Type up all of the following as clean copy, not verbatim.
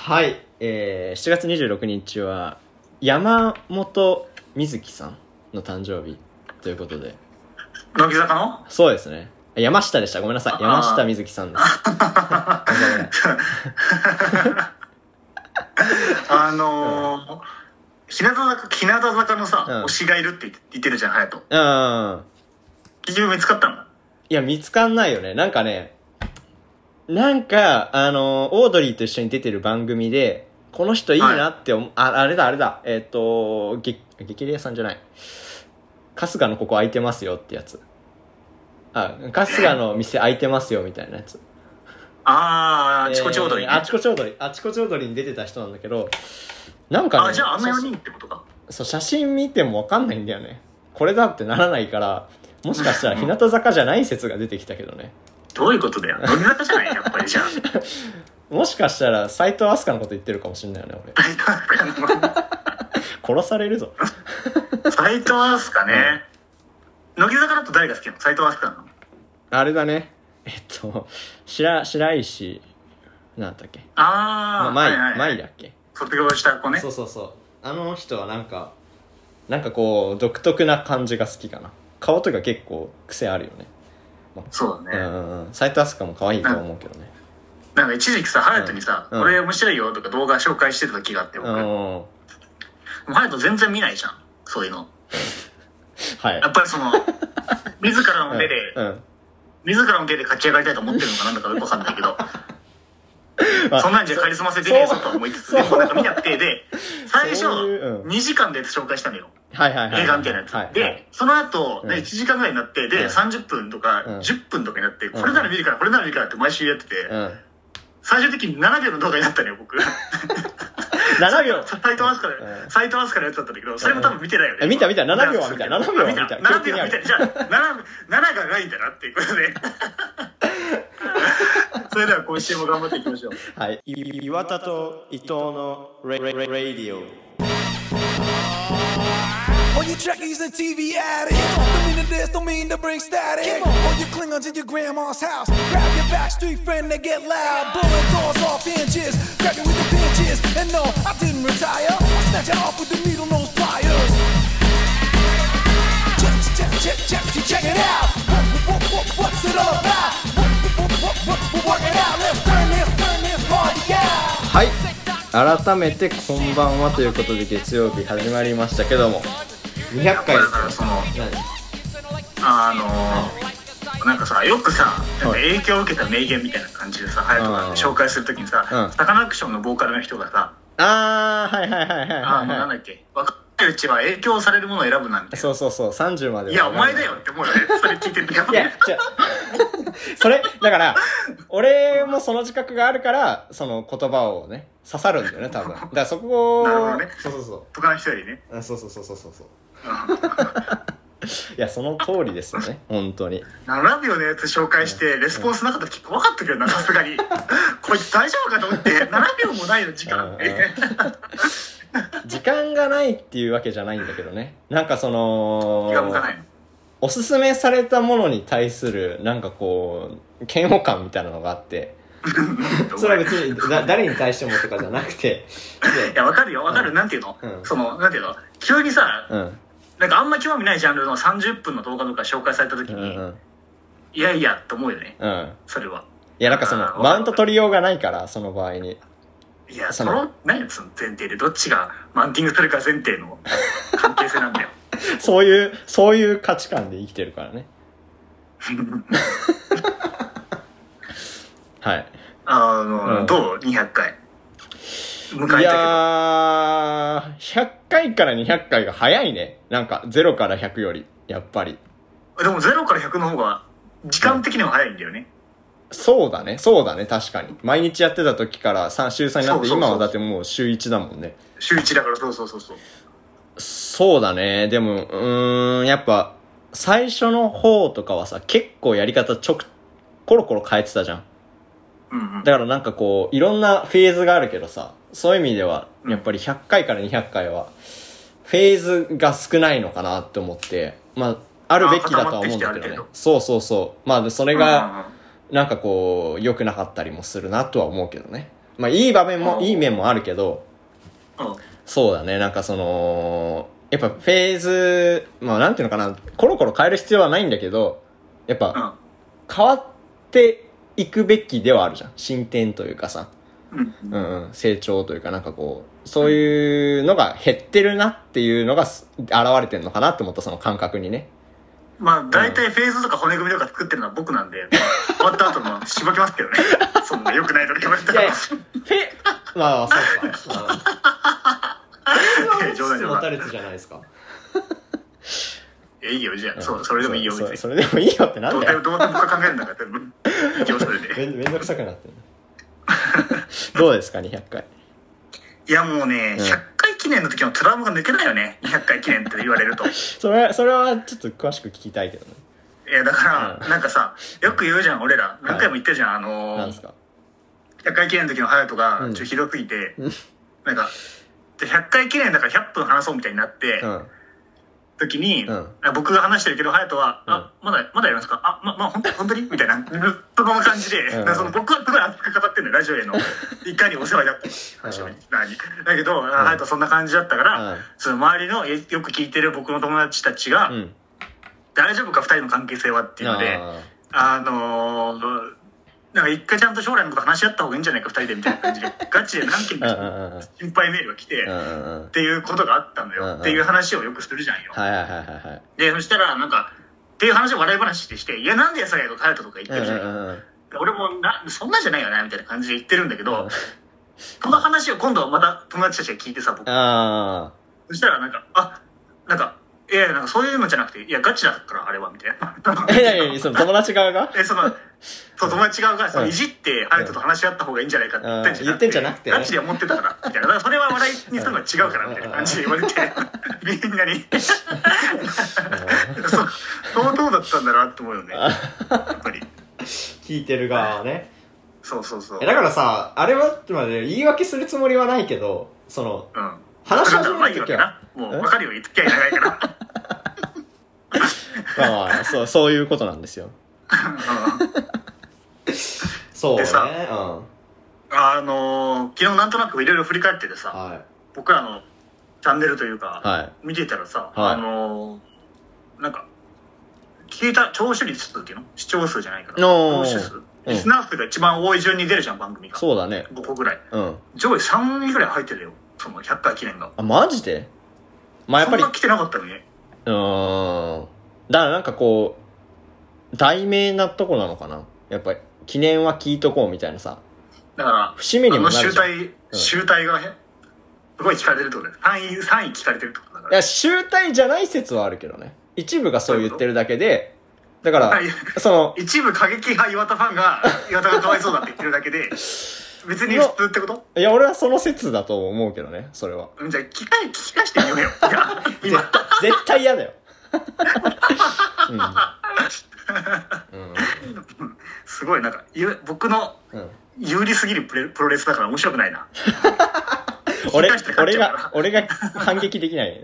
はい、7月26日は山本美月さんの誕生日ということで。 乃木坂の？ そうですね。山下でした。ごめんなさい。山下美月さんです。 日向坂のさ、推しがいるって言ってるじゃん、隼人。結局見つかったの？ いや、見つかんないよね。なんかね、オードリーと一緒に出てる番組で、この人いいなってあれだ。激レアさんじゃない。春日のここ空いてますよってやつ。春日の店空いてますよみたいなやつ。 あちこちオードリー、ね。 あちこちオードリーに出てた人なんだけど、なんかね。 じゃああの4人ってことか。 そう、写真見ても分かんないんだよね。これだってならないから、もしかしたら日向坂じゃない説が出てきたけどね。 どういうことだよ。乃木坂じゃないやっぱりじゃあ。 もしかしたら斎藤飛鳥のこと言ってるかもしれないよね、俺。斎藤飛鳥の殺されるぞ。 斎藤飛鳥ね。乃木坂だと誰が好きなの？斎藤飛鳥なの？ あれだね。白石なんだっけ。舞だっけ。 卒業した子ね。 そう。あの人はなんかこう独特な感じが好きかな。顔とか結構癖あるよね。 そうだね。 斎藤飛鳥も可愛いと思うけどね。 なんか一時期さ、隼人にさ、これ面白いよとか動画紹介してた時があって僕。隼人全然見ないじゃん、そういうの。はい。やっぱりその自らの手で勝ち上がりたいと思ってるのかなんだかよくわかんないけど。そんなんじゃカリスマ性出ねえぞと思いつつ、でもなんか見なくて、で、最初、2時間で紹介したのよ。映画みたいなやつ。で、その後、1時間ぐらいになって、で、30分とか10分とかになって、これなら見るからって毎週やってて、最終的に7秒の動画になったのよ、僕。 7秒斎藤飛鳥のやつだったんだけど、それも多分見てないよね。 見た、7秒は見た。 7秒は見た。じゃあ、7がないんだなっていうことで。それでは今週も頑張っていきましょう。 はい。岩田と伊藤のレディオ。All you trekkies and TV addicts, don't mean to this, don't mean to bring static. All you Klingons in your grandma's house, grab your backstreet friend, they get loud. Blowing doors off hinges, grab you with the pinches. And no, I didn't retire, I snatch it off with the needle nose pliers. Check it out. What's it all about? Work it out, let's turn this party out. はい、改めてこんばんはということで月曜日始まりましたけども200回だからそのなんかさ、よくさ、影響を受けた名言みたいな感じでさ、隼人が紹介するときにさ、サカナクションのボーカルの人がさ、なんだっけ、若いうちは影響されるものを選ぶなんて。 そう30まで。 いやお前だよって思うよね。それ聞いてるとやっぱり。いやそれだから俺もその自覚があるからその言葉をね刺さるんだよね多分。だからそこを。 なるほどね。 そう。 他の人よりね。 そう。いやその通りですよね本当に。 7秒のやつ紹介してレスポンスなかった時怖かったけどな、さすがに。こいつ大丈夫かと思って7秒もないの時間って。 時間がないっていうわけじゃないんだけどね。なんかその気が向かないの。 おすすめされたものに対するなんかこう嫌悪感みたいなのがあってそれは別に誰に対してもとかじゃなくていやわかるよ、なんていうの、そのなんていうの、急にさ、なんかあんま興味ないジャンルの30分の動画とか紹介された時に、いやと思うよね、それは。 いやなんかそのマウント取りようがないからその場合に。 いやその何やその前提でどっちがマウンティングするか前提の関係性なんだよ。 そういう価値観で生きてるからね。はい。 どう200回迎えたけど。いや100回から200回が早いね。なんか0から100よりやっぱり。 でも0から100の方が時間的には早いんだよね。 そうだね確かに。毎日やってた時から週3になって今はだってもう週1だもんね。 週1だからそう。 そうだね。でもやっぱ最初の方とかはさ結構やり方コロコロ変えてたじゃん。だからなんかこういろんなフェーズがあるけどさ、そういう意味ではやっぱり100回から200回はフェーズが少ないのかなって思って、あるべきだとは思うんだけどね。そう。それがなんかこう良くなかったりもするなとは思うけどね。 まあいい場面もいい面もあるけど、そうだね、なんかそのやっぱフェーズ、まあなんていうのかな、コロコロ変える必要はないんだけど、やっぱ変わっていくべきではあるじゃん、進展というかさ、成長というか、なんかこうそういうのが減ってるなっていうのが現れてるのかなって思った、その感覚にね。 まあ大体フェーズとか骨組みとか作ってるのは僕なんで、終わった後もしばきますけどね。そんな良くないとか言われたら。 まあそうか。冗談持たれつじゃないですか。 いいよ、じゃあ、それでもいいよみたいな。 それでもいいよってなんだよ。 どうでも僕が考えるんだから、一応それで。 めんどくさくなってる。どうですか、200回。 いやもうね、100回記念の時のトラウマが抜けないよね、200回記念って言われると。 それはちょっと詳しく聞きたいけどね。 いやだから、なんかさ、よく言うじゃん、俺ら。何回も言ってるじゃん、 なんすか。 100回記念の時の隼人が、ひどすぎて、なんか、100回記念だから100分話そうみたいになって、時に、僕が話してるけど、隼人は、まだやりますか？本当にみたいな、その感じで、僕はすごい熱く語ってんのよ、ラジオへの。いかにお世話になった話を。だけど、隼人そんな感じだったから、その周りのよく聞いてる僕の友達たちが、大丈夫か、2人の関係性はっていうので、なんか一回ちゃんと将来のこと話し合った方がいいんじゃないか2人でみたいな感じでガチで何件か心配メールが来てっていうことがあったのよっていう話をよくするじゃんよ。でそしたらなんかっていう話を笑い話でして、いやなんでそれと隼人とか言ってるじゃん。俺もそんなんじゃないよなみたいな感じで言ってるんだけど、その話を今度はまた友達たちが聞いてさ、僕そしたらなんかいやなんかそういうのじゃなくて、いやガチだからあれはみたいな。 その友達側が友達側がいじって隼人と話し合った方がいいんじゃないかって言ってんじゃなくてガチで思ってたからみたいな。だからそれは笑いにするのは違うからみたいな感じで言われて、みんなに相当だったんだなって思うよね、やっぱり聞いてる側はね。 そうだからさ、あれは言い訳するつもりはないけど、その話し始める時はもう分かるよ、付き合い長いからまあそういうことなんですよ。そうね。昨日なんとなくいろいろ振り返っててさ、僕らのチャンネルというか見てたらさ、なんか聞いた聴取率っていうの、視聴数じゃないから聴取数、リスナー数が一番多い順に出るじゃん、番組が。そうだね。5個ぐらい。上位3位ぐらい入ってるよ、その100回記念が。 あ、マジで？まあやっぱりそんな来てなかったのね。 だからなんかこう題名なとこなのかな、やっぱり記念は聞いとこうみたいなさ。 だから節目にもなるじゃん。 集大がすごい聞かれてるってことだよ。3位聞かれてるってことだから。 いや集大じゃない説はあるけどね、一部がそう言ってるだけで、だからその一部過激派岩田ファンが岩田がかわいそうだって言ってるだけで別に普通ってこと？ いや俺はその説だと思うけどね、それは。 じゃあ聞き返してみようよ。いや絶対嫌だよ。 すごいなんか僕の有利すぎるプロレスだから面白くないな。 俺が反撃できない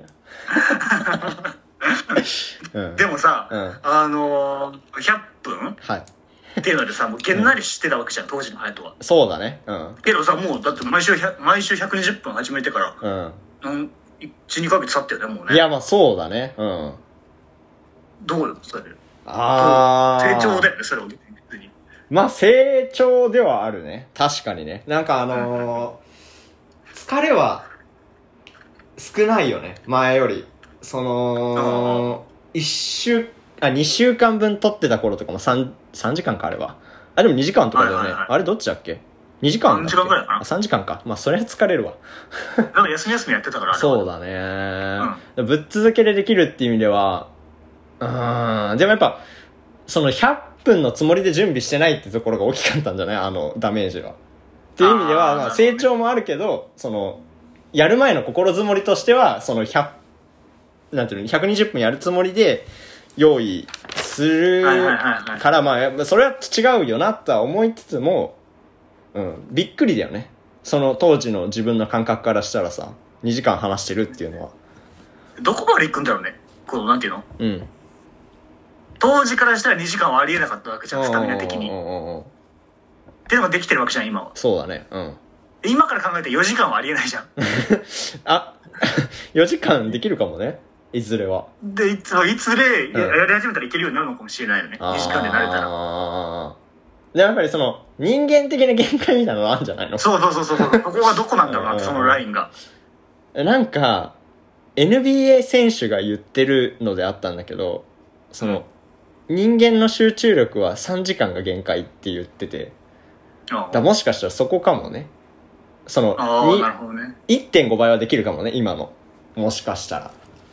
な。でもさ、100分っていうのでさ、もうげんなりしてたわけじゃん、当時の隼人は。そうだね。けどさ、もうだって毎週120分始めてから1、2ヶ月経ったよね、もうね。いやまあそうだね。 どうよそれで。成長だよね、それを。 まあ成長ではあるね、確かにね。なんか疲れは少ないよね、前より。その2週間分撮ってた頃とかも3時間かあれば、でも2時間とかだよね、あれどっちだっけ、2時間だっけ、3時間ぐらいかな。3時間か。まあそれは疲れるわ。 なんか休みやってたから。 そうだね、ぶっ続けでできるっていう意味ではでもやっぱその100分のつもりで準備してないってところが大きかったんじゃない、ダメージは。っていう意味ではまあ成長もあるけど、そのやる前の心づもりとしてはそのなんていうの、120分やるつもりで用意するから、まあそれは違うよなとは思いつつも、びっくりだよね、その当時の自分の感覚からしたらさ、2時間話してるっていうのは。 どこまで行くんだろうね、このなんていうの、当時からしたら2時間はありえなかったわけじゃん、スタミナ的にっていうのができてるわけじゃん今は。 そうだね。 今から考えたら4時間はありえないじゃん。 あ、4時間できるかもね。いずれは。 で、いつで、やり始めたらいけるようになるのかもしれないよね。2時間で慣れたら。 で、やっぱりその、人間的な限界みたいなのあるんじゃないの？ そう。ここがどこなんだろうなって、そのラインが。 なんか、NBA 選手が言ってるのであったんだけど、その、人間の集中力は3時間が限界って言ってて、だもしかしたらそこかもね。その、 なるほどね。 1.5 倍はできるかもね、今の。もしかしたら。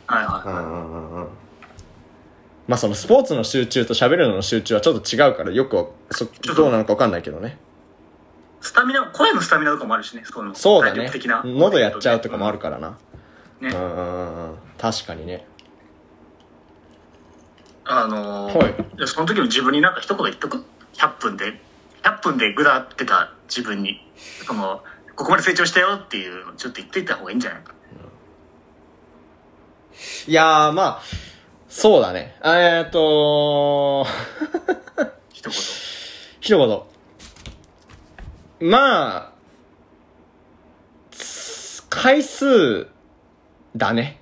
まあそのスポーツの集中と喋るのの集中はちょっと違うから、よくどうなのか分かんないけどね。 声のスタミナとかもあるしね。 そうだね。喉やっちゃうとかもあるからな。 ね。 確かにね。 はい。その時の自分になんか一言言っとく？ 100 分でぐだってた自分に、ここまで成長したよっていうのをちょっと言っといた方がいいんじゃないか。 いやー、まあ、そうだね。一言。まあ、回数だね。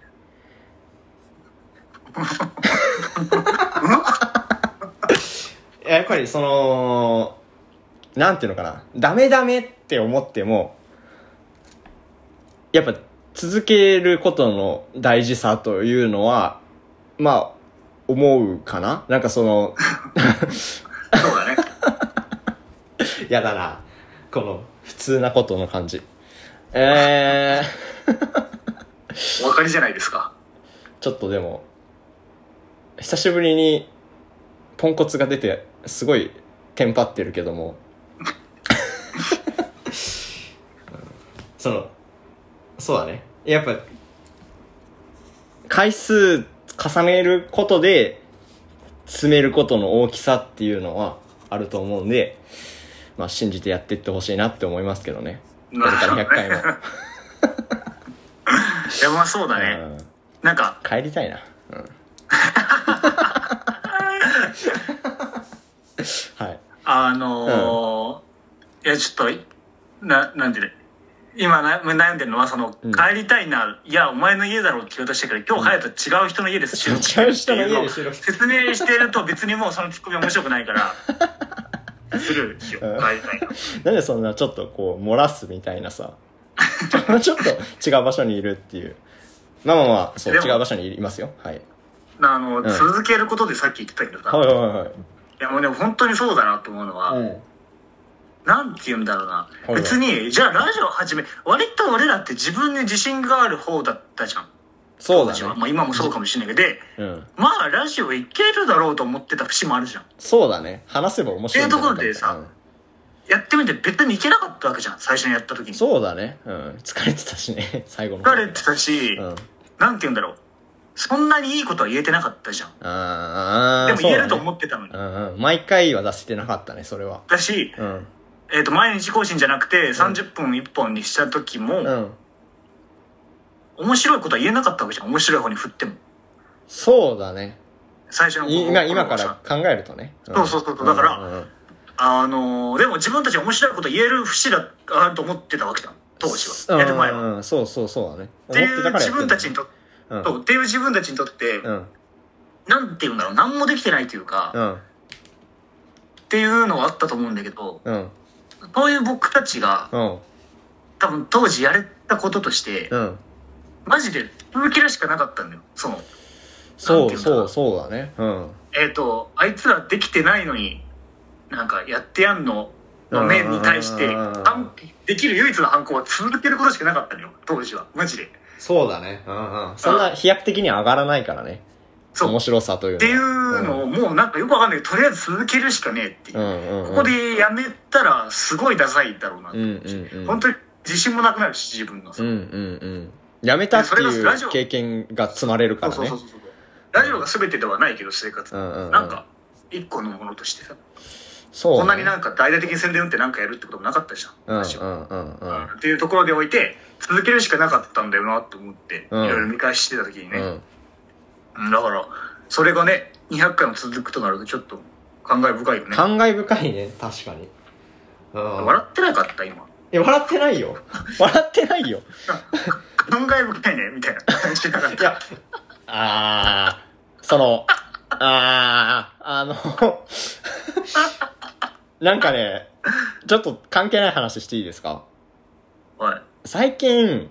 やっぱりなんていうのかな、ダメって思ってもやっぱ続けることの大事さというのはまあ思うかな。なんかそうだね。 やだな、この普通なことの感じ。お分かりじゃないですか。 ちょっとでも久しぶりにポンコツが出てすごいテンパってるけどもそうだね、やっぱ回数重ねることで詰めることの大きさっていうのはあると思うんで、まあ信じてやっていってほしいなって思いますけどね。これから100回もいや、まあそうだね、なんか帰りたいな。はい。 いや、ちょっとなんていうの、今悩んでるのは帰りたいな、いやお前の家だろうって言おうとしてから、今日隼人違う人の家で収録してるっていうのを説明してると、別にもうそのツッコミ面白くないからスルーしよう。帰りたいな。 なんでそんなちょっとこう漏らすみたいなさちょっと違う場所にいるっていう。まあそう、違う場所にいますよ。はい。 続けることでさっき言ってたけどさ、いやもうでも本当にそうだなと思うのは、なんて言うんだろうな、別にじゃあラジオ始め、割と俺らって自分に自信がある方だったじゃん。 そうだね。 まあ今もそうかもしれないけど、まあラジオいけるだろうと思ってた節もあるじゃん。 そうだね。話せば面白いんだっていうところでさ、やってみて別にいけなかったわけじゃん、最初にやった時に。 そうだね。疲れてたしね、最後の。 疲れてたし、なんて言うんだろう、そんなにいいことは言えてなかったじゃん。でも言えると思ってたのに。 毎回は出せてなかったね、それは。 だし、毎日更新じゃなくて30分1本にした時も、面白いことは言えなかったわけじゃん、面白い方に振っても。 そうだね。 最初の今から考えるとね。 そう。だから、でも自分たち面白いこと言える節があると思ってたわけじゃん、当時は。やる前は。 そうだね。 っていう自分たちにとって、なんていうんだろう、何もできてないというか、っていうのはあったと思うんだけど、そういう僕たちが、多分当時やれたこととして、マジで続けるしかなかったんだよ。 そうだね。 あいつらできてないのになんかやってやんの面に対してできる唯一の反抗は続けることしかなかったのよ、当時は。マジで。 そうだね。そんな飛躍的には上がらないからね。面白さというのっていうのをもうなんかよくわかんないけど、とりあえず続けるしかねえっていう、ここでやめたらすごいダサいだろうなって、本当に自信もなくなるし、自分のさ、 やめたっていう経験が積まれるからね。 ラジオが全てではないけど、生活なんか一個のものとしてさ、 こんなになんか大々的に宣伝打ってなんかやるってこともなかったじゃん、っていうところでおいて続けるしかなかったんだよなと思って、いろいろ見返してた時にね、だからそれがね200回も続くとなるとちょっと感慨深いよね。 感慨深いね、確かに。 笑ってなかった今。 笑ってないよ。笑ってないよ。 考え深いね、みたいな感じだから。いや、 なんかね、ちょっと関係ない話していいですか？ はい。 最近、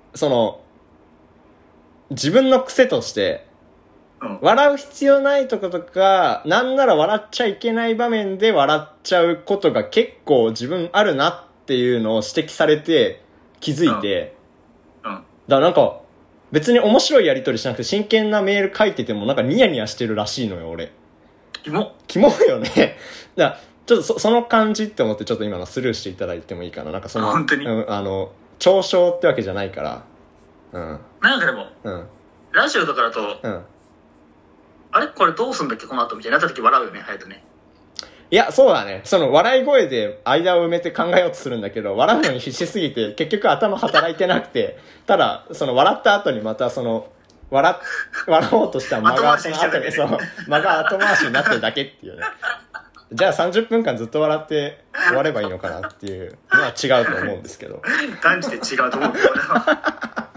自分の癖として、笑う必要ないとことか、なんなら笑っちゃいけない場面で笑っちゃうことが結構自分あるなっていうのを指摘されて気づいて、だからなんか別に面白いやりとりしなくて真剣なメール書いててもなんかニヤニヤしてるらしいのよ、俺。キモよね。だからちょっとその感じって思ってちょっと今のスルーしていただいてもいいかな。なんか本当に、 嘲笑ってわけじゃないから。 なんかでも、ラジオとかだと、あれこれどうすんだっけこの後みたいになった時笑うよね、隼人ね。 いや、そうだね。笑い声で間を埋めて考えようとするんだけど、笑うのに必死すぎて、結局頭働いてなくて、ただ、笑った後にまた笑おうとした間が、間が後回しになってるだけっていうね。じゃあ30分間ずっと笑って終わればいいのかなっていうのは違うと思うんですけど。 断じて違うと思うけど、俺は。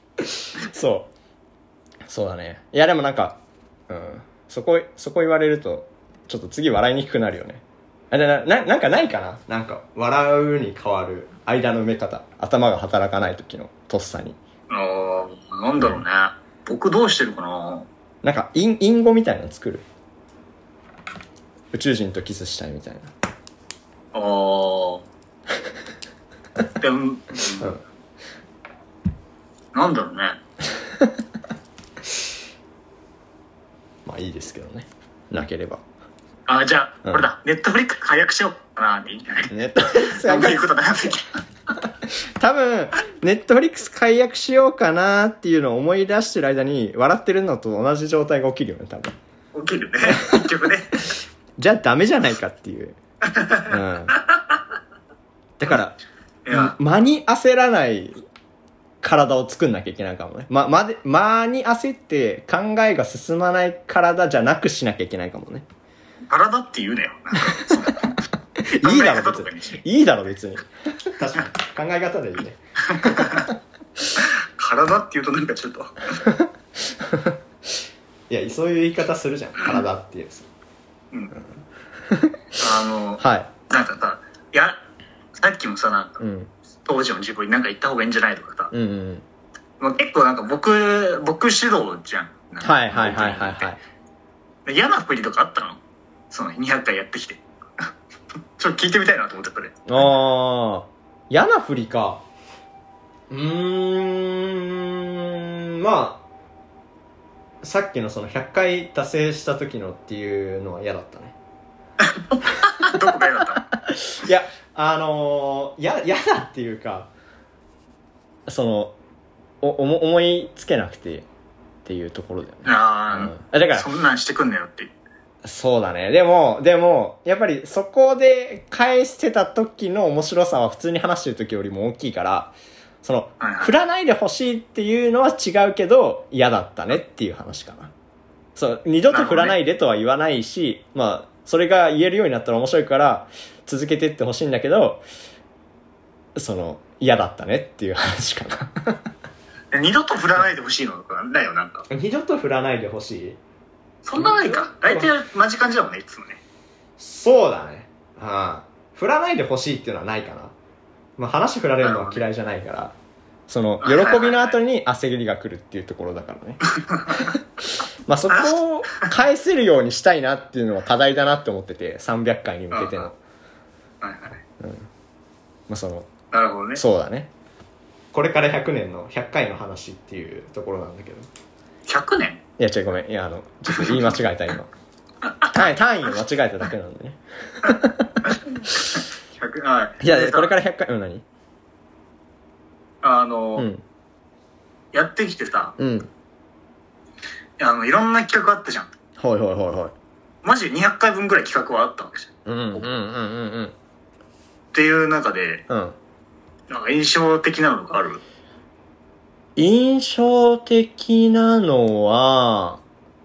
そうだね。いや、でもなんか、そこ言われるとちょっと次笑いにくくなるよね。なんかないかな、なんか笑うに変わる間の埋め方、頭が働かない時のとっさに。 なんだろうね、僕どうしてるかな。 なんか隠語みたいなの作る。宇宙人とキスしたいみたいな。 でも、なんだろうね。 まあいいですけどね、なければ。 じゃあ、これだ、ネットフリックス解約しようかなっていいんじゃない？ ネットフリックス解約多分ネットフリックス解約しようかなっていうのを思い出してる間に笑ってるのと同じ状態が起きるよね、多分。 起きるね、結局ね。 じゃあダメじゃないかっていう。だから間に焦らない体を作んなきゃいけないかもね。間に焦って考えが進まない体じゃなくしなきゃいけないかもね。 体って言うなよ。 いいだろ別に。いいだろ別に。確かに考え方でいいね。 体って言うとなんかちょっと。 いや、そういう言い方するじゃん。体っていう。はい。 なんかさ、さっきもさ、なんか、当時の自分になんか言った方がいいんじゃないとかさ、まあ、結構なんか僕主導じゃん。 はい。 嫌な振りとかあったの？その200回やってきて。ちょっと聞いてみたいなと思って、これ。 嫌な振りか。まあさっきのその100回達成した時のっていうのは嫌だったね。 どこが嫌だったの？ いや、嫌だっていうか、思いつけなくてっていうところだよね。だからそんなんしてくんなよって。 そうだね。でもやっぱりそこで返してた時の面白さは普通に話してる時よりも大きいから、振らないでほしいっていうのは違うけど嫌だったねっていう話かな。二度と振らないでとは言わないし、まあそれが言えるようになったら面白いから続けてってほしいんだけど、嫌だったねっていう話かな。二度と振らないでほしいのかだよ、なんか。 二度と振らないでほしい。 そんなないか。大体同じ感じだもんね、いつもね。 そうだね。振らないでほしいっていうのはないかな。まあ話振られるのは嫌いじゃないから、喜びの後に焦りが来るっていうところだからね。まあそこを返せるようにしたいなっていうのは課題だなって思ってて、300回に向けての。まあなるほどね。そうだね。 これから100年の100回の話っていうところなんだけど。 100年？ いやごめん、いやちょっと言い間違えた今。単位を間違えただけなんでね。いやこれから100回、何？ やってきてさ、いろんな企画あったじゃん。 はい。 マジで200回分ぐらい企画はあったわけじゃん。っていう中で、なんか印象的なのがある？ 印象的なのは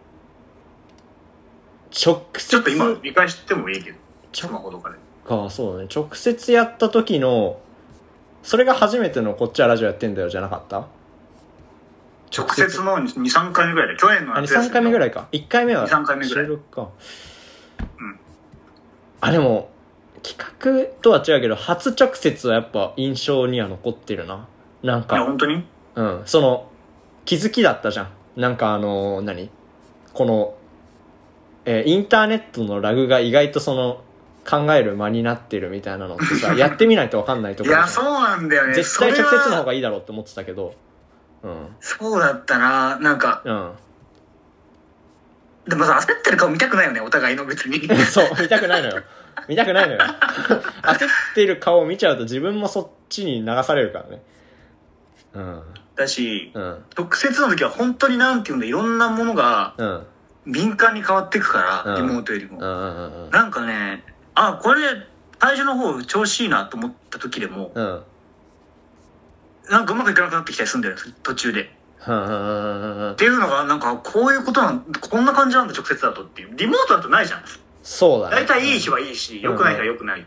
ちょっと今見返してもいいけど、スマホとかで。 そうね。直接やった時のそれが初めてのこっちはラジオやってんだよじゃなかった？ 直接の 2,3 回目ぐらいで、去年の夏休み。2,3回目ぐらいか。1回目は 2,3回目ぐらい収録か。でも企画とは違うけど初直接はやっぱ印象には残ってるな。なんか。 いや本当に？ その気づきだったじゃん。なんかこの、インターネットのラグが意外とその考える間になってるみたいなのってさやってみないと分かんないところ。 いやそうなんだよね。 絶対直接の方がいいだろうって思ってたけど。 そうだったな。なんか。でもさ焦ってる顔見たくないよねお互いの別に。 そう見たくないのよ。焦ってる顔を見ちゃうと自分もそっちに流されるからね。 だし、直接の時は本当になんていうんだいろんなものが敏感に変わっていくから、リモートよりも。なんかねこれ最初の方調子いいなと思った時でも、なんかうまくいかなくなってきたりするんだよ途中で。っていうのがなんかこういうことこんな感じなんだ直接だとっていう。リモートだとないじゃん。 そうだね。 大体いい日はいいし、良くない日は良くない。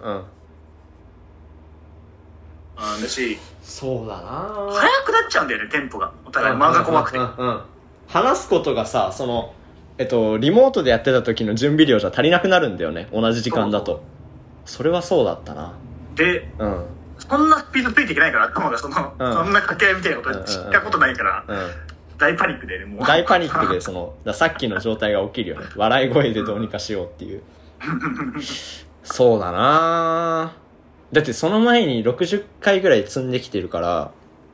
だし、 そうだな。 早くなっちゃうんだよねテンポが。お互い間が怖くて。 話すことがさそのリモートでやってた時の準備量じゃ足りなくなるんだよね同じ時間だと。それはそうだったな。 で、そんなスピードついていけないから頭がそんな掛け合いみたいなこと知ったことないから、大パニックでねもう。 大パニックでさっきの状態が起きるよね。笑い声でどうにかしようっていう。そうだな。だってその前に60回ぐらい積んできてるから、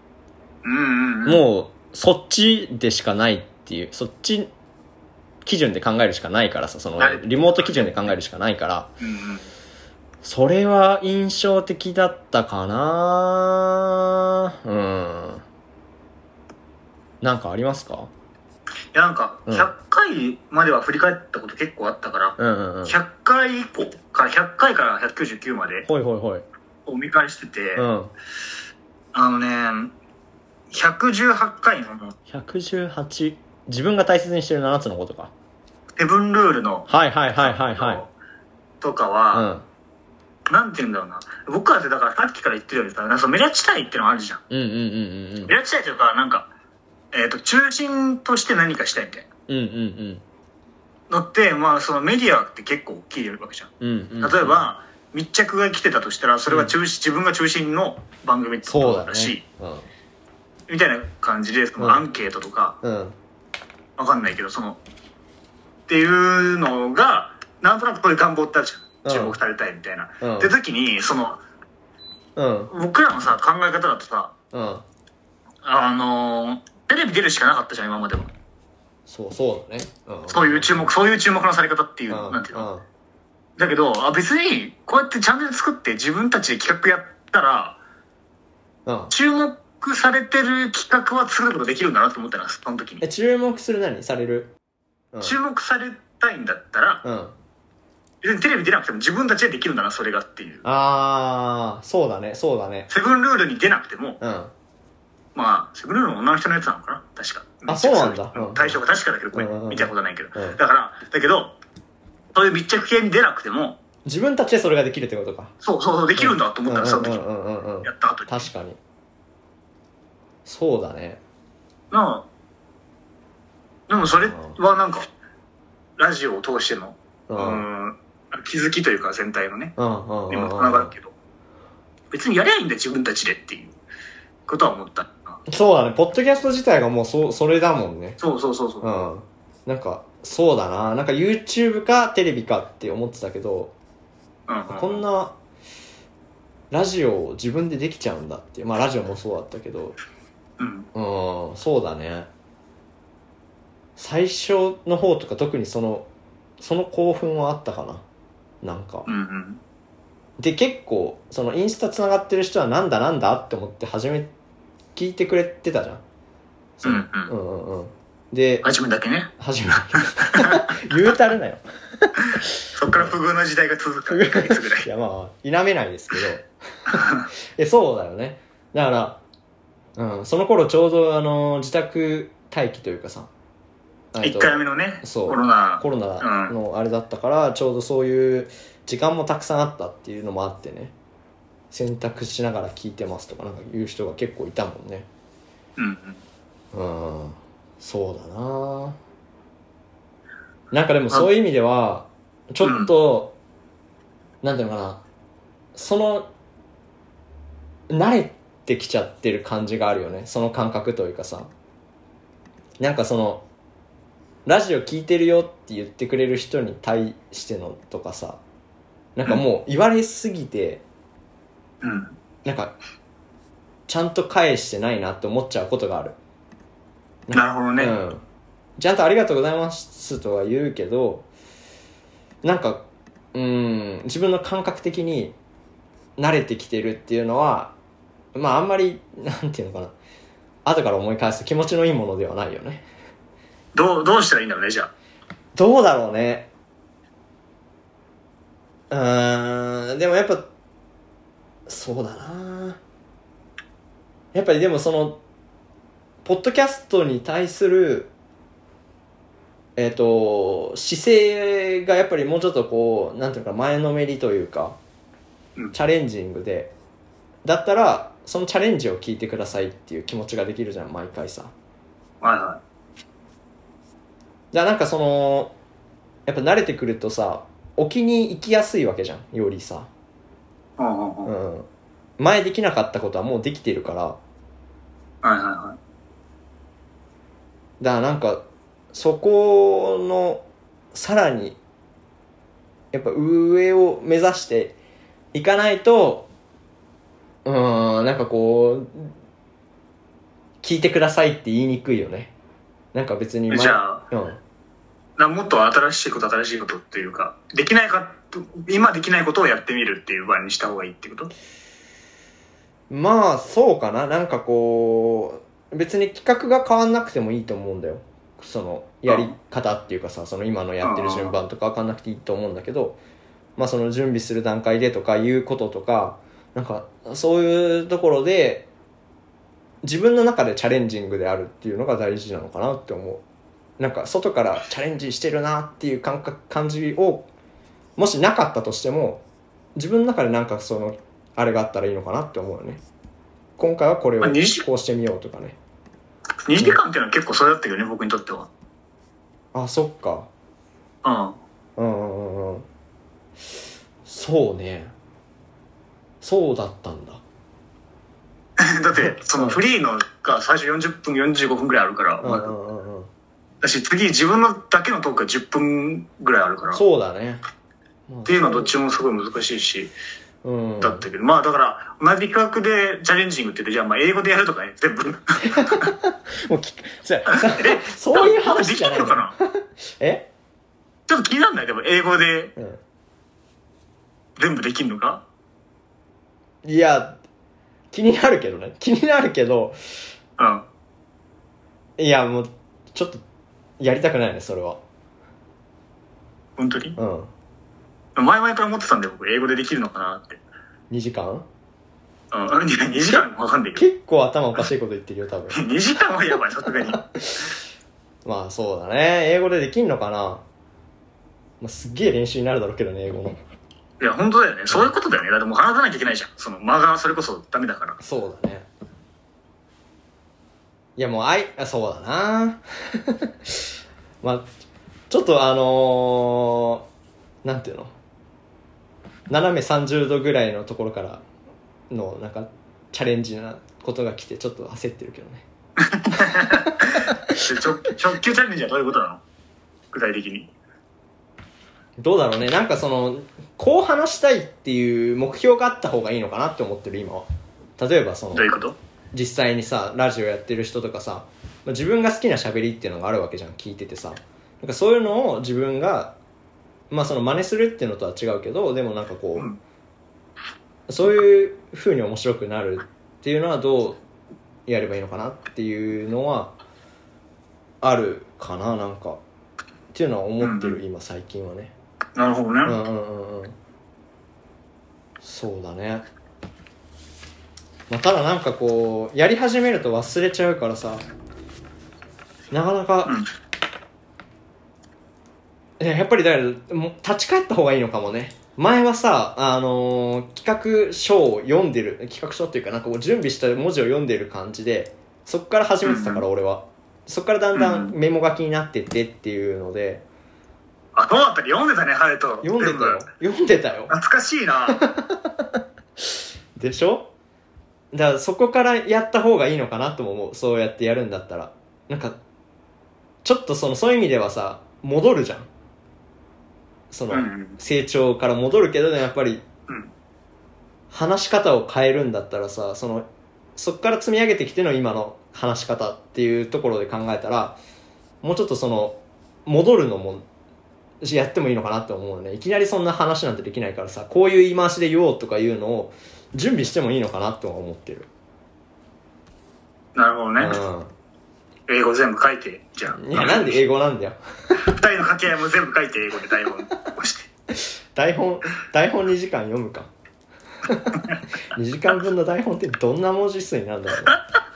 もうそっちでしかないっていう、そっち基準で考えるしかないからさ、そのリモート基準で考えるしかないから、それは印象的だったかな。なんかありますか？ いやなんか100回までは振り返ったこと結構あったから、100回以降から100回から199までを見返してて、118回の 118自分が大切にしてる7つのことか。 セブンルールのとかは、なんて言うんだろうな。僕はだからさっきから言ってるようにさ、目立ちたいってのがあるじゃん。目立ちたいというか、なんか、中心として何かしたいみたいな。のって、まあそのメディアって結構大きいわけじゃん。例えば、密着が来てたとしたら、それは自分が中心の番組ってことだし、みたいな感じで、そのアンケートとか、わかんないけど、っていうのが、なんとなくこういう願望ってあるじゃん。注目されたいみたいな。って時に、僕らのさ、考え方だとさ、テレビ出るしかなかったじゃん、今までも。 そうだね。 そういう注目のされ方っていう、なんていうの。だけど、別に、こうやってチャンネル作って自分たちで企画やったら、注目されてる企画は作ることできるんだなと思ったら、その時に。 注目する何される？ 注目されたいんだったら、別にテレビ出なくても自分たちでできるんだな、それがっていう。 そうだね。 セブンルールに出なくても、まあ、セブンルールの女の人のやつなのかな確か。 そうなんだ。 対象が確かだけど、これ見たことないけど。だけど、そういう密着系に出なくても、 自分たちでそれができるってことか。 そう、できるんだと思ったら、その時やった後に。 確かに。そうだね。 でもそれはなんか、ラジオを通しての、気づきというか全体のね、にも繋がるけど、別にやりゃいいんだよ、自分たちでっていうことは思った。 そうだね、ポッドキャスト自体がもうそれだもんね。 そう。 なんか、そうだな、なんか YouTube かテレビかって思ってたけど、こんな、ラジオを自分でできちゃうんだっていう。まあラジオもそうだったけど、そうだね。最初の方とか特にその興奮はあったかな。なんか。で、結構、そのインスタ繋がってる人はなんだって思って聞いてくれてたじゃん。で、 初めだけね。 言うたるなよ。 そっから不遇の時代が続く1ヶ月ぐらい。 いやまあ、否めないですけど。そうだよね。だから、その頃ちょうど自宅待機というかさ、 1回目のね、 コロナのあれだったから、ちょうどそういう時間もたくさんあったっていうのもあってね。 洗濯しながら聞いてますとかなんか言う人が結構いたもんね。そうだな。なんかでもそういう意味ではちょっと、なんていうのかな、その慣れてきちゃってる感じがあるよね、その感覚というかさ。なんかそのラジオ聞いてるよって言ってくれる人に対してのとかさ、なんかもう言われすぎて、なんかちゃんと返してないなって思っちゃうことがある。 なるほどね、 ちゃんとありがとうございますとは言うけど、なんか自分の感覚的に慣れてきてるっていうのはまああんまりなんていうのかな、後から思い返すと気持ちのいいものではないよね。 どうしたらいいんだろうね、じゃあ。 どうだろうね。でもやっぱそうだな。やっぱりでもそのポッドキャストに対する姿勢がやっぱりもうちょっとこうなんていうか前のめりというか、チャレンジングでだったらそのチャレンジを聞いてくださいっていう気持ちができるじゃん、毎回さ。じゃあなんかそのやっぱ慣れてくるとさ、置きに行きやすいわけじゃん、よりさ。前できなかったことはもうできてるから。だからなんかそこのさらにやっぱ上を目指していかないと、なんかこう聞いてくださいって言いにくいよね。なんか別にじゃあ、もっと新しいことっていうか、できないか今できないことをやってみるっていう場合にした方がいいってこと？ まあそうかな。なんかこう別に企画が変わんなくてもいいと思うんだよ。そのやり方っていうかさ、その今のやってる順番とか分かんなくていいと思うんだけど、まあその準備する段階でとかいうこととか、なんかそういうところで自分の中でチャレンジングであるっていうのが大事なのかなって思う。なんか外からチャレンジしてるなっていう感じをもしなかったとしても、自分の中でなんかそのあれがあったらいいのかなって思うよね。今回はこれをこうしてみようとかね。 2時間っていうのは結構それだったけどね、僕にとっては。 あ、そっか。そうね。そうだったんだ。 だってそのフリーのが最初40分45分ぐらいあるから、だし次自分のだけのトークが10分ぐらいあるから。 そうだね。 っていうのはどっちもすごい難しいし、だったけど、まあだから同じ企画でチャレンジングって言って、じゃあまあ英語でやるとかね、全部もうそういう話じゃないのかな。ちょっと気にならない？でも英語で全部できるのか？ いや気になるけどね。気になるけど、いやもうちょっとやりたくないね、それは。 本当に？前々から思ってたんで、僕英語でできるのかなって。 2時間 ？2時間もわかんないけど。結構頭おかしいこと言ってるよ多分。 2時間はやばい、さすがに。 まあそうだね。英語でできんのかな。まあ、すっげえ練習になるだろうけどね、英語の。 いや本当だよね、そういうことだよね。だってもう話さなきゃいけないじゃん、その間がそれこそダメだから。 そうだね。いやもうそうだな。まあちょっとなんていうの、斜め30度ぐらいのところからのなんかチャレンジなことが来てちょっと焦ってるけどね。 直球チャレンジはどういうことなの？具体的にどうだろうね。なんかそのこう話したいっていう目標があった方がいいのかなって思ってる今は。例えばそのどういうこと？ 実際にさラジオやってる人とかさ、自分が好きな喋りっていうのがあるわけじゃん、聞いててさ。なんかそういうのを自分がまあその真似するっていうのとは違うけど、でもなんかこう、そういう風に面白くなるっていうのはどうやればいいのかなっていうのはあるかな、なんかっていうのは思ってる、今最近はね。 なるほどね。 そうだね。まあ、ただなんかこうやり始めると忘れちゃうからさ、なかなか、やっぱりだからもう立ち返った方がいいのかもね。 前はさ、企画書を読んでる、企画書っていうかなんかこう準備した文字を読んでる感じで、そっから始めてたから俺は。そっからだんだんメモ書きになってってっていうので。 あ、どうだったっけ？読んでたね、ハヤト。 読んでたよ。読んでたよ。 懐かしいな。 でしょ？だからそこからやった方がいいのかなとも思う。そうやってやるんだったら。なんか、ちょっとそういう意味ではさ、戻るじゃん。成長から戻るけどね、やっぱり、話し方を変えるんだったらさ、そっから積み上げてきての今の話し方っていうところで考えたら、もうちょっと戻るのも、やってもいいのかなって思うね。いきなりそんな話なんてできないからさ、こういう言い回しで言おうとかいうのを準備してもいいのかなとは思ってる。 なるほどね。英語全部書いて、じゃあ。 いや、なんで英語なんだよ。 二人の掛け合いも全部書いて、英語で台本をして。 台本2時間読むか。2時間分の台本ってどんな文字数になるんだろうね。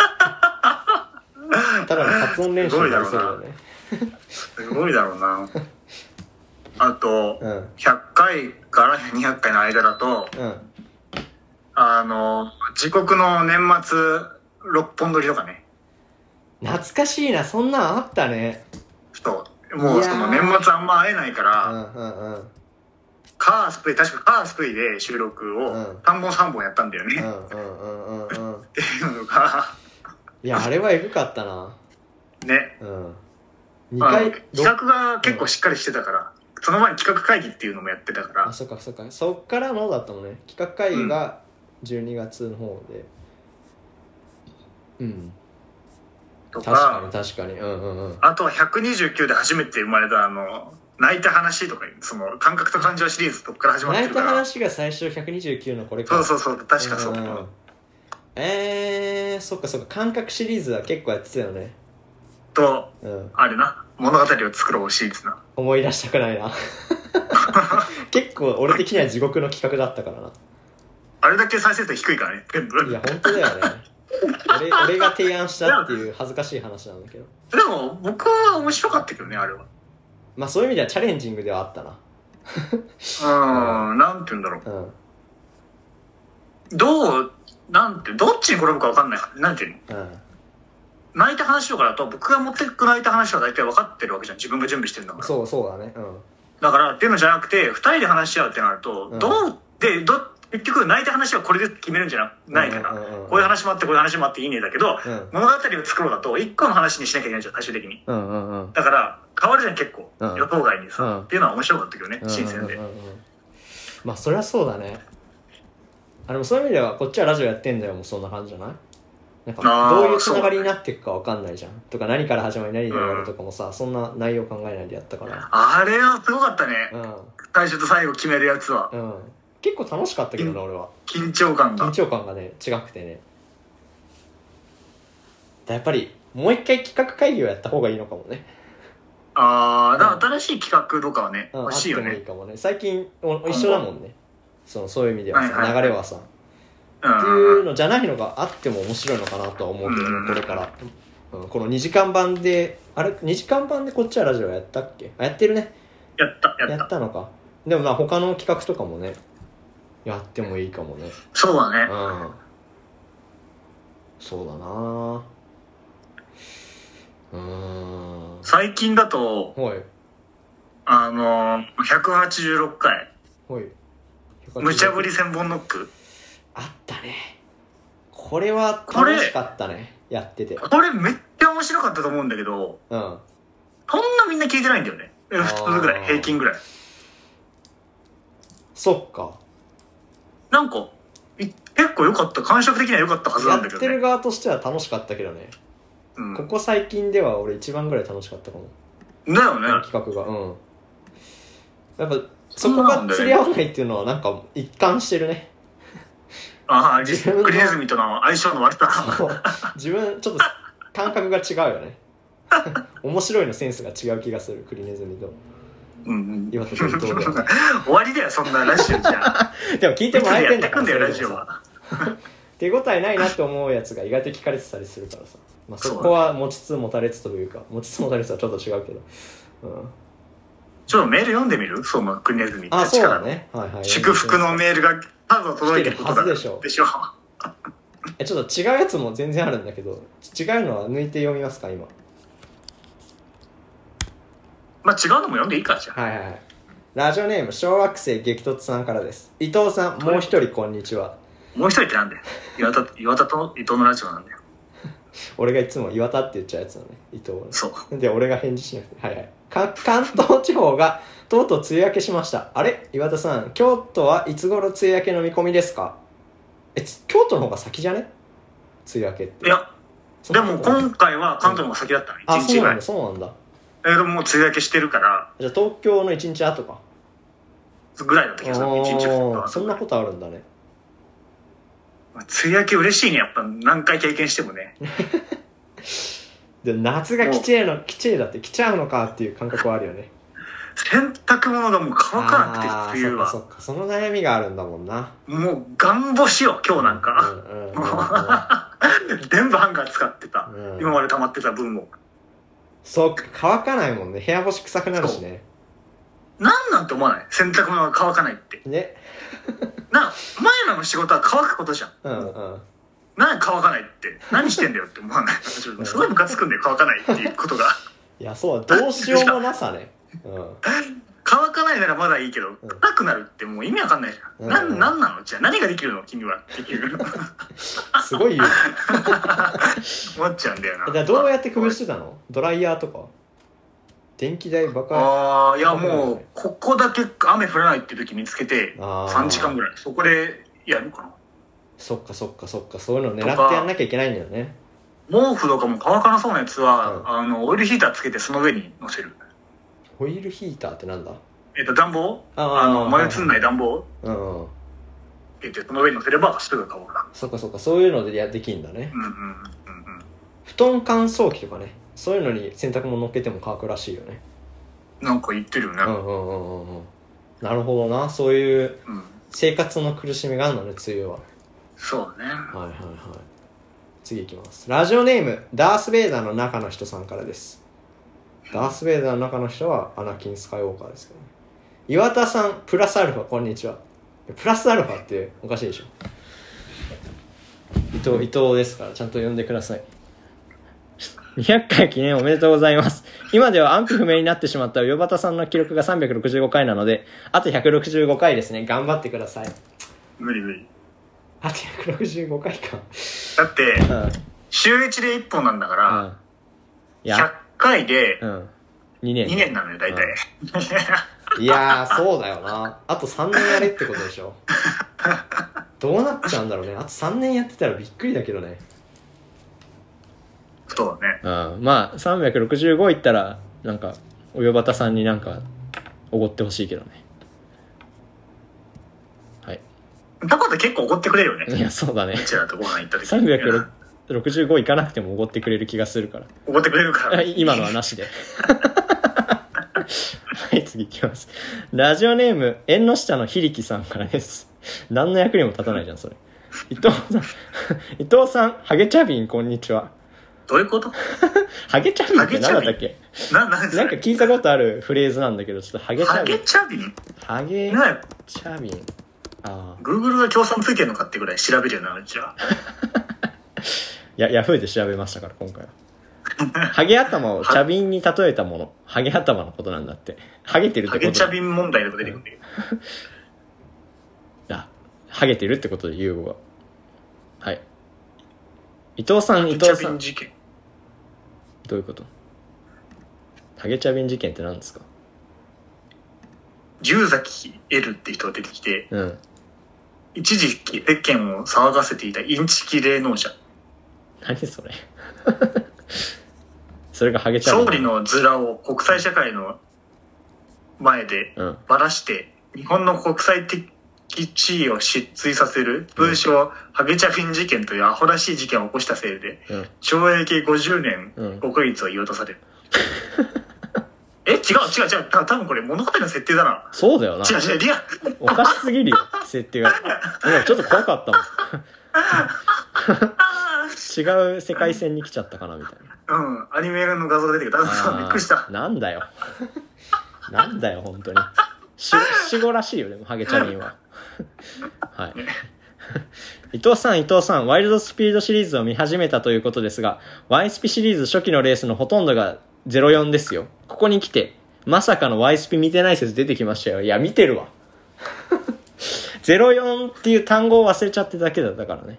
ただの発音練習になりそうだよね。 すごいだろうな。あと、100回から200回の間だと、自国の年末6本撮りとかね。 懐かしいな、そんなんあったね。 もうその年末あんま会えないから、確かカースプイで収録を3本3本やったんだよね。っていうのが。 いや、あれはエグかったな。 ね。2回。企画が結構しっかりしてたから、その前に企画会議っていうのもやってたから。 あ、そっか。そっからのだったもんね。企画会議が12月の方で。確かに。 あとは129で初めて生まれた泣いた話とか、感覚と感情シリーズとこから始まってるから。 泣いた話が最初129のこれか。 そう、確かそう。 そっか、感覚シリーズは結構やってたよね。 あれな、物語を作ろうシリーズな。 思い出したくないな。結構俺的には地獄の企画だったからな。 あれだけ再生数低いからね、全部。 いや、本当だよね。俺が提案したっていう恥ずかしい話なんだけど。 でも、僕は面白かったけどね、あれは。 まあそういう意味ではチャレンジングではあったな。 なんて言うんだろう。どっちに転ぶか分かんない。なんていうの、泣いた話とかだと、僕が持ってく泣いた話は大体分かってるわけじゃん。自分が準備してるんだから。 そうだね。 だから、っていうのじゃなくて、二人で話し合うってなると、結局泣いた話はこれで決めるんじゃないから、こういう話もあってこういう話もあっていいねだけど、物語を作ろうだと一個の話にしなきゃいけないじゃん、最終的に。だから変わるじゃん、結構、予想外にさ、っていうのは面白かったけどね、新鮮で。 まあそりゃそうだね。でもそういう意味ではこっちはラジオやってんだよもうそんな感じじゃない？なんかどういうつながりになっていくか分かんないじゃんとか、何から始まり何で終わるとかもさ、そんな内容考えないでやったから。 あれはすごかったね、最初と最後決めるやつは。 結構楽しかったけどな、俺は。 緊張感がね、違くてね。やっぱり、もう一回企画会議をやった方がいいのかもね。 だから新しい企画とかはね、欲しいよね。 あってもいいかもね。最近、一緒だもんね。そういう意味ではさ、流れはさ。っていうのじゃないのがあっても面白いのかなとは思うけどね、これから。この2時間版で、2時間版でこっちはラジオやったっけ？やってるね。やったのか。でもまあ他の企画とかもね、やってもいいかもね。 そうだね。 そうだな。 最近だと、186回。無茶ぶり千本ノック。 あったね。これは楽しかったね。やってて。 これめっちゃ面白かったと思うんだけど、そんなみんな聞いてないんだよね。普通ぐらい、平均ぐらい。 そっか。 なんか結構良かった、感触的には良かったはずなんだけどね。 やってる側としては楽しかったけどね、ここ最近では俺一番ぐらい楽しかったかも。 だよね、 企画が。やっぱそこが釣り合わないっていうのはなんか一貫してるね。 クリネズミとの相性の悪さ。 自分ちょっと感覚が違うよね。面白いのセンスが違う気がする、クリネズミと。岩田君と終わりだよ、そんなラジオじゃ。 でも聞いてもらえてんだから。 ラジオは手応えないなって思うやつが意外と聞かれてたりするからさ、そこは持ちつ持たれつというか、持ちつ持たれつはちょっと違うけど、 ちょっとメール読んでみる？そのクリネズミって。 あ、そうだね。はいはい。 祝福のメールが多分届いてることだでしょ。 でしょ。 ちょっと違うやつも全然あるんだけど、違うのは抜いて読みますか今。 まあ違うのも読んでいいかじゃあ。 はいはい。ラジオネーム小惑星激突さんからです。伊藤さん、もう一人こんにちは。 もう一人ってなんだよ。岩田と伊藤のラジオなんだよ。 俺がいつも岩田って言っちゃうやつなのね、伊藤は。 そう。 で、俺が返事しなくて。はいはい。関東地方がとうとう梅雨明けしました。あれ岩田さん、京都はいつ頃梅雨明けの見込みですか？京都の方が先じゃね？梅雨明けって。 いや、でも今回は関東の方が先だったの、1日ぐらい。 そうなんだ。 でももう梅雨明けしてるから。 じゃあ東京の1日後か。 ぐらいだった気がする。1日2日。 そんなことあるんだね。 梅雨明け嬉しいね、やっぱ何回経験してもね。 で夏が来ちゃうのかっていう感覚はあるよね。 洗濯物がもう乾かなくて、冬は。 そっか、その悩みがあるんだもんな。 もうガン干しよ、今日なんか。全部ハンガー使ってた。今まで溜まってた分を。 そう、乾かないもんね。部屋干し臭くなるしね。 なんて思わない？洗濯物が乾かないって。 ね。 前らの仕事は乾くことじゃん。何乾かないって。何してんだよって思わない？すごいムカつくんだよ、乾かないっていうことが。 いや、そう、どうしようもなさね。 乾かないならまだいいけど、臭くなるってもう意味わかんないじゃん。なんなの？じゃあ何ができるの君はっていう。 すごい言う。 思っちゃうんだよな。 だからどうやって工夫してたの？ドライヤーとか電気代バカ。 いやもうここだけ雨降らないって時見つけて3時間ぐらいそこでやるかな。 そっか、そういうの狙ってやんなきゃいけないんだよね。 毛布とかも乾かなそうなやつは、オイルヒーターつけてその上に乗せる。 オイルヒーターってなんだ？ 暖房？燃え移んない暖房？その上に乗せればすぐ乾くな。 そっか、そういうのでできんだね。布団乾燥機とかね、そういうのに洗濯物乗っけても乾くらしいよね。 なんか言ってるよね。 なるほどな、そういう生活の苦しみがあるのね、梅雨は。 そうね。 はい。次いきます。ラジオネームダース・ベイダーの中の人さんからです。ダース・ベイダーの中の人はアナキン・スカイウォーカーですけどね。岩田さんプラスアルファこんにちは。プラスアルファっておかしいでしょ。伊藤ですからちゃんと呼んでください。200回記念おめでとうございます。今では安否不明になってしまった岩端さんの記録が365回なので、あと165回ですね。頑張ってください。 無理。 あと165回か。 だって、週1で1本なんだから、100回で2年なのよ、大体。 いやー、そうだよな。あと3年やれってことでしょ。どうなっちゃうんだろうね。あと3年やってたらびっくりだけどね。 そうだね。 まあ365いったらなんかおばたさんになんかおごってほしいけどね。はい。 タコって結構おごってくれるよね。 いや、そうだね。 うちらとご飯行った時。 365いかなくてもおごってくれる気がするから。 おごってくれるから。 今のはなしで。はい、次いきます。ラジオネーム縁の下のひりきさんからです。何の役にも立たないじゃんそれ。伊藤さんハゲチャビンこんにちは。 どういうこと？ ハゲチャビンって何だったっけ？なんか聞いたことあるフレーズなんだけど、ちょっとハゲチャビン。ハゲチャビン。 Google が協賛ついてるのかってぐらい調べるよな、うちは。 ヤフーで調べましたから今回は。ハゲ頭をチャビンに例えたもの。ハゲ頭のことなんだって。ハゲてるってこと。 ハゲチャビン問題とか出てくるんだけど。ハゲてるってことで、ユーゴが。はい。伊藤さん。ハゲチャビン事件。どういうこと？ハゲチャビン事件って何ですか？ 十崎 L って人が出てきて、一時期世間を騒がせていたインチキ霊能者。 何それ？それがハゲチャビン。 総理のズラを国際社会の前でばらして、日本の国際的地位を失墜させる通称ハゲチャビン事件というアホらしい事件を起こしたせいで、懲役50年国立を言い渡される。違う。多分これ物語の設定だな。 そうだよな。 違う、リアル。 おかしすぎるよ、設定が。ちょっと怖かったもん。違う世界線に来ちゃったかなみたいな。 アニメの画像が出てきた。びっくりした。 なんだよ。 なんだよ、本当に。死後らしいよ、でも、ハゲチャリンは。はい。伊藤さん、ワイルドスピードシリーズを見始めたということですが、ワイスピシリーズ初期のレースのほとんどが04ですよ。ここに来て、まさかのワイスピ見てない説出てきましたよ。いや、見てるわ。04っていう単語を忘れちゃってだけだからね。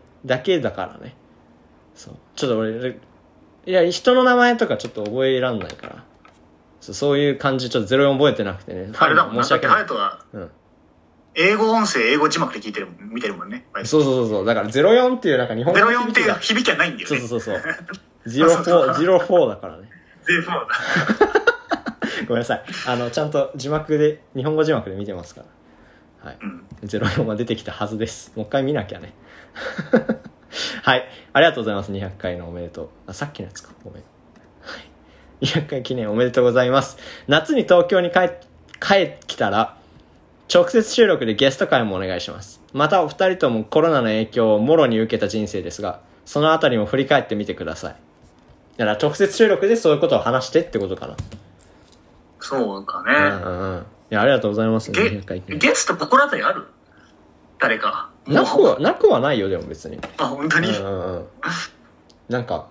そう。ちょっと俺、いや、人の名前とかちょっと覚えらんないから。そういう感じ、ちょっと04覚えてなくてね。 あれだもん、申し訳ない。ハヤトは、英語音声、英語字幕で聞いてる、見てるもんね。 そう。だから04っていうなんか日本語の響きが。04っていう響きはないんだよね。 そう。04だからね。 04だ。 ごめんなさい。ちゃんと日本語字幕で見てますから。はい。04が出てきたはずです。もう一回見なきゃね。はい。ありがとうございます。200回のおめでとう。さっきのやつか。ごめん。はい。200回記念おめでとうございます。夏に東京に帰ってきたら、直接収録でゲスト会もお願いします。またお二人ともコロナの影響をもろに受けた人生ですが、そのあたりも振り返ってみてください。だから直接収録でそういうことを話してってことかな。 そうかね。 いや、ありがとうございます。 ゲスト心当たりある？誰か。 なくはないよ、でも別に。 あ、本当に？ なんか、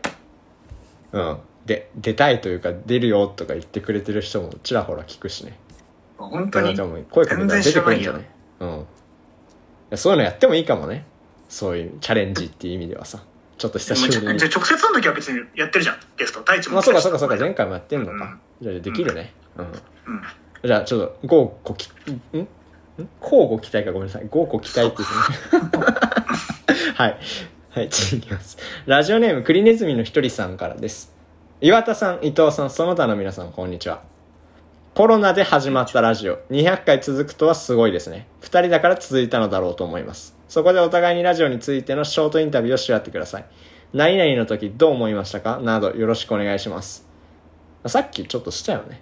出たいというか、出るよとか言ってくれてる人もちらほら聞くしね。 本当に声かけたら出てくるんじゃない？そういうのやってもいいかもね。そういうチャレンジっていう意味ではさ。ちょっと久しぶりに。 じゃあ直接の時は別にやってるじゃん、ゲスト。太一も。 そうか、前回もやってんのか。じゃあできるね。じゃあちょっと、交互期待か、ごめんなさい。交互期待ってですね。はい、次いきます。ラジオネーム、クリネズミのひとりさんからです。岩田さん、伊藤さん、その他の皆さん、こんにちは。コロナで始まったラジオ、200回続くとはすごいですね。2人だから続いたのだろうと思います。そこでお互いにラジオについてのショートインタビューをし合ってください。何々の時どう思いましたかなどよろしくお願いします。さっきちょっとしたよね。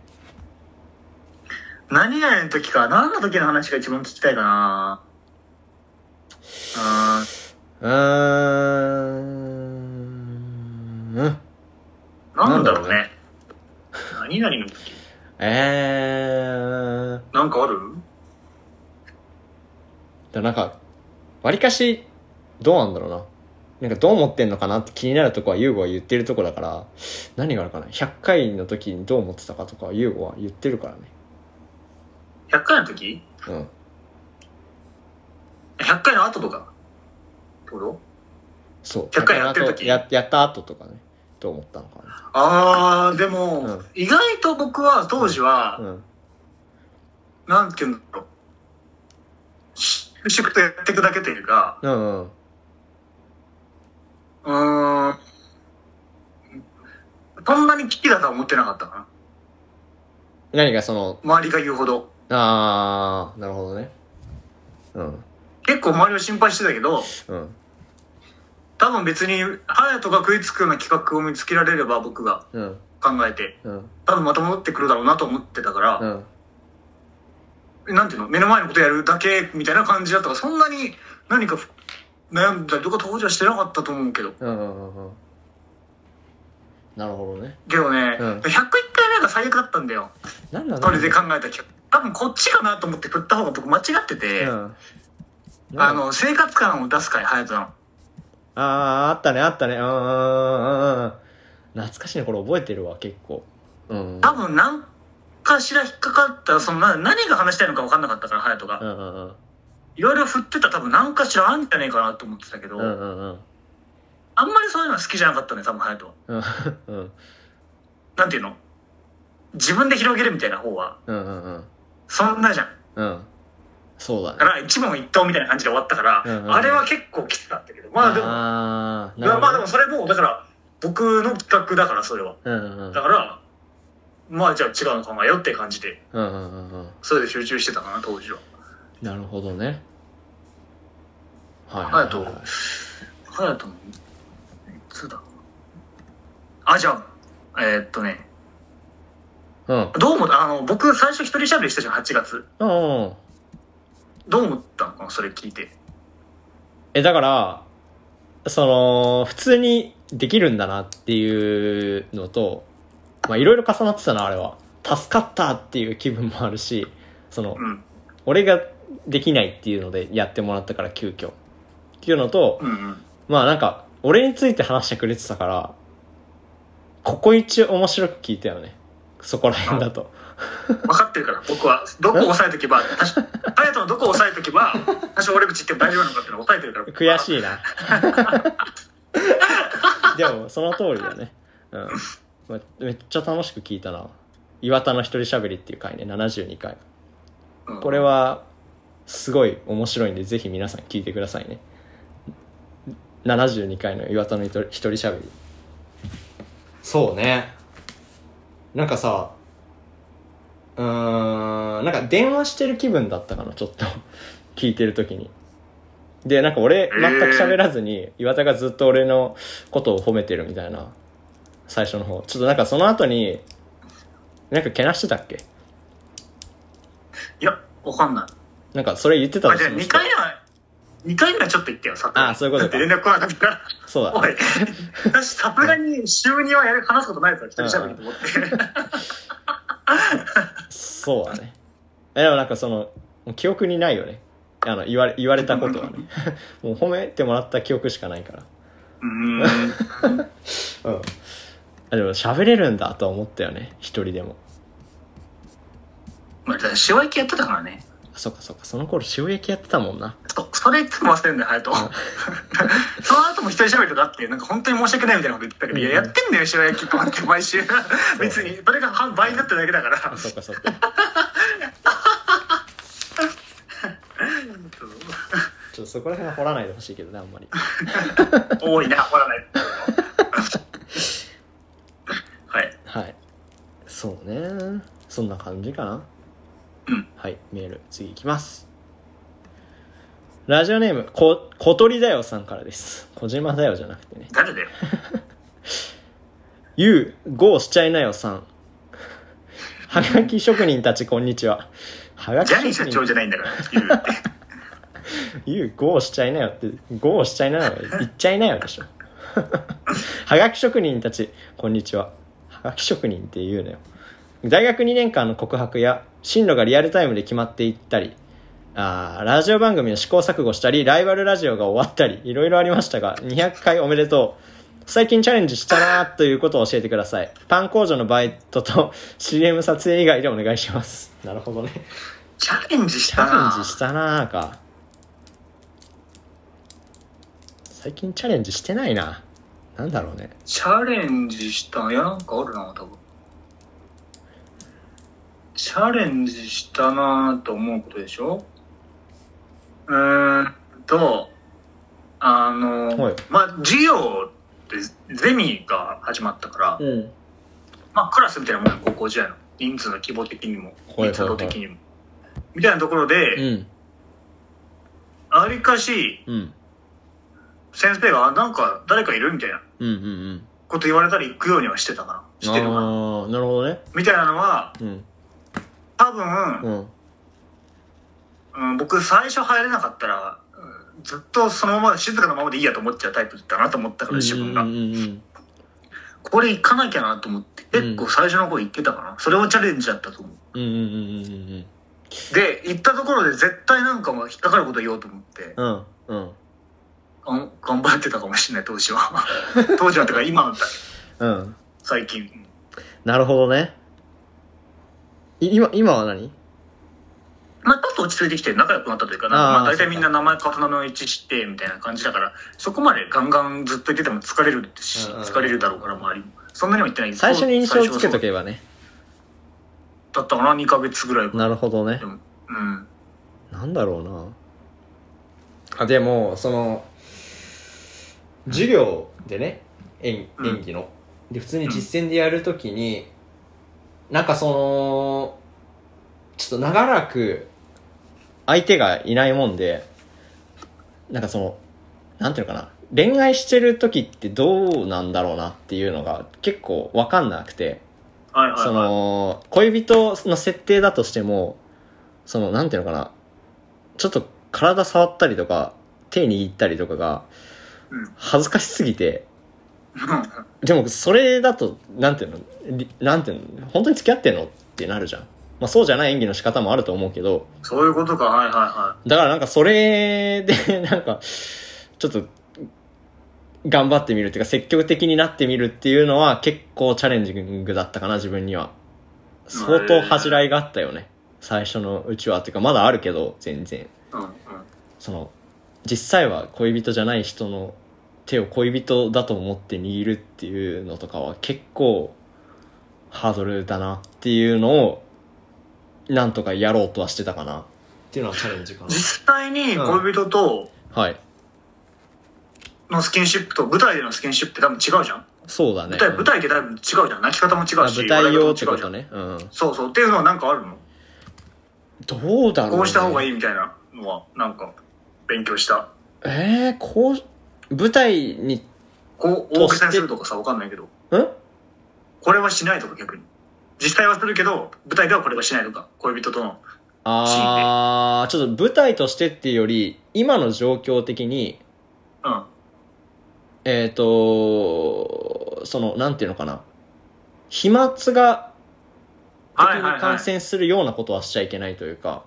何々の時か。何の時の話が一番聞きたいかな。なんだろうね。何々の時。なんかある？ なんか、わりかし、どうなんだろうな。なんかどう思ってんのかなって気になるとこはユーゴは言ってるとこだから、何があるかな。100回の時にどう思ってたかとかユーゴは言ってるからね。 100回の時？100回の後とかってこと？ そう。 100回やってる時やった後とかね。どう思ったのかな。 でも、意外と僕は当時は、なんていうんだろう。粛々とやっていくだけというか、そんなに危機だとは思ってなかったかな。 何がその周りが言うほど。 なるほどね。 結構周りを心配してたけど、多分別に隼人が食いつくような企画を見つけられれば僕が考えて、多分また戻ってくるだろうなと思ってたから、なんていうの、目の前のことやるだけみたいな感じだったから、そんなに何か悩んだりとか当時はしてなかったと思うけど。 なるほどね。 けどね、101回目が最悪だったんだよ。それで考えた企画。多分こっちかなと思って振った方が僕間違ってて、生活感を出す回、隼人の。 あったね。懐かしいね、これ覚えてるわ、結構。 多分何かしら引っかかったら、何が話したいのか分かんなかったから、隼人が。いろいろ振ってたら多分何かしらあんじゃねえかなと思ってたけど、あんまりそういうのは好きじゃなかったね、多分隼人は。なんていうの？自分で広げるみたいな方は、そんなじゃん。 そうだね。 だから一問一答みたいな感じで終わったから、あれは結構きつかったけど、でもそれもだから僕の企画だから、それは。だからじゃあ違うの考えようって感じで、それで集中してたかな、当時は。 なるほどね。 隼人のいつだ。じゃあどうも僕最初一人喋りしたじゃん、8月。どう思ったのかな、それ聞いて。 だから普通にできるんだなっていうのと、いろいろ重なってたな、あれは。 助かったっていう気分もあるし、その、 うん、 俺ができないっていうのでやってもらったから急遽っていうのと、 うんうん、 まあなんか俺について話してくれてたからここ一面白く聞いたよね、そこら辺だと。 分かってるから僕はどこを押さえとけば隼人のどこを押さえとけば多少俺口言っても大丈夫なのかっていうのを押さえてるから悔しいな。でもその通りだね、うん、めっちゃ楽しく聞いたな。岩田の一人喋りっていう回ね、72回、うん、これはすごい面白いんでぜひ皆さん聞いてくださいね。72回の岩田の一人喋り。そうね、なんかさ、なんか電話してる気分だったかな、ちょっと聞いてる時に。でなんか俺全く喋らずに岩田がずっと俺のことを褒めてるみたいな、最初の方。ちょっとなんかその後になんかけなしてたっけ。 いやわかんない。 なんかそれ言ってたの。 じゃあ2回目はちょっと言ってよ、さ。 ああ、そういうことか。 連絡来なかったから。 そうだ。 おい、私さすがに週2は話すことないから一人喋りと思って。 そうだね。でもなんかその記憶にないよね。言われたことはね。もう褒めてもらった記憶しかないから。うん。でも喋れるんだとは思ったよね、一人でも。 まあ、塩焼きやってたからね。 そっかそっか、その頃塩焼きやってたもんな。 それいつも忘れるんだよ、隼人。その後も一人喋りとかあって、なんか本当に申し訳ないみたいなこと言ってたけど、いや、やってんだよ、塩焼きとかって毎週。別に、それが倍になっただけだから。 そっかそっか。ちょっとそこら辺は掘らないでほしいけどね、あんまり。 多いな、掘らない。はい。 はい。そうね。そんな感じかな。 うん。 はい、メール次いきます。ラジオネーム小鳥だよさんからです。小島だよじゃなくてね。 誰だよ。 ゆうゴーしちゃいなよさん。はがき職人たちこんにちは。 はがき職人。ジャニー社長じゃないんだから。ゆうって。 ゆうゴーしちゃいなよってゴーしちゃいなよ言っちゃいなよでしょ。はがき職人たちこんにちは。はがき職人って言うのよ。大学2年間の告白や進路がリアルタイムで決まっていったり、ラジオ番組の試行錯誤したり、ライバルラジオが終わったり、いろいろありましたが、200回おめでとう。最近チャレンジしたなということを教えてください。パン工場のバイトと CM 撮影以外でお願いします。なるほどね。 チャレンジしたなか。最近チャレンジしてないな。なんだろうね。 チャレンジしたなんかあるな、多分。チャレンジしたなと思うことでしょ。はい、まあ授業ってゼミが始まったから、 うん、 まあクラスみたいなもん、高校時代の人数の規模的にも密度的にも、みたいなところで、 うん、 ありかし、 うん、 先生がなんか誰かいるみたいなこと言われたら行くようにはしてたかな。してるかな。 なるほどね。 みたいなのは、 うん、 多分、僕最初入れなかったらずっとそのまま静かなままでいいやと思っちゃうタイプだなと思ったから自分が、これ行かなきゃなと思って結構最初の方行ってたかな、それをチャレンジだったと思う。で行ったところで絶対なんか引っかかること言おうと思って、頑張ってたかもしれない当時は。当時はとか今だった、最近。 なるほどね。今は何？ まあちょっと落ち着いてきて仲良くなったというか、まあ大体みんな名前刀の位置知ってみたいな感じだから、そこまでガンガンずっと言ってても疲れるし、疲れるだろうから周りもそんなには言ってないけど、 最初に印象をつけとけばね。 だったかな、2ヶ月ぐらい。 なるほどね。なんだろうな。でもその授業でね、演技ので普通に実践でやるときに、なんかそのちょっと長らく相手がいないもんで、なんかそのなんていうのかな、恋愛してる時ってどうなんだろうなっていうのが結構分かんなくて、その恋人の設定だとしても、そのなんていうのかな、ちょっと体触ったりとか手握ったりとかが恥ずかしすぎて、でもそれだとなんていうの本当に付き合ってんのっってなるじゃん。まあそうじゃない演技の仕方もあると思うけど。 そういうことか、はいはいはい。 だからなんかそれで、なんか、ちょっと、頑張ってみるっていうか積極的になってみるっていうのは結構チャレンジングだったかな、自分には。相当恥じらいがあったよね。最初のうちは。っていうかまだあるけど、全然。 うんうん。 その、実際は恋人じゃない人の手を恋人だと思って握るっていうのとかは結構ハードルだなっていうのをなんとかやろうとはしてたかなっていうのはチャレンジかな。 実際に恋人と、 はい。 のスキンシップと舞台でのスキンシップって多分違うじゃん。 そうだね。 舞台って多分違うじゃん。泣き方も違うし。 舞台用ってことね。うん。 そうそう。っていうのはなんかあるの？ どうだろうね。 こうした方がいいみたいなのはなんか勉強した。 こう、舞台に。 こう、大げさにするとかさ、わかんないけど。これはしないとか逆に。実際はするけど、舞台ではこれはしないとか。恋人とのシーンで。 ちょっと舞台としてっていうより、今の状況的に、 うん。 その、なんていうのかな。飛沫が、的に感染するようなことはしちゃいけないというか、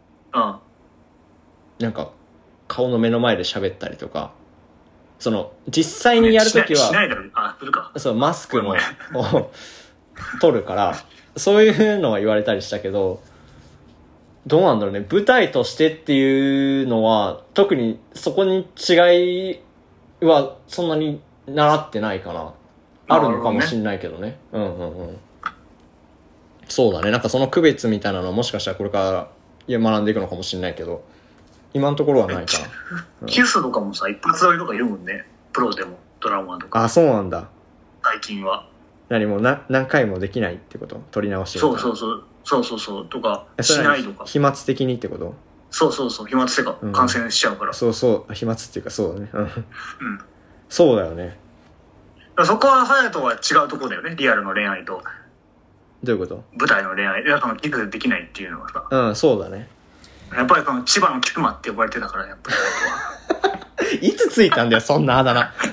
なんか、顔の目の前で喋ったりとか、その、実際にやるときは、 しないだろ、するか。 そう、マスクを取るから、そういうのは言われたりしたけど、どうなんだろうね。舞台としてっていうのは、特にそこに違いはそんなに習ってないかな。あるのかもしんないけどね。うんうんうん。そうだね。なんかその区別みたいなのはもしかしたらこれから学んでいくのかもしんないけど、今のところはないかな。キスとかもさ、一発撮りとかいるもんね。プロでも、ドラマとか。 そうなんだ。 最近は。 何も何回もできないってこと？撮り直しみたいな。 そうとかしないとか。 飛沫的にってこと？ そう飛沫ってか感染しちゃうから。 そう飛沫っていうかそうだね。そうだよね。 そこは隼人は違うところだよね。リアルの恋愛と。 どういうこと？ 舞台の恋愛。キスできないっていうのはさ。そうだね。 やっぱりこの千葉の菊間って呼ばれてたから、やっぱり。いつついたんだよ、そんなあだ名。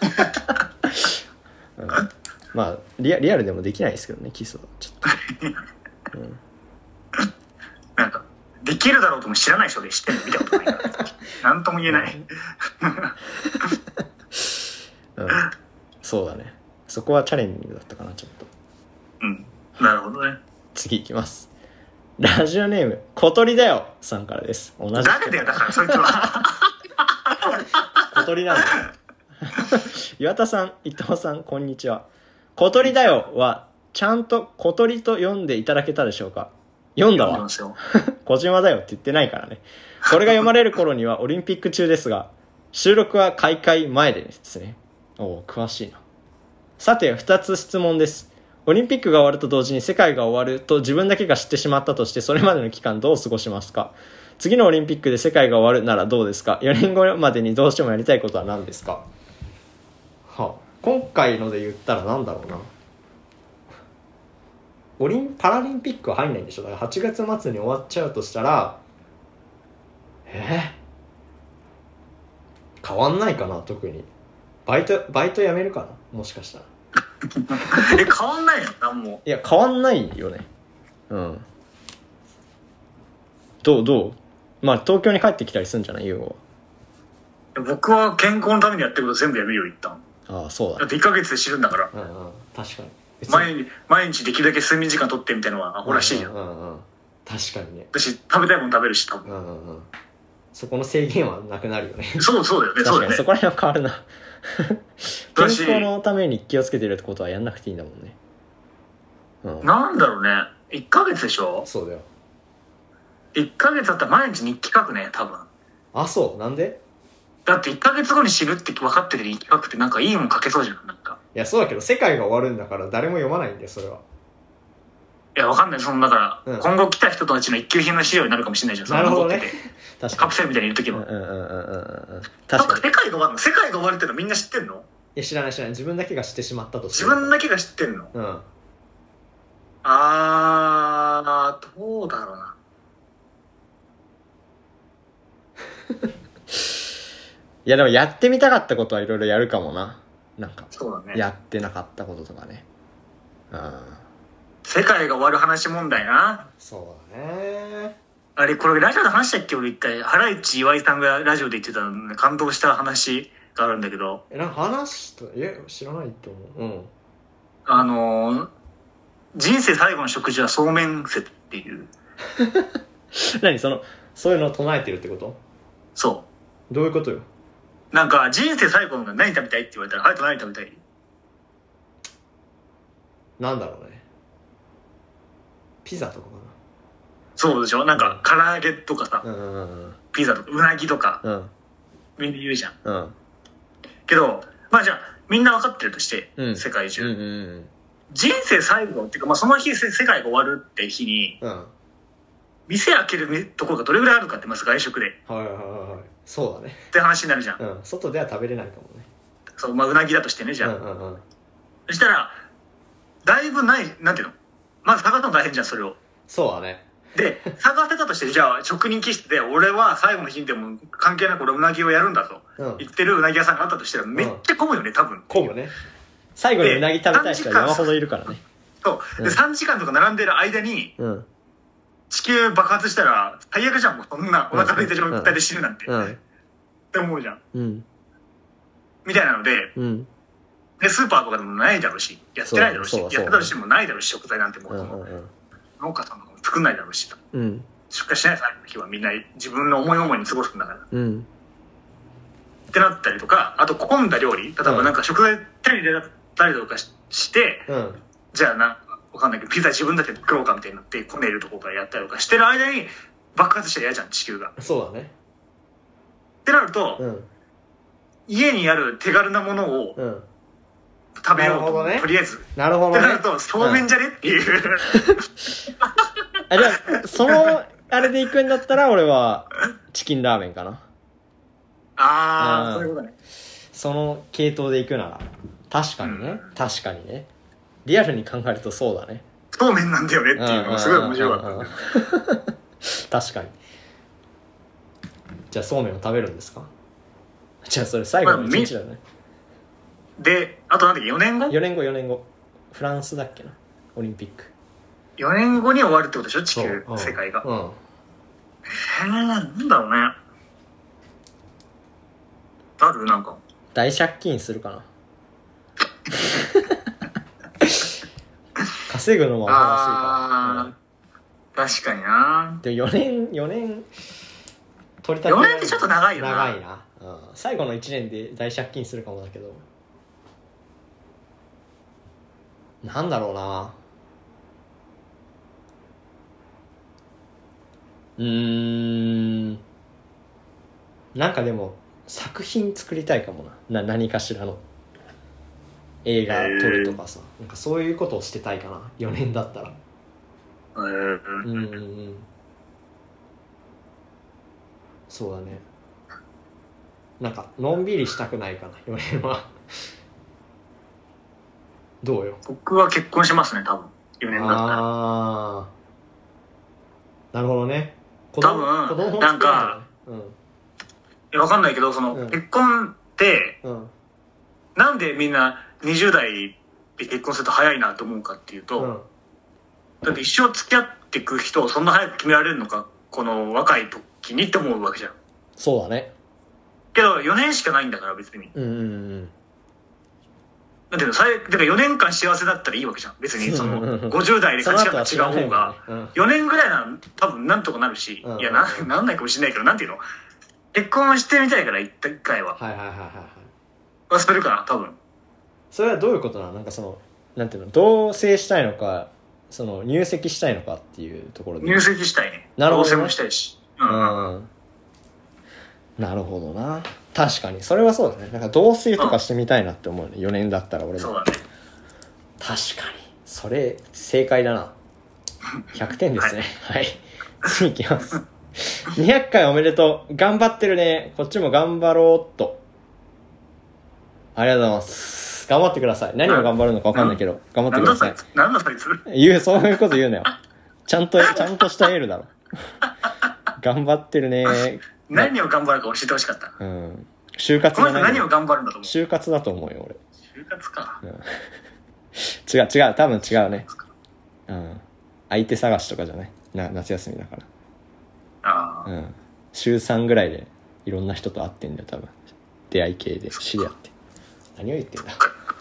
まあリアルでもできないですけどね、キスはちょっと。 なんかできるだろうとも知らない人で知ってるの見たことないからなんとも言えない。 そうだね。そこはチャレンジングだったかな、ちょっと。 なるほどね。 次いきます。ラジオネーム小鳥だよさんからです。 同じ誰だよ、だからそいつは。 小鳥なんだ。岩田さん、伊藤さん、こんにちは。小鳥だよはちゃんと小鳥と読んでいただけたでしょうか？読んだわ。小島だよって言ってないからね。これが読まれる頃にはオリンピック中ですが、収録は開会前でですね。詳しいな。さて、2つ質問です。オリンピックが終わると同時に世界が終わると自分だけが知ってしまったとして、それまでの期間どう過ごしますか？次のオリンピックで世界が終わるならどうですか？4年後までにどうしてもやりたいことは何ですか？今回ので言ったらなんだろうな。パラリンピックは入んないんでしょ。だから8月末に終わっちゃうとしたら、変わんないかな、特に。バイト辞めるかな、もしかしたら。 変わんないよ、なんも。 いや、変わんないよね。どうまあ、東京に帰ってきたりするんじゃない？ユーゴは。僕は健康のためにやってること全部やめるよ、一旦。 そうだ。 だって1ヶ月で知るんだから。 確かに。 毎日できるだけ睡眠時間取ってみたいなのはアホらしいじゃん。 確かにね。 私食べたいもの食べるし、多分。 そこの制限はなくなるよね。 そうだよね。 確かにそこら辺は変わるな。健康のために気をつけてるってことはやんなくていいんだもんね。 なんだろうね。1ヶ月でしょ？ そうだよ。 1ヶ月だったら毎日日記書くね、多分。 そうなんで？ だって1ヶ月後に死ぬって分かってて日記書くってなんかいいもん書けそうじゃん、なんか。 いや、そうだけど世界が終わるんだから誰も読まないんだよ、それは。 いや、わかんない。だから、今後来た人たちの一級品の資料になるかもしれないじゃん。 なるほどね。 確かに。カプセルみたいにいるときは。確かに。世界が終わるってのみんな知ってんの？いや、知らない。自分だけが知ってしまったとして。 自分だけが知ってんの？どうだろうな。 いや、でもやってみたかったことはいろいろやるかもな。なんか。 そうだね。 やってなかったこととかね。 世界が終わる話問題な。 そうだね。 あれ、これラジオで話したっけ？俺一回、ハライチ岩井さんがラジオで言ってたので感動した話があるんだけど。 なんか話した、知らないと思う。 人生最後の食事はそうめん説っていう。 何そういうのを唱えてるってこと？ そう。 どういうことよ？ なんか、人生最後の何食べたいって言われたら、あれと何食べたい？ なんだろうね。ピザとかかな。 そうでしょ？なんか、唐揚げとかさ、ピザとか、うなぎとか、みんな言うじゃん。けど、まあじゃあ、みんな分かってるとして、世界中。人生最後っていうか、まあその日世界が終わるって日に、店開けるところがどれぐらいあるかってまず外食で。そうだね。って話になるじゃん。 外では食べれないかもね。 そう、まあうなぎだとしてね、じゃあ。そしたら、だいぶない、なんていうの？まず探すの大変じゃん、それを。そうだね。で、探せたとして、じゃあ職人気質で、俺は最後の日でも関係なく俺うなぎをやるんだと。言ってるうなぎ屋さんがあったとしたら、めっちゃ混むよね、多分。混むね。最後にうなぎ食べたい人は山ほどいるからね。そう。で、3時間とか並んでる間に、地球爆発したら、最悪じゃん、もうそんなお腹空いた状態で死ぬなんて。って思うじゃん。みたいなので、で、スーパーとかでもないだろうし、やってないだろうし、やってたとしてもないだろうし、食材なんてもう、農家さんとかも作んないだろうし、出荷しない最後の日はみんな自分の思い思いに過ごすんだから。ってなったりとか、あと混んだ料理、例えばなんか食材手に入れたりとかして、じゃあわかんないけど、ピザ自分だけ作ろうかみたいになって、こねるとこからやったりとかしてる間に爆発したら嫌じゃん、地球が。そうだね。ってなると、家にある手軽なものを食べようと、とりあえず。なるほどね。ってなると、そうめんじゃねっていう。じゃあ、あれで行くんだったら、俺は、チキンラーメンかな。そういうことね。その系統で行くなら。確かにね。確かにね。リアルに考えるとそうだね。そうめんなんだよねっていうのがすごい面白かった。確かに。じゃあそうめんを食べるんですか？じゃあそれ最後の一日だね。で、あとなんだっけ、4年後 ?4 年後。フランスだっけな、オリンピック。4年後に終わるってことでしょ、地球、世界が。なんだろうね。ある？なんか。大借金するかな。稼ぐのも新しいから。確かにな。でも4年取り立て4年ってちょっと長いよな。長いな。最後の1年で大借金するかもだけど、なんだろうな。なんかでも作品作りたいかもな。何かしらの映画撮るとかさ、なんかそういうことをしてたいかな、4年だったら。そうだね。なんかのんびりしたくないかな、4年は。どうよ。僕は結婚しますね、多分4年だったら。なるほどね。多分なんか、わかんないけど、結婚って、なんでみんな20代で結婚すると早いなと思うかっていうと、だって一生付き合っていく人をそんな早く決められるのか、この若い時にって思うわけじゃん。そうだね。けど4年しかないんだから別に。だけどだから4年間幸せだったらいいわけじゃん。別に50代で価値観が違う方が、4年ぐらいなら多分なんとかなるし、いやなんないかもしれないけど、なんていうの、結婚してみたいから一回は。忘れるかな、多分。それはどういうことなの？なんかなんていうの、同棲したいのか、入籍したいのかっていうところで。入籍したいね。なるほど、ね。同棲もしたいし。なるほどな。確かにそれはそうだね。なんか同棲とかしてみたいなって思うね、4年だったら俺も。そうだね。確かにそれ正解だな。100点ですね。はい、次いきます。200回おめでとう。頑張ってるね。こっちも頑張ろうっと。ありがとうございます。頑張ってください。何を頑張るのか分かんないけど、頑張ってください。何だそいつ。そういうこと言うなよ。ちゃんとしたエールだろ。頑張ってるね。何を頑張るか教えてほしかった。就活じゃない。何を頑張るんだと思う。就活だと思うよ俺。就活か。違う、多分違うね。 うん。相手探しとかじゃない夏休みだから。 ああ。 うん。週3ぐらいでいろんな人と会ってんだよ、多分。出会い系で知り合って。何を言ってんだ。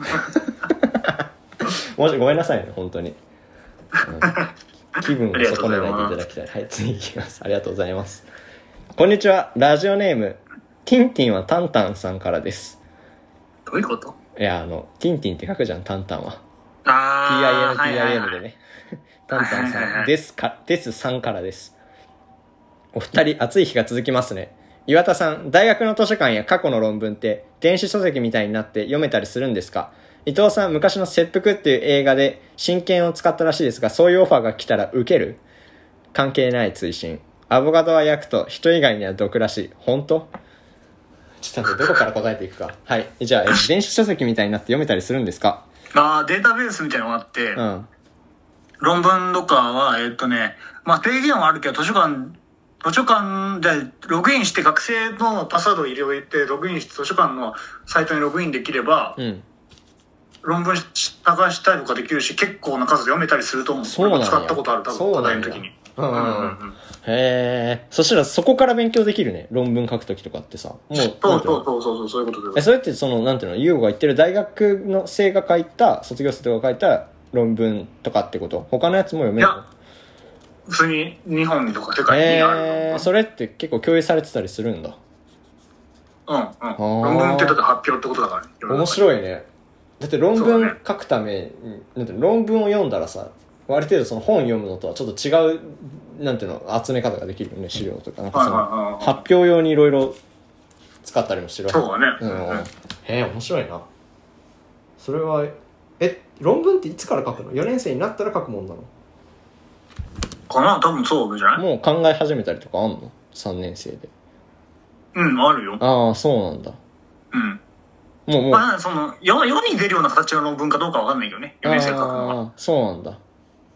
もしごめんなさいね、本当に。うん、気分を損ねないでいただきたい。はい、次いきます。ありがとうございます。こんにちは。ラジオネーム、ティンティンはタンタンさんからです。 どういうこと？ いや、ティンティンって書くじゃん、タンタンは。 あー。TINTIN でね。タンタンさんですさんからです。お二人、暑い日が続きますね。岩田さん、大学の図書館や過去の論文って電子書籍みたいになって読めたりするんですか？伊藤さん、昔の切腹っていう映画で真剣を使ったらしいですが、そういうオファーが来たら受ける？関係ない追伸。アボカドは焼くと人以外には毒らしい。本当？ちょっとどこから答えていくか。はい。じゃあ、電子書籍みたいになって読めたりするんですか？ データベースみたいなのがあって、うん、論文とかは、提言はあるけど、図書館でログインして学生のパスワードを入れて、ログインして図書館のサイトにログインできれば、うん、論文探したりとかできるし、結構な数で読めたりすると思う。 そうなんや。 使ったことある、多分、課題の時に。 へえ。そしたらそこから勉強できるね。論文書くときとかってさ。 そういうことで。 それってなんていうの、ユーゴが言ってる大学の生が書いた、卒業生とか書いた論文とかってこと？他のやつも読めるの？いや、 普通に日本とか世界にある。 それって結構共有されてたりするんだ。 論文ってだって発表ってことだからね。 面白いね。だって論文書くために、なんて論文を読んだらさ、ある程度その本読むのとはちょっと違う、なんていうの、集め方ができるよね、資料とか。なんかその、発表用にいろいろ使ったりもしてるわけ。 そうだね。 面白いな。それは、論文っていつから書くの？ 4 年生になったら書くもんなの？ かな？多分そうじゃない？ もう考え始めたりとかあんの？ 3 年生で。 あるよ。 ああ、そうなんだ。もう。 世に出るような形の論文かどうかわかんないけどね。4年生書くのは。 ああ、そうなんだ。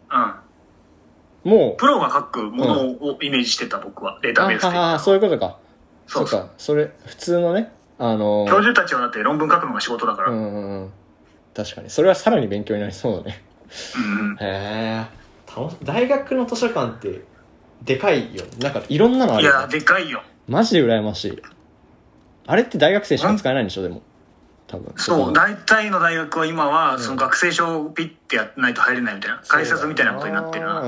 もう。 プロが書くものをイメージしてた、僕は。データベースで。 ああ、そういうことか。そうか。それ、普通のね、 教授たちはだって論文書くのが仕事だから。 確かに。それはさらに勉強になりそうだね。へえ。大学の図書館ってでかいよ。なんかいろんなのあるよ、ね。 いや、でかいよ。 マジで羨ましい。あれって大学生しか使えないんでしょ、でも。多分。 そう、大体の大学は今は、その学生証をピッてやってないと入れないみたいな、改札みたいなことになってるな。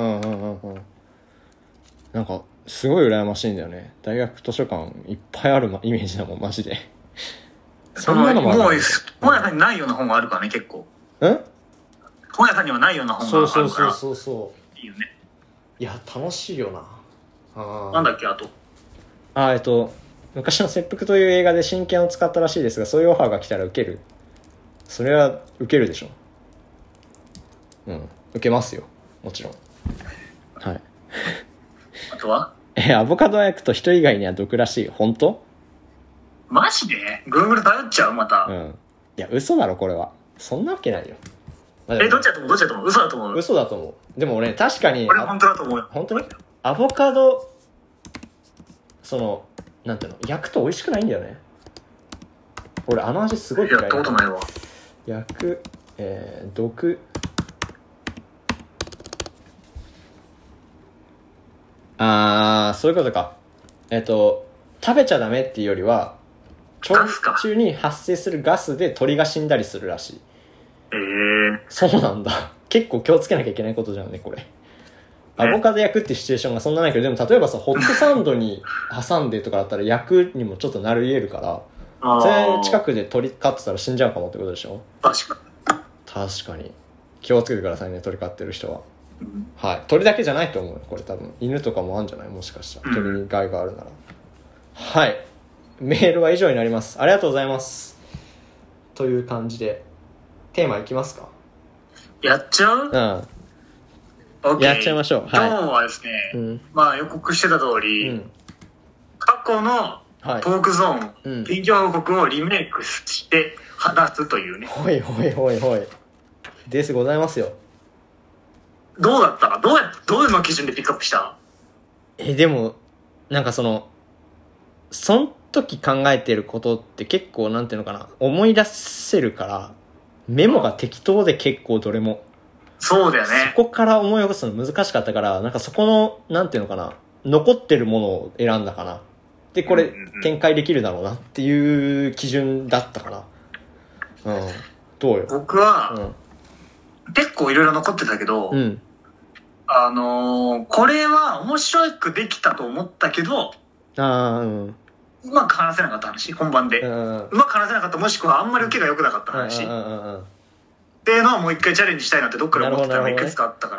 なんか、すごい羨ましいんだよね。大学図書館いっぱいあるイメージだもん、マジで。 そんなのもある。もう、本屋さんにないような本があるからね、結構。本屋さんにはないような本があるから。 そう。 いいよね。 いや、楽しいよな。 なんだっけ、あと。 昔の切腹という映画で真剣を使ったらしいですが、そういうオファーが来たら受ける？それは受けるでしょ。受けますよ。もちろん。はい。 あとは？ アボカド焼くと人以外には毒らしい。本当？ マジで？ Google 頼っちゃう？また。 いや、嘘だろ、これは。そんなわけないよ。 どっちだと思う？嘘だと思う？ 嘘だと思う。でも俺、確かに。 俺本当だと思うよ。 本当に？アボカド、なんていうの、焼くと美味しくないんだよね。俺あの味すごい嫌い。 やったことないわ。 焼く、毒。そういうことか。食べちゃダメっていうよりは、調理中に発生するガスで鳥が死んだりするらしい。そうなんだ。結構気をつけなきゃいけないことじゃんね、これ。アボカド焼くってシチュエーションがそんなないけど、でも例えばさ、ホットサンドに挟んでとかだったら焼くにもちょっとなり得るから、それ近くで鳥飼ってたら死んじゃうかもってことでしょ？ 確かに。気をつけてくださいね、鳥飼ってる人は。はい。鳥だけじゃないと思うよ、これ多分。犬とかもあるんじゃない？もしかしたら。鳥に害があるなら。はい。メールは以上になります。ありがとうございます。という感じで、テーマいきますか？ やっちゃう？ やっちゃいましょう。 今日はですね、予告してた通り、過去のトークゾーン、近況報告をリメイクして話すというね。 ほい。ですございますよ。 どうだった？どういうの基準でピックアップした？ でも、なんかその時考えてることって結構なんていうのかな、思い出せるから、メモが適当で結構どれも。 そうだよね。 そこから思い起こすの難しかったから、なんかそこの、なんていうのかな、残ってるものを選んだかな。で、これ、展開できるだろうなっていう基準だったかな。うん。どうよ。 僕は、結構いろいろ残ってたけど、これは面白くできたと思ったけど、うまく話せなかった話、本番で。うまく話せなかった、もしくはあんまり受けが良くなかった話。っていうのはもう一回チャレンジしたいなってどっかで思ってたのがいくつかあったから、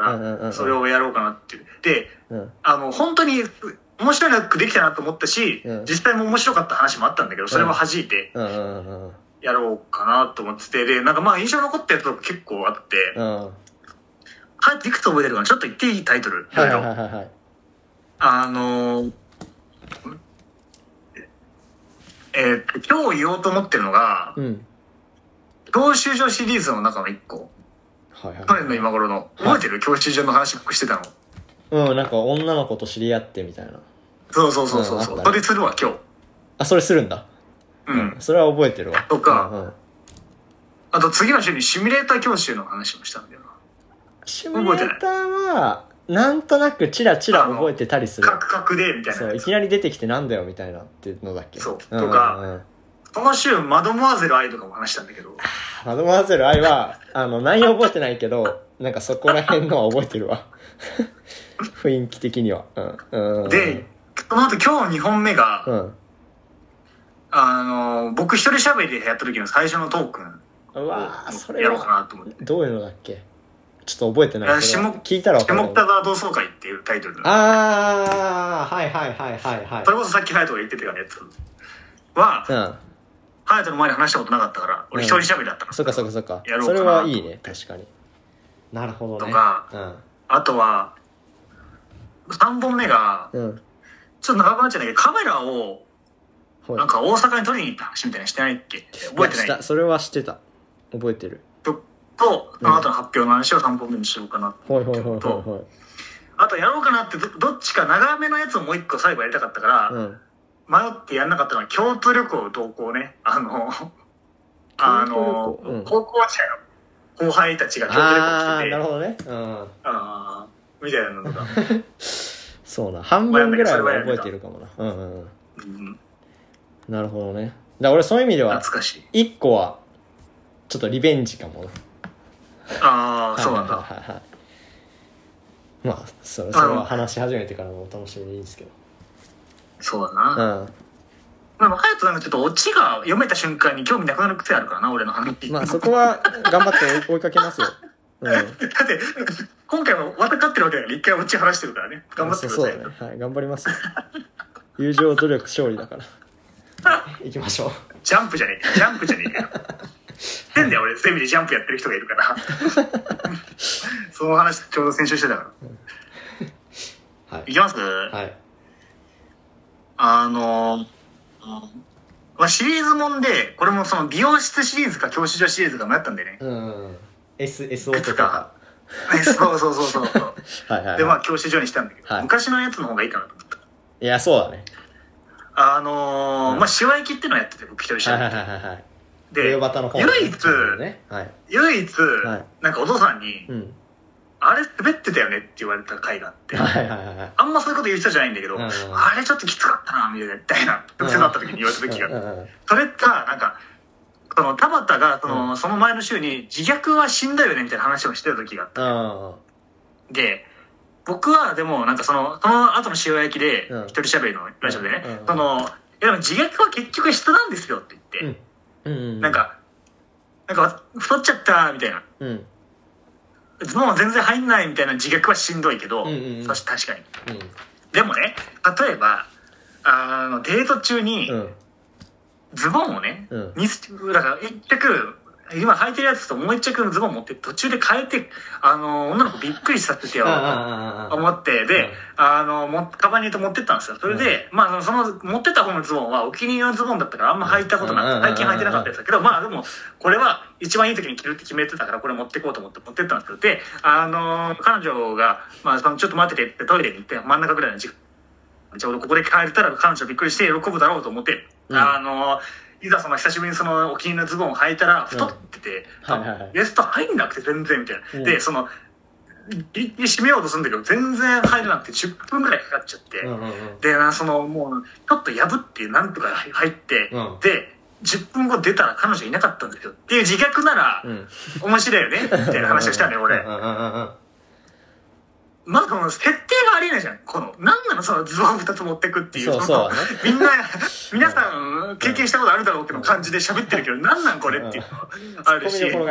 それをやろうかなっていう。で、本当に面白くできたなと思ったし、実際も面白かった話もあったんだけど、それも弾いて、やろうかなと思ってて、で、なんかまあ印象残ったやつとか結構あって、いくつ覚えてるかな、ちょっと言っていいタイトル。今日言おうと思ってるのが、教習所シリーズの中の一個。去年の今頃の。覚えてる？教習所の話僕してたの。なんか女の子と知り合ってみたいな。 そう。それするわ、今日。 あ、それするんだ。それは覚えてるわ。 とか、あと次の週にシミュレーター教習の話もしたんだよな。 シミュレーターは、なんとなくチラチラ覚えてたりする。 カクカクで、みたいな。 そう、いきなり出てきてなんだよ、みたいなっていうのだっけ。 そう。とか、この週、マドモアゼル愛とかも話したんだけど。 マドモアゼル愛は、内容覚えてないけど、なんかそこら辺のは覚えてるわ。雰囲気的には。 で、その後今日2本目が、僕一人喋りでやった時の最初のトークンをやろうかなと思って。 どういうのだっけ？ちょっと覚えてない。聞いたら分かる。 下北沢同窓会っていうタイトル。 はい。 それこそさっきハヤトが言ってたやつは、ハヤトの前に話したことなかったから、俺一人喋りだったから。 そっか。それはいいね、確かに。なるほどね。 とか、あとは、3本目が、ちょっと長くなっちゃうんだけど、カメラを、なんか大阪に撮りに行った話みたいなしてないっけ？覚えてない？ それはしてた。覚えてる。 と、その後の発表の話を3本目にしようかなと。あとやろうかなってどっちか長めのやつをもう一個最後やりたかったから、迷ってやんなかったのは京都旅行同行ね。高校生の後輩たちが京都旅行してて。 なるほどね。 みたいなのとか。 そうな。半分ぐらいは覚えてるかもな。なるほどね。俺そういう意味では、1個は、ちょっとリベンジかもな。そうなんだ。 まあ、それは話し始めてからのお楽しみでいいんですけど。 そうだな。まあ、隼人なんかちょっとオチが読めた瞬間に興味なくなる癖あるからな、俺の話。 まあ、そこは頑張って追いかけますよ。 だって、今回もまた勝ってるわけだから、一回オチ話してるからね。頑張ってください。 そうだね。はい、頑張りますよ。友情、努力、勝利だから。行きましょう。 ジャンプじゃねえかよ。変だよ、俺、ゼミでジャンプやってる人がいるから。その話、ちょうど先週してたから。いきます？はい。シリーズもんで、これもその美容室シリーズか教習所シリーズか迷ったんでね。 SO とか。 そう。で、まあ教習所にしたんだけど、昔のやつの方がいいかなと思った。 いや、そうだね。 まあ、しわ焼きってのをやってて、僕一人喋って。で、唯一、なんかお父さんに、あれ滑ってたよねって言われた回があって、あんまそういうこと言う人じゃないんだけど、あれちょっときつかったな、みたいな、癖だった時に言われた時が。それか、なんか、田畑が、その前の週に、自虐は死んだよねみたいな話をしてた時があった。で、僕はでも、なんかその後の塩焼きで、一人喋りのラジオでね、でも自虐は結局人なんですよって言って、なんか、太っちゃったみたいな。ズボンは全然入んないみたいな自虐はしんどいけど、確かに。でもね、例えば、デート中に、ズボンをね、だから一着、今履いてるやつともう一着のズボン持って途中で変えて、女の子びっくりさせてよ、思って、で、カバンに入れて持ってったんですよ。それで、まあ、その、持ってった方のズボンはお気に入りのズボンだったからあんま履いたことなくて、最近履いてなかったやつだけど、まあでも、これは一番いい時に着るって決めてたから、これ持ってこうと思って持ってったんですけど、で、彼女が、まあ、ちょっと待っててってトイレに行って、真ん中ぐらいの時間、ちょうどここで帰れたら彼女びっくりして喜ぶだろうと思って、いざ久しぶりにそのお気に入りのズボンを履いたら太ってて、ウエスト入んなくて全然みたいな。で、 閉めようとするんだけど、全然入れなくて10分ぐらいかかっちゃって、で、もう、ちょっと破ってなんとか入って、で、10分後出たら彼女いなかったんだけど、っていう自虐なら、面白いよね、みたいな話をしたね、俺。まだこの設定がありえないじゃん。なんなのそのズボン2つ持ってくっていう。皆さん経験したことあるだろうけど感じで喋ってるけど、なんなんこれっていうのあるし。自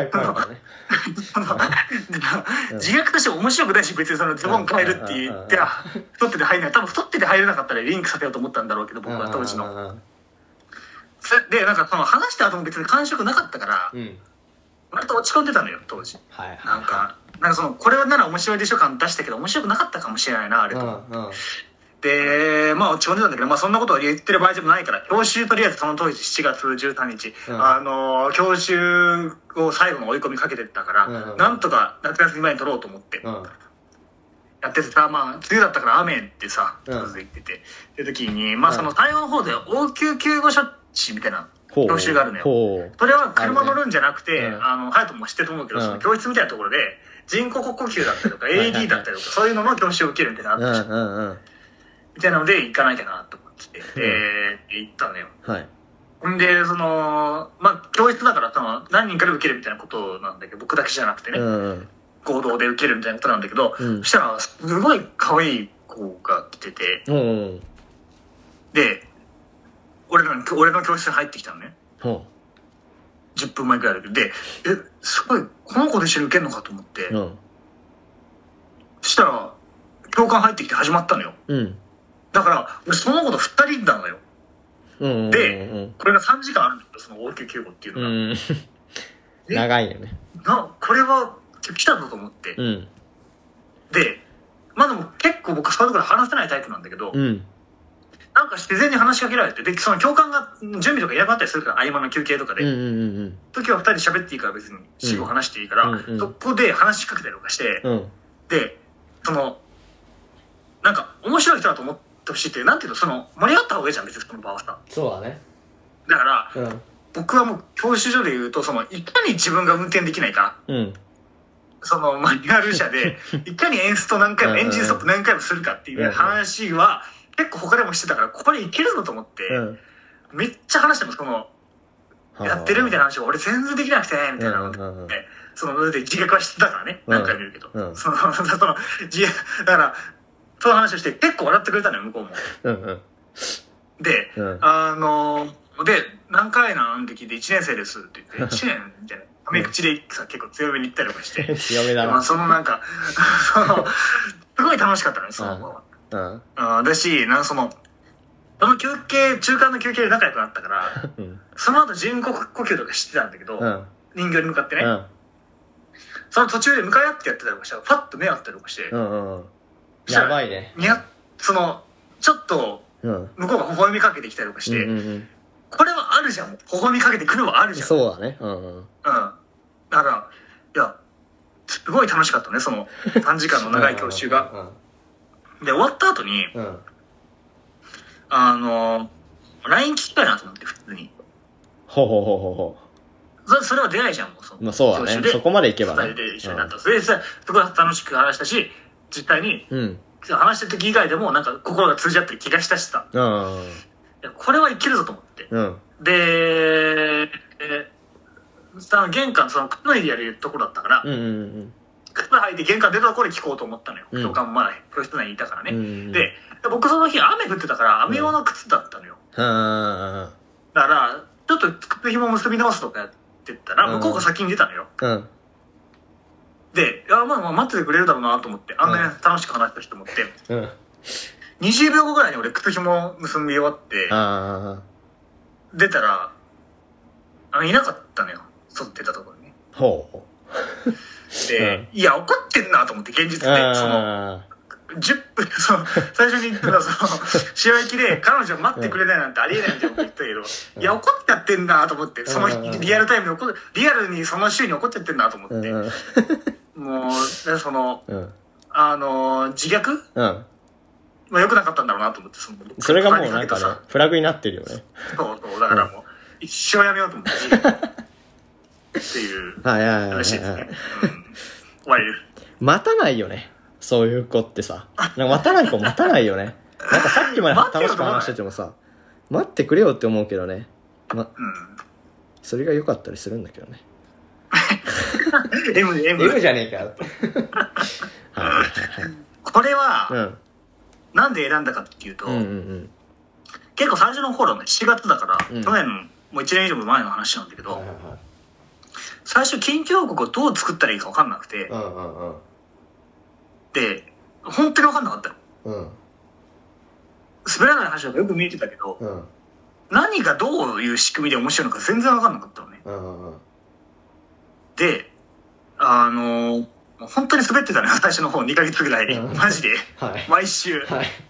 虐として面白くないし、別にそのズボン変えるって言って、太ってて入れない。多分太ってて入れなかったらリンクさせようと思ったんだろうけど、僕は当時の。で、なんか話した後も別に感触なかったから、割と落ち込んでたのよ、当時。なんかこれなら面白いでしょ感出したけど面白くなかったかもしれないなあれと、でまあ落ち込んでたんだけど、まあそんなことを言ってる場合でもないから、教習とりあえずその当時7月13日、教習を最後の追い込みかけてったから、なんとか夏休み前に取ろうと思って、やっててさ、まあ梅雨だったから雨ってさ続いてて、って時にまあその最後の方で応急救護処置みたいな教習があるのよ。それは車乗るんじゃなくて、隼人も知ってると思うけど、その教室みたいなところで人工呼吸だったりとか AD だったりとか、そういうのの教習を受けるみたいなのあったじゃん。みたいなので行かなきゃなと思って、行ったのよ。んで、まあ教室だから何人かで受けるみたいなことなんだけど、僕だけじゃなくてね、合同で受けるみたいなことなんだけど、そしたらすごい可愛い子が来てて、で、俺の教室に入ってきたのね。10分前くらいだけど、で、すごい、この子で一緒に受けるのかと思って、そしたら、教官入ってきて始まったのよ。だから、俺その子と2人なのよ。で、これが3時間あるんだよ、その応急救護っていうのが。 長いよね。 これは来たぞと思って。で、まあでも結構僕そういうところで話せないタイプなんだけど、なんか自然に話しかけられて、で、その教官が準備とかやばったりするから、合間の休憩とかで、時は2人喋っていいから別に死後話していいから、そこで話しかけたりとかして、で、なんか面白い人だと思ってほしいっていう、なんていうの、盛り上がった方がいいじゃん、別にその場はさ。 そうだね。 だから、僕はもう教習所で言うと、いかに自分が運転できないか、マニュアル車で、いかにエンスト何回も、エンジンストップ何回もするかっていう話は、結構他でもしてたから、ここでいけるぞと思って、めっちゃ話してます、やってるみたいな話を俺全然できなくて、みたいなので、自虐はしてたからね、何回も言うけど。だから、その話をして結構笑ってくれたのよ、向こうも。で、何回なんって聞いて1年生ですって言って、1年みたいな。タメ口でさ、結構強めに言ったりとかして。 強めだな。 なんか、すごい楽しかったのよ、その子は。だし、中間の休憩で仲良くなったから、その後人工呼吸とかしてたんだけど、人形に向かってね、その途中で向かい合ってやってたりとかしたら、パッと目合ったりとかして、 やばいね。 ちょっと、向こうが微笑みかけてきたりとかして、これはあるじゃん。微笑みかけてくるはあるじゃん。 そうだね。 だから、いや、すごい楽しかったね、その3時間の長い教習が。で、終わった後に、LINE 聞きたいなと思って、普通に。それは出ないじゃん、もう。 まあそうだね。そこまでいけばね。 2人で一緒になった。それでさ、すごい楽しく話したし、実際に、話してる時以外でも、なんか心が通じ合ってる気がしたしさ。これはいけるぞと思って。で、玄関、靴脱いでやるところだったから、靴履いて玄関出たところで聞こうと思ったのよ。教官もまだ教室内にいたからね。で、僕その日雨降ってたから、雨用の靴だったのよ。だから、ちょっと靴紐結び直すとかやってったら、向こうが先に出たのよ。で、まあ待っててくれるだろうなと思って、あんなに楽しく話した人と思って、20秒後ぐらいに俺靴紐結び終わって、出たら、いなかったのよ。外出たところにね。で、いや、怒ってんなと思って、現実で。10分、最初に言ってた、試合機で彼女待ってくれないなんてありえないみたいなこと言ったけど、いや、怒っちゃってんなと思って、リアルタイムでリアルにその週に怒っちゃってんなと思って、もう、自虐まあ良くなかったんだろうなと思って、 それがもうなんかね、フラグになってるよね。 だからもう、一生やめようと思って。っていう話ですね。終わりです。 待たないよね。そういう子ってさ。なんか待たない子待たないよね。なんかさっきまで楽しく話しててもさ、待ってくれよって思うけどね。それが良かったりするんだけどね。M じゃねえかよって。はいはいはい。 これは、なんで選んだかっていうと、結構最初の頃ね、7月だから、去年もう1年以上前の話なんだけど、最初近況報告をどう作ったらいいか分かんなくて、で、本当に分かんなかったの。滑らない話とかよく見えてたけど、何がどういう仕組みで面白いのか全然分かんなかったのね。で、本当に滑ってたね、最初の方2ヶ月ぐらい。マジで。毎週。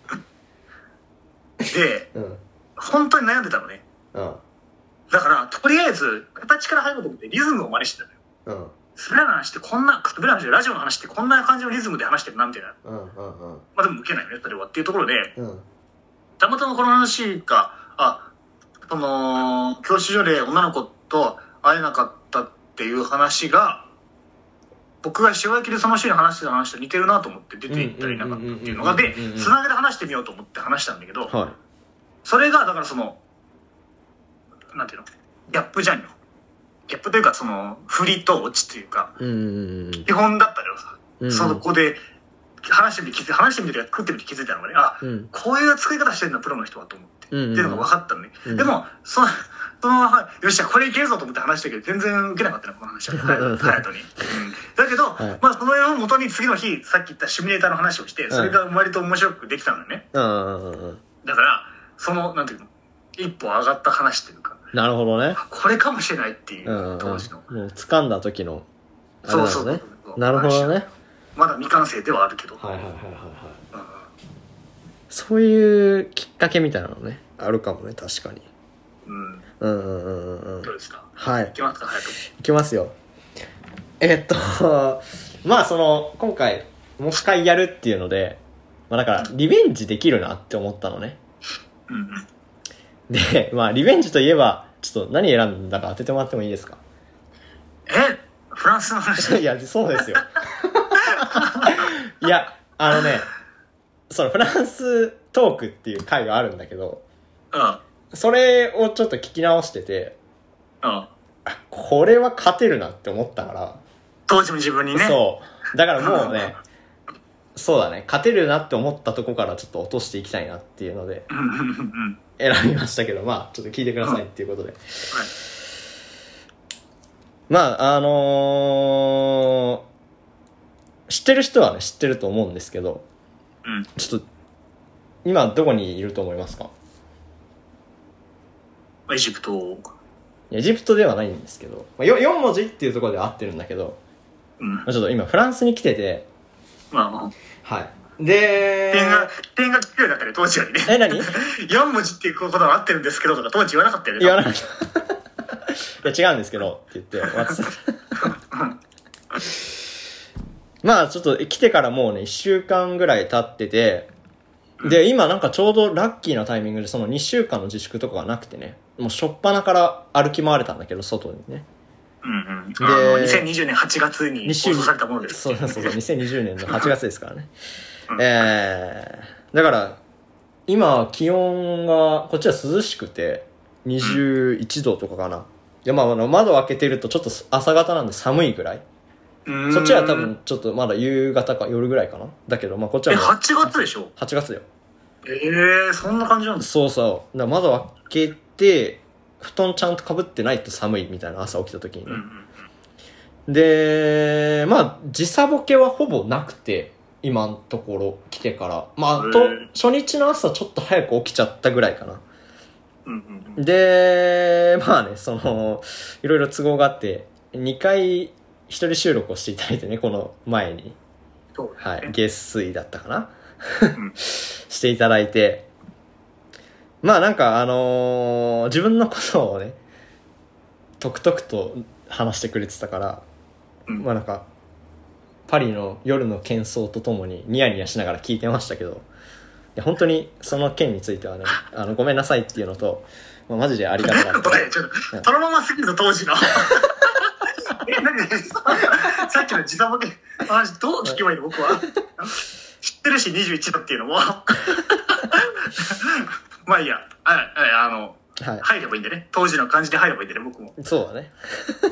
で、本当に悩んでたのね。だから、とりあえず、形から入ろうと思ってリズムを真似してたのよ。滑らない話ってこんな、滑らない話、ラジオの話ってこんな感じのリズムで話してるな、みたいな。まあでも受けないよね、それは。っていうところで、たまたまこの話が、教習所で女の子と会えなかったっていう話が、僕が塩焼きでその週に話してた話と似てるなと思って出て行ったりなかったっていうのが、で、つなげで話してみようと思って話したんだけど、それが、だからなんていうの、ギャップじゃんよ。ギャップというか、振りと落ちというか、基本だったよさ。そこで、話してみて食ってみて気づいたのがね、こういう作り方してるんだ、プロの人はと思って。っていうのが分かったのね。でも、よっしゃ、これいけるぞと思って話したけど、全然受けなかったね、この話は。隼人に。だけど、まあ、その絵を元に次の日、さっき言ったシミュレーターの話をして、それが割と面白くできたのね。だから、なんていうの、一歩上がった話というか。 なるほどね。 これかもしれないっていう、当時の。 もう掴んだ時の。 そうそう。 なるほどね。 まだ未完成ではあるけど。 そういうきっかけみたいなのね、あるかもね、確かに。 どうですか？ はい。 いきますか、早く。 いきますよ。まあ今回、もう一回やるっていうので、まあだから、リベンジできるなって思ったのね。で、まあリベンジといえば、ちょっと何選んだか当ててもらってもいいですか？ フランスの話？ いや、そうですよ。いや、フランストークっていう回があるんだけど、それをちょっと聞き直してて、これは勝てるなって思ったから、 当時の自分にね。 そう。だからもうね、そうだね、勝てるなって思ったとこからちょっと落としていきたいなっていうので、選びましたけど、まあちょっと聞いてくださいっていうことで。まあ知ってる人はね知ってると思うんですけど、ちょっと今どこにいると思いますか？ エジプト。 エジプトではないんですけど、4文字っていうところでは合ってるんだけど、ちょっと今フランスに来てて、はい。で、 点が聞くようになったね、当時はね。 何 ?4 文字っていうことは合ってるんですけどとか当時言わなかったよね。 言わなかった。いや違うんですけどって言って終わってた。まあちょっと来てからもうね1週間ぐらい経ってて、で今なんかちょうどラッキーなタイミングでその2週間の自粛とかがなくてね、もう初っ端から歩き回れたんだけど、外にね。 で、2020年8月に放送されたものです。 そう2020年の8月ですからね。だから今気温がこっちは涼しくて21度とかかな。でまあ窓開けてるとちょっと朝方なんで寒いぐらい。そっちは多分ちょっとまだ夕方か夜ぐらいかな。だけどまあこっちはもう 8月でしょ ？8月よ。 そんな感じなんですか？ そうそう。だから窓開けて布団ちゃんとかぶってないと寒いみたいな、朝起きた時にね。でまあ時差ボケはほぼなくて、今のところ来てからまあ初日の朝ちょっと早く起きちゃったぐらいかな。でまあね、いろいろ都合があって2回一人収録をしていただいてね、この前に、はい、月水だったかなしていただいて、まあなんか自分のことをねとくとくと話してくれてたから、まあなんかパリの夜の喧騒とともにニヤニヤしながら聞いてましたけど、いや本当にその件についてはねごめんなさいっていうのと、まあ、マジでありがたかった。 そのまますぎるぞ当時のさっきの時差ボケ話どう聞けばいいの僕は。知ってるし21度っていうのもまあいいや、入ればいいんでね、当時の感じで入ればいいんでね、僕も。 そうだね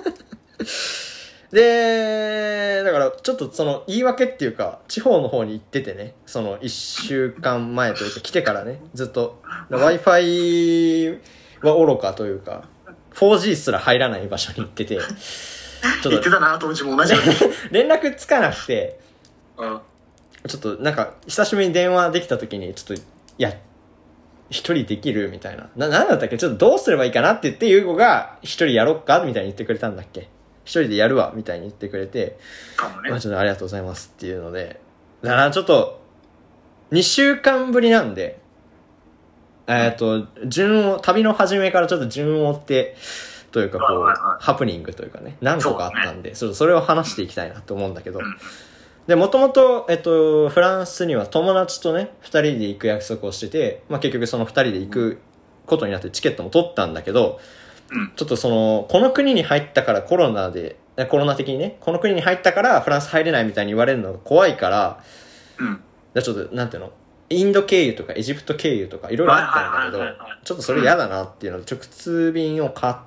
でだからちょっとその言い訳っていうか地方の方に行っててね、その1週間前というか来てからね、ずっと Wi-Fi は愚かというか 4G すら入らない場所に行っててちょっと言ってたな、当時も同じように連絡つかなくて、 うん、 ちょっとなんか久しぶりに電話できた時にちょっと一人できるみたいな。なんだったっけ、ちょっとどうすればいいかなって言って、ゆうごが一人やろっかみたいに言ってくれたんだっけ。一人でやるわみたいに言ってくれて、 ね、 まあちょっとありがとうございますっていうので、だからちょっと、2週間ぶりなんで、旅の始めからちょっと順を追って、というかこう、ハプニングというかね、何個かあったんで、それを話していきたいなと思うんだけど、で、もともと、フランスには友達とね、2人で行く約束をしてて、まあ結局その2人で行くことになってチケットも取ったんだけど、ちょっとこの国に入ったからコロナ的にね、この国に入ったからフランス入れないみたいに言われるのが怖いから、ちょっと、なんていうの、インド経由とかエジプト経由とかいろいろあったんだけど、ちょっとそれ嫌だなっていうので直通便を買って、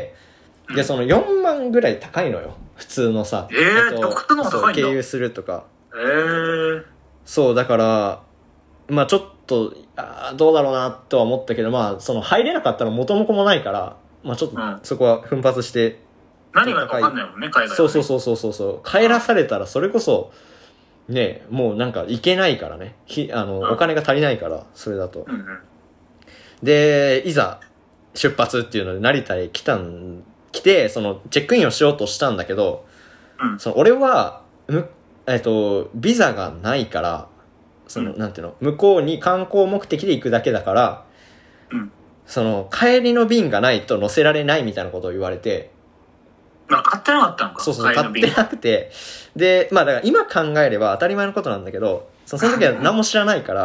で、その4万ぐらい高いのよ。普通のさ、 そう経由するとか、そうだからまあちょっとどうだろうなとは思ったけど、まあその入れなかったら元も子もないから、まあちょっとそこは奮発して、 何が分かんないもんね、海外はね。 そう帰らされたらそれこそね、もうなんか行けないからね、お金が足りないから、それだと、でいざ出発っていうので成田へ来て、そのチェックインをしようとしたんだけど、その俺はビザがないから、なんていうの、向こうに観光目的で行くだけだから、その帰りの便がないと乗せられないみたいなことを言われて、 買ってなかったのか。 そう買ってなくて、でまあだから今考えれば当たり前のことなんだけど、その時は何も知らないから、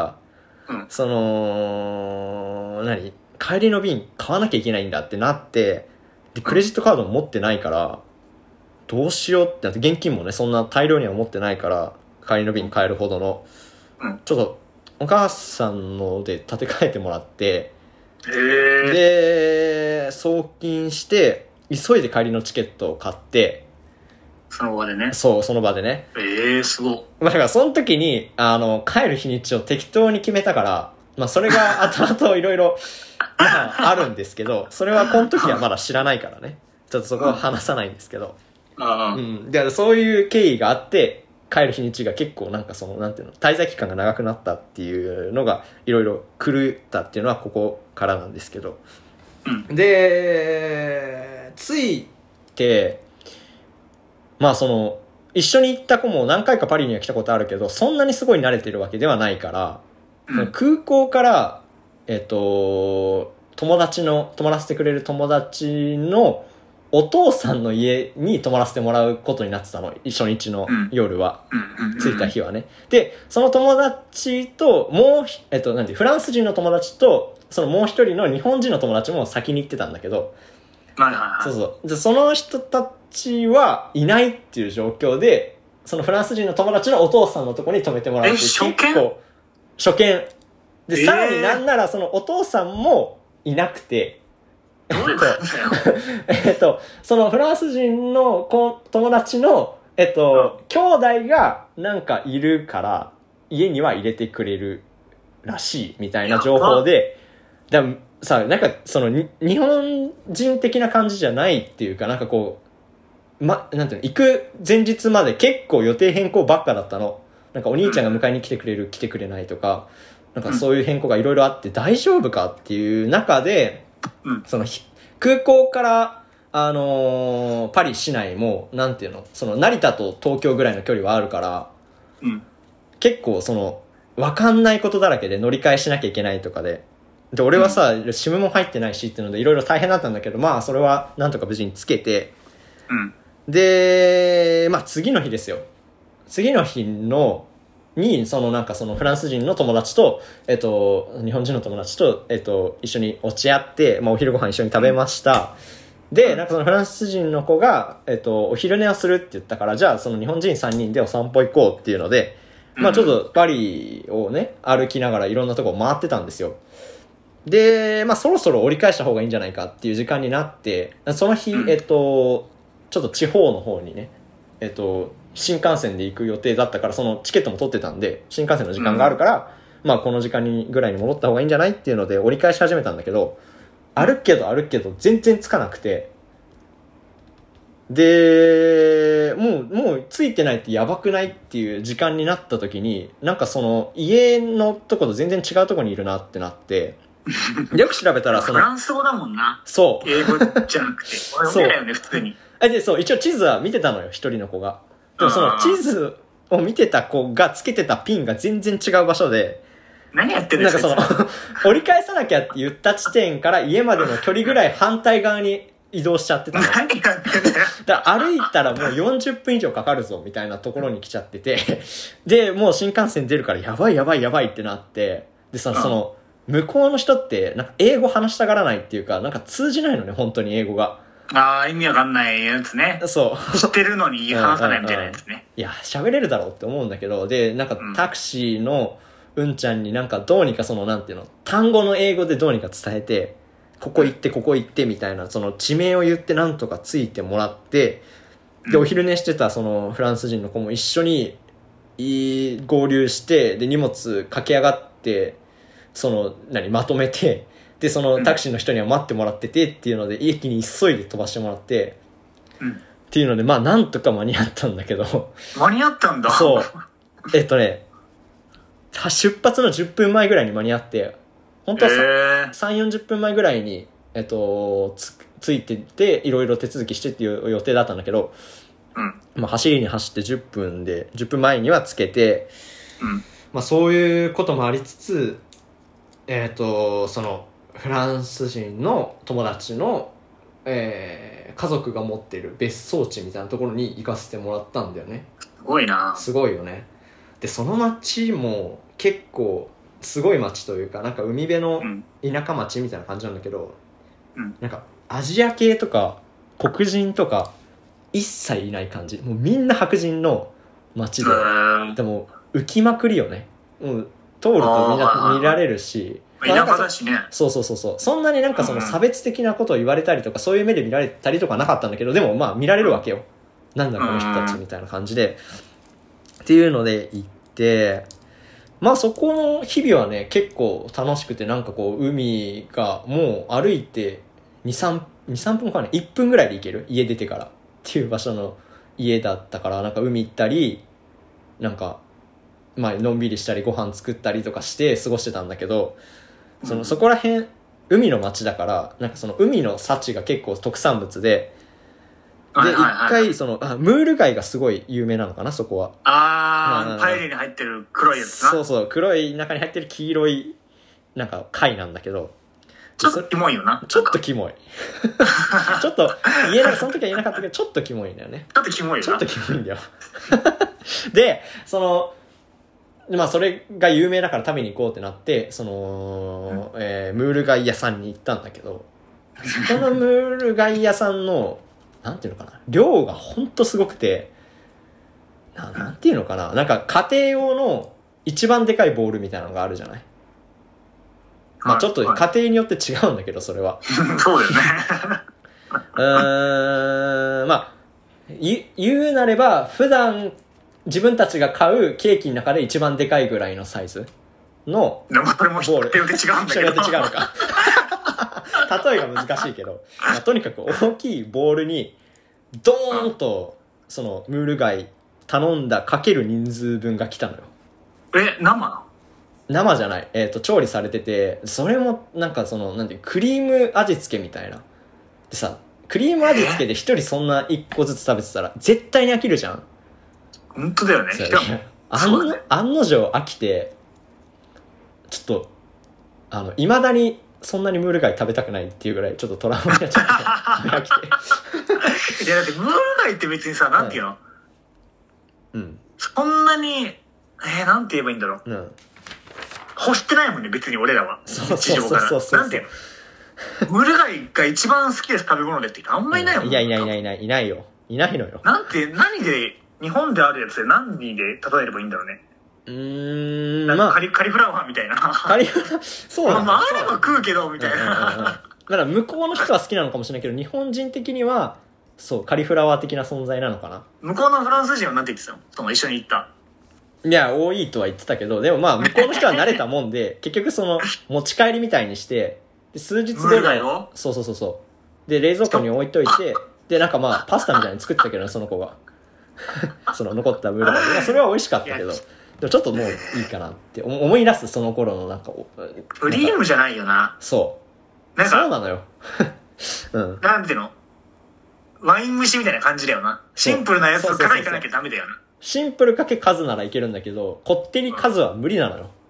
帰りの便買わなきゃいけないんだってなって、でクレジットカードも持ってないからどうしようってなって、現金もねそんな大量には持ってないから、帰りの便買えるほどの、ちょっとお母さんので立て替えてもらって、で送金して急いで帰りのチケットを買って、 その場でね。 そう、その場でね。 すごい。 まあだからその時に帰る日にちを適当に決めたから、まあそれが後々いろいろあるんですけど、それはこの時はまだ知らないからね、ちょっとそこは話さないんですけど、でそういう経緯があって、帰る日にちが結構なんかなんていうの、滞在期間が長くなったっていうのがいろいろ狂ったっていうのはここからなんですけど、で着いて、まあ一緒に行った子も何回かパリには来たことあるけど、そんなにすごい慣れてるわけではないから、空港から泊まらせてくれる友達のお父さんの家に泊まらせてもらうことになってたの、初日の夜は、着いた日はね。でその友達ともうフランス人の友達とそのもう一人の日本人の友達も先に行ってたんだけど、でその人たちはいないっていう状況で、そのフランス人の友達のお父さんのところに泊めてもらうっていう、 初見で、さらになんならそのお父さんもいなくて、そのフランス人の友達の兄弟がなんかいるから家には入れてくれるらしいみたいな情報で、でもさ、なんか日本人的な感じじゃないっていうか、なんかこうなんていうの、行く前日まで結構予定変更ばっかだったの。なんかお兄ちゃんが迎えに来てくれる、来てくれないとか、なんかそういう変更がいろいろあって大丈夫かっていう中で、空港からパリ市内もなんていうの、成田と東京ぐらいの距離はあるから、結構分かんないことだらけで乗り換えしなきゃいけないとかで俺はさ、SIM も入ってないしっていうのでいろいろ大変だったんだけど、まあそれはなんとか無事につけて、でまあ次の日ですよ。次の日になんかフランス人の友達と日本人の友達と一緒に落ち合って、まあお昼ご飯一緒に食べました。 で、なんかそのフランス人の子が、お昼寝をするって言ったから、じゃあその日本人3人でお散歩行こうっていうので、まあちょっとパリをね、歩きながらいろんなとこ回ってたんですよ。で、まあそろそろ折り返した方がいいんじゃないかっていう時間になって、その日、ちょっと地方の方にね、新幹線で行く予定だったから、そのチケットも取ってたんで、新幹線の時間があるから、まあこの時間にぐらいに戻った方がいいんじゃないっていうので折り返し始めたんだけど、歩くけど全然つかなくて、で、もうついてないってやばくないっていう時間になった時に、なんかその家のとこと全然違うとこにいるなってなって、よく調べたらフランス語だもんな。 そう。 英語じゃなくて。読めないよね、普通に。 で、そう、一応地図は見てたのよ、一人の子が。でもその地図を見てた子がつけてたピンが全然違う場所で、 何やってんですか？ なんかその、折り返さなきゃって言った地点から家までの距離ぐらい反対側に移動しちゃってたの。 何やってんだよ。 だから歩いたらもう40分以上かかるぞ、みたいなところに来ちゃってて、で、もう新幹線出るからやばいってなって、でさ、その、向こうの人って、なんか英語話したがらないっていうか、なんか通じないのね、本当に英語が。 ああ、意味わかんないやつね。 そう。 知ってるのに話さないみたいなやつね。 いや、喋れるだろうって思うんだけど、で、なんかタクシーのうんちゃんになんかどうにかその、なんていうの、単語の英語でどうにか伝えて、ここ行ってみたいな、その地名を言ってなんとかついてもらって、で、お昼寝してたそのフランス人の子も一緒に合流して、で、荷物駆け上がって、その、まとめて、で、そのタクシーの人には待ってもらっててっていうので、駅に急いで飛ばしてもらって、っていうので、まあ、なんとか間に合ったんだけど。 間に合ったんだ。 そう。出発の10分前ぐらいに間に合って、本当は3、40分前ぐらいに、ついてて、いろいろ手続きしてっていう予定だったんだけど、まあ、走りに走って10分前にはつけて、まあ、そういうこともありつつ、そのフランス人の友達の、家族が持っている別荘地みたいなところに行かせてもらったんだよね。 すごいな。 すごいよね。でその町も結構すごい町というか、なんか海辺の田舎町みたいな感じなんだけど、なんかアジア系とか黒人とか一切いない感じ。もうみんな白人の町で、でも浮きまくりよね。もう通るとみんな見られるし、 田舎だしね。 そうそんなになんかその差別的なことを言われたりとか、そういう目で見られたりとかなかったんだけど、でもまあ見られるわけよ。なんだこの人たちみたいな感じで、っていうので行って、まあそこの日々はね結構楽しくて、なんかこう海がもう歩いて2、3分かね、1分ぐらいで行ける、家出てからっていう場所の家だったから、なんか海行ったり、なんかまあのんびりしたりご飯作ったりとかして過ごしてたんだけど、そこら辺海の町だから、なんかその海の幸が結構特産物で、一回そのムール貝がすごい有名なのかな、そこは。 パエリに入ってる黒いやつな。 そう黒い中に入ってる黄色いなんか貝なんだけど、 ちょっとキモいよな。 ちょっとキモいちょっとその時は言えなかったけど、ちょっとキモいんだよね。 ちょっとキモいよな。 ちょっとキモいんだよでまあそれが有名だから食べに行こうってなって、その、ムール貝屋さんに行ったんだけど、そのムール貝屋さんのなんていうのかな、量がほんとすごくて、なんていうのかな、なんか家庭用の一番でかいボールみたいなのがあるじゃない。まあちょっと家庭によって違うんだけど、それはそうだよねまあ言うなれば、普段自分たちが買うケーキの中で一番でかいぐらいのサイズのボール。 人によって違うんだけど。 人によって違うのか例えが難しいけど、まあ、とにかく大きいボールにドーンとそのムール貝頼んだかける人数分が来たのよ。生じゃない、調理されてて、それもなんかそのなんていうクリーム味付けみたいなでさ、クリーム味付けで一人そんな一個ずつ食べてたら絶対に飽きるじゃん。 本当だよね。 案の定飽きて、ちょっと未だにそんなにムール貝食べたくないっていうぐらいちょっとトラウマになっちゃって飽きていやだってムール貝って別にさ、なんていうの、そんなになんて言えばいいんだろう、欲してないもんね別に俺らは。 そうなんていうの、 ムール貝が一番好きです食べ物でってあんまいないもん、 いやいないよ。いないのよ。 何で、日本であるやつで何で例えればいいんだろうね。まあ、カリフラワーみたいな。そうなの。まあ、あれば食うけど、みたいな。 だから向こうの人は好きなのかもしれないけど、日本人的には、そう、カリフラワー的な存在なのかな。 向こうのフランス人は何て言ってたの？その一緒に行った。 いや、多いとは言ってたけど、でもまあ、向こうの人は慣れたもんで、結局その、持ち帰りみたいにして、で数日でも、そう。で、冷蔵庫に置いといて、で、なんかまあ、パスタみたいに作ってたけどね、その子が。その残ったムール貝。それは美味しかったけど、でもちょっともういいかなって思い出す、その頃のなんか。 クリームじゃないよな。 そう。そうなのよ。 うん。なんていうの？ワイン蒸しみたいな感じだよな。シンプルなやつからいかなきゃダメだよな。 シンプルかけ数ならいけるんだけど、こってり数は無理なのよ。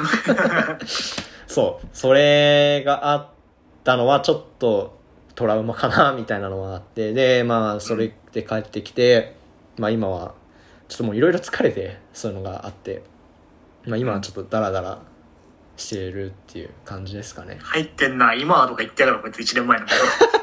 そう。それがあったのはちょっとトラウマかな、みたいなのがあって。で、まあ、それで帰ってきて、まあ今は、ちょっともういろいろ疲れて、そういうのがあって、まあ今はちょっとダラダラしてるっていう感じですかね。 入ってんな、今はとか言ってやがるこいつ1年前のこと。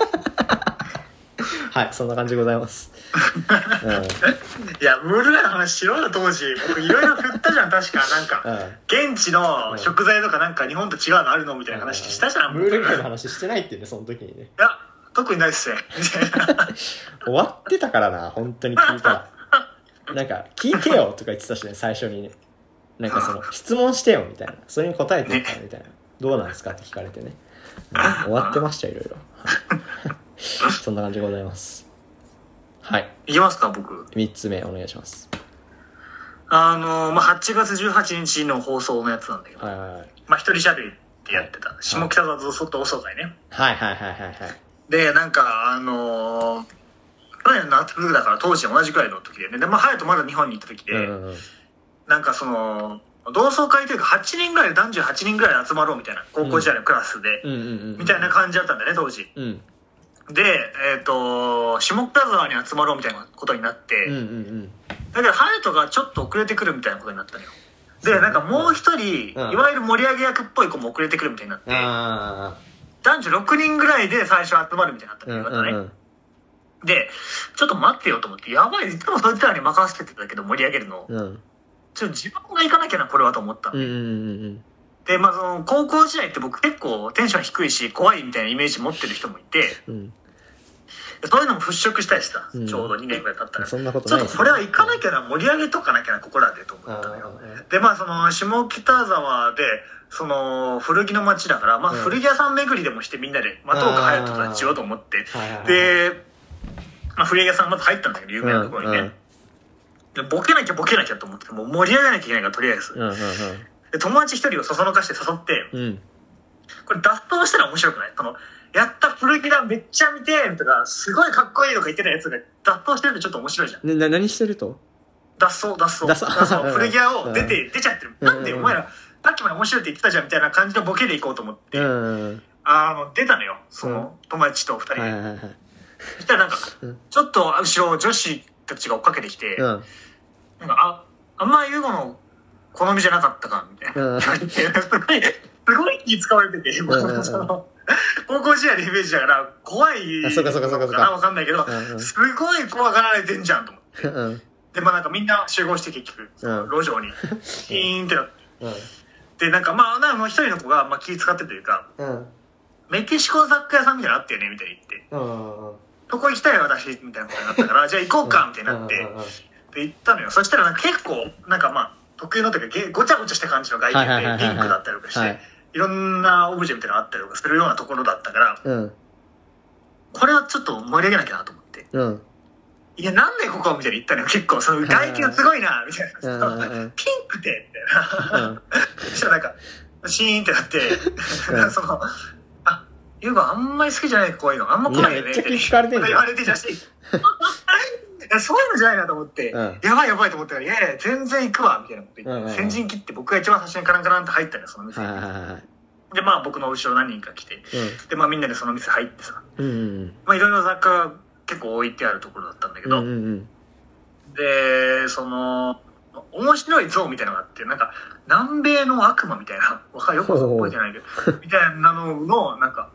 はい、そんな感じでございます。 うん、いや、ムール貝の話しろよ、当時。僕いろいろ振ったじゃん、確か。なんか、現地の食材とかなんか日本と違うのあるのみたいな話したじゃん。 ムール貝の話してないってね、その時にね。 いや、特にないっすね。 終わってたからな、本当に聞いたら。なんか、聞いてよとか言ってたしね、最初にね。なんかその、質問してよみたいな。それに答えてよみたいな。どうなんですかって聞かれてね。終わってましたよ、いろいろ。そんな感じでございます。はい。 いきますか、僕。 3つ目お願いします。 まあ、8月18日の放送のやつなんだけど、 はいはいはい、 まあ、一人喋りってやってた。下北沢同窓会ね。 はいはい。 で、なんか、去年の夏だから当時同じくらいの時でね。で、まあ、隼人まだ日本に行った時で、なんかその、同窓会というか8人ぐらいで男女8人ぐらいで集まろうみたいな、高校時代のクラスで、みたいな感じだったんだね、当時。で、下北沢に集まろうみたいなことになって、だけど隼人がちょっと遅れてくるみたいなことになったのよ。で、なんかもう一人、いわゆる盛り上げ役っぽい子も遅れてくるみたいになって、男女6人ぐらいで最初集まるみたいになったんだよね。で、ちょっと待ってよと思って、やばい、いつもそいつらに任せてたけど盛り上げるの。ちょっと自分が行かなきゃな、これはと思ったの。で、まあその、高校時代って僕結構テンション低いし、怖いみたいなイメージ持ってる人もいて、そういうのも払拭したりした。ちょうど2年ぐらい経ったら。 そんなことない、 ちょっとこれは行かなきゃな、盛り上げとかなきゃな、ここらでと思ったのよ。で、まあその、下北沢で、その、古着の街だから、まあ古着屋さん巡りでもしてみんなで、まあ、遠く隼人としようと思って、で、まあ古着屋さんまず入ったんだけど、有名なところにね。でボケなきゃと思って、もう盛り上げなきゃいけないから、とりあえず。で友達一人をそそのかして誘って、これ脱走したら面白くない？その、やった古着だ、めっちゃ見てとか、すごいかっこいいとか言ってたやつが脱走してるとちょっと面白いじゃん。 何してると？ 脱走。古着屋を出ちゃってる。なんでお前ら、さっきまで面白いって言ってたじゃんみたいな感じのボケで行こうと思って、出たのよ、その、友達と二人で。そしたらなんか、ちょっと後ろ女子たちが追っかけてきて、なんか、あんま優吾の好みじゃなかったかみたいな。すごい気使われてて、高校時代のイメージだから怖いのかなわかんないけど、すごい怖がられてんじゃんと思って。で、まあなんかみんな集合して結局、路上に、ヒーンってなって。で、なんかまあ、一人の子がまあ気使ってというか、メキシコ雑貨屋さんみたいなのあったよねみたいに言って、そこ行きたいよ私みたいなことになったから、じゃあ行こうかみたいになって、で行ったのよ。そしたらなんか結構、なんかまあ、得意のというか、ごちゃごちゃした感じの外見で、ピンクだったりとかして、いろんなオブジェみたいなのあったりとかするようなところだったから、これはちょっと盛り上げなきゃなと思って。いや、なんでここみたいに言ったのよ。結構、その外見すごいなみたいな。ピンクでみたいな。そしたらなんか、シーンってなって、その、優吾あんまり好きじゃないこういうの。あんま来ないよね。 めっちゃ聞かれてんじゃん。 言われてたし。そういうのじゃないなと思って、やばいと思ったから、いやいや、全然行くわ、みたいなこと言って、先陣切って僕が一番最初にカランカランって入ったのよ、その店に。で、まあ僕の後ろ何人か来て、で、まあみんなでその店入ってさ、まあいろいろ雑貨が結構置いてあるところだったんだけど、で、その、面白い像みたいなのがあって、なんか、南米の悪魔みたいな、よく覚えてないけど、みたいなのの、なんか、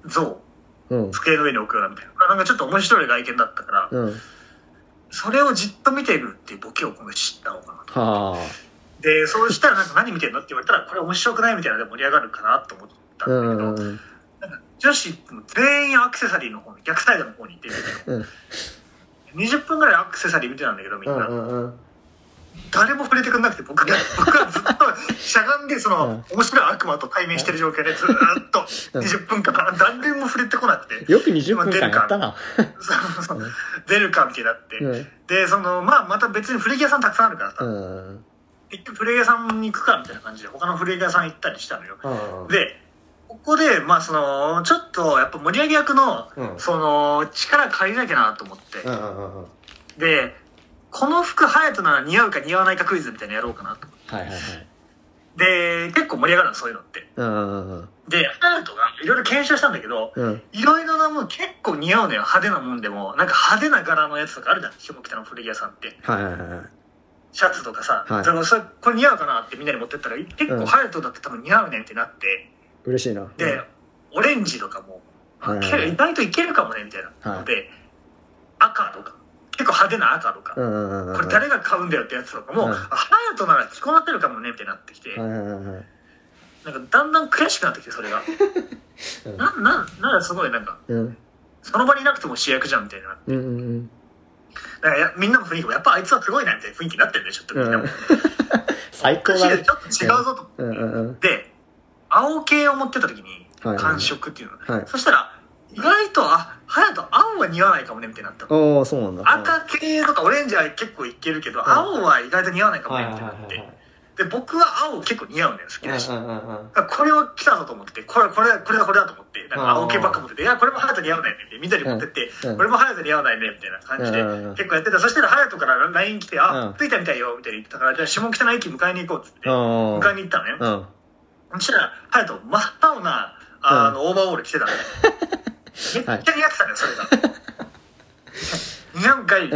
像、机の上に置くようなみたいな。なんかちょっと面白い外見だったから、それをじっと見てるっていうボケを今回知ったのかな。で、そうしたらなんか何見てんのって言われたら、これ面白くないみたいなので盛り上がるかなと思ったんだけど、なんか女子全員アクセサリーの方に、逆サイドの方に行ってるんだけど、20分ぐらいアクセサリー見てたんだけど、みんな。誰も触れてくれなくて、僕はずっとしゃがんで、面白い悪魔と対面してる状況でずーっと20分間、誰も触れてこなくて。 よく20分間やったな。 出るかみたいになって。で、また別に古着屋さんたくさんあるからさ、結局古着屋さんに行くかみたいな感じで、他の古着屋さん行ったりしたのよ。で、ここで、ちょっと、やっぱ盛り上げ役の、力借りなきゃなと思って。で、この服隼人なら似合うか似合わないかクイズみたいなのやろうかなと。で、結構盛り上がるの、そういうのって。で、隼人がいろいろ検証したんだけど、いろいろなもの結構似合うのよ、派手なもんでも。なんか派手な柄のやつとかあるじゃん、下北の古着屋さんって。シャツとかさ、これ似合うかなってみんなに持ってったら、結構隼人だって多分似合うねんってなって。 嬉しいな。 で、オレンジとかも、意外といけるかもね、みたいな。で、赤とか。結構派手な赤とか、これ誰が買うんだよってやつとかも、隼人なら着こなってるかもねってなってきて、なんかだんだん悔しくなってきて、それが。なんかすごいなんか、その場にいなくても主役じゃんみたいな。だからみんなの雰囲気も、やっぱあいつはすごいなみたいな雰囲気になってるね、ちょっとみんなも。 最高だね。 ちょっと違うぞと思って。で、青系を持ってた時に、寒色っていうの。そしたら、意外と、隼人青は似合わないかもねみたいになったの。 そうなんだ。 赤系とかオレンジは結構いけるけど、青は意外と似合わないかもねみたいになって。で、僕は青結構似合うのよ、好きだし。これは来たぞと思って、これだと思って、なんか青系ばっか持ってて、いや、これも隼人似合わないねって、緑持ってって、これも隼人似合わないねみたいな感じで、結構やってた。そしたら隼人から LINE 来て、着いたみたいよ、みたいに言ってたから、じゃあ下北の駅迎えに行こうっつって、迎えに行ったのね。そしたら、隼人、真っ青な、オーバーオール着てたのね。めっちゃ似合ってたのよ、それが。似合うかい。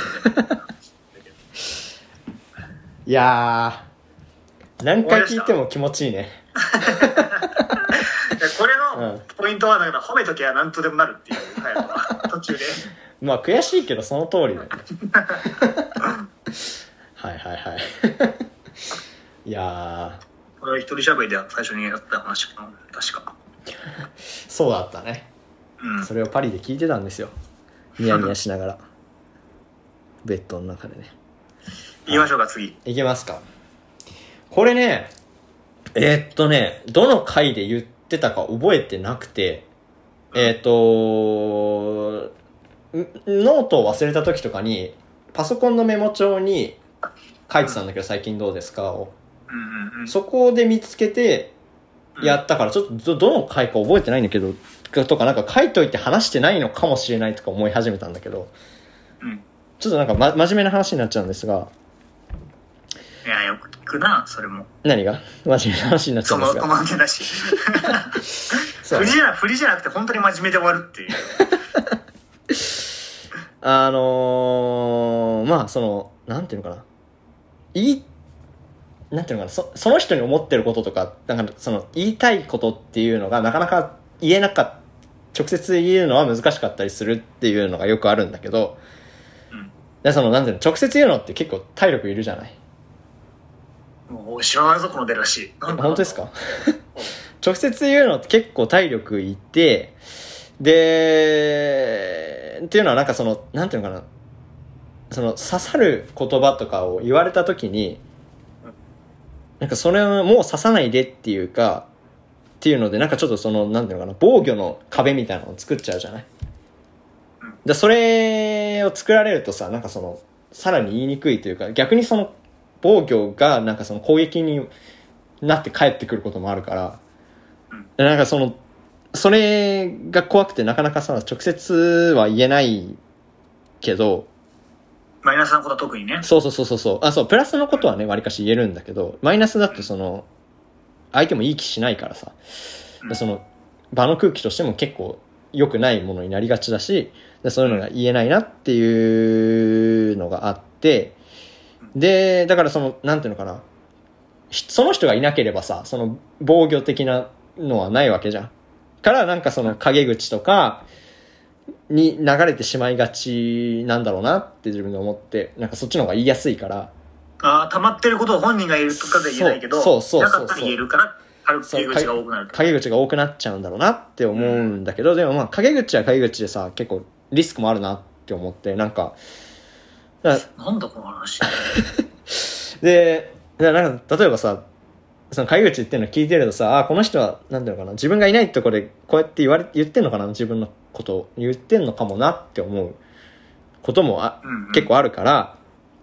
いやー、何回聞いても気持ちいいね。 これのポイントは、だから褒めときゃ何とでもなるっていうタイプは、途中で。 まあ悔しいけどその通りだよね。はい。いやー。これは一人喋りで最初にやった話かな、確か。 そうだったね。それをパリで聞いてたんですよ、ニヤニヤしながら。ベッドの中でね。 行きましょうか、次。 行きますか。これね、どの回で言ってたか覚えてなくて、ノートを忘れた時とかにパソコンのメモ帳に書いてたんだけど、最近どうですかを、そこで見つけてやったから、ちょっとどの回か覚えてないんだけど、とかなんか書いといて話してないのかもしれないとか思い始めたんだけど、ちょっとなんか、真面目な話になっちゃうんですが。 いや、よく聞くな、それも。 何が真面目な話になっちゃうんですが。 その手だし。振りじゃなくて本当に真面目で終わるっていう。 まあなんていうのかな。なんていうのかな、その人に思ってることとか、なんか言いたいことっていうのがなかなか言えなかった、直接言うのは難しかったりするっていうのがよくあるんだけど、でなんていうの、直接言うのって結構体力いるじゃない。 もう知らないぞこの出らしい。 本当ですか？直接言うのって結構体力いて、でっていうのはなんかなんていうのかな、刺さる言葉とかを言われた時に、なんかそれをもう刺さないでっていうかっていうので、なんかちょっとなんていうのかな、防御の壁みたいなのを作っちゃうじゃない。でそれを作られるとさ、なんかさらに言いにくいというか、逆に防御がなんか攻撃になって帰ってくることもあるから、なんかそれが怖くてなかなかさ直接は言えないけど、 マイナスなことは特にね。 そう、プラスのことはねわりかし言えるんだけど、マイナスだと相手もいい気しないからさ、場の空気としても結構良くないものになりがちだし、そういうのが言えないなっていうのがあって、でだからなんていうのかな、その人がいなければさ、防御的なのはないわけじゃん。 からなんかその陰口とかに流れてしまいがちなんだろうなって自分で思って、なんかそっちの方が言いやすいから。 ああ、溜まってることを本人が言うとかで言えないけど、なかったら言えるから陰口が多くなる。 陰口が多くなっちゃうんだろうなって思うんだけど、でもまあ陰口は陰口でさ、結構リスクもあるなって思って、なんかなんだこの話で、なんか例えばさ、その陰口言ってるの聞いてるとさ、あ、この人はなんていうのかな、自分がいないところでこうやって言ってんのかな、自分のことを言ってんのかもなって思うことも結構あるから、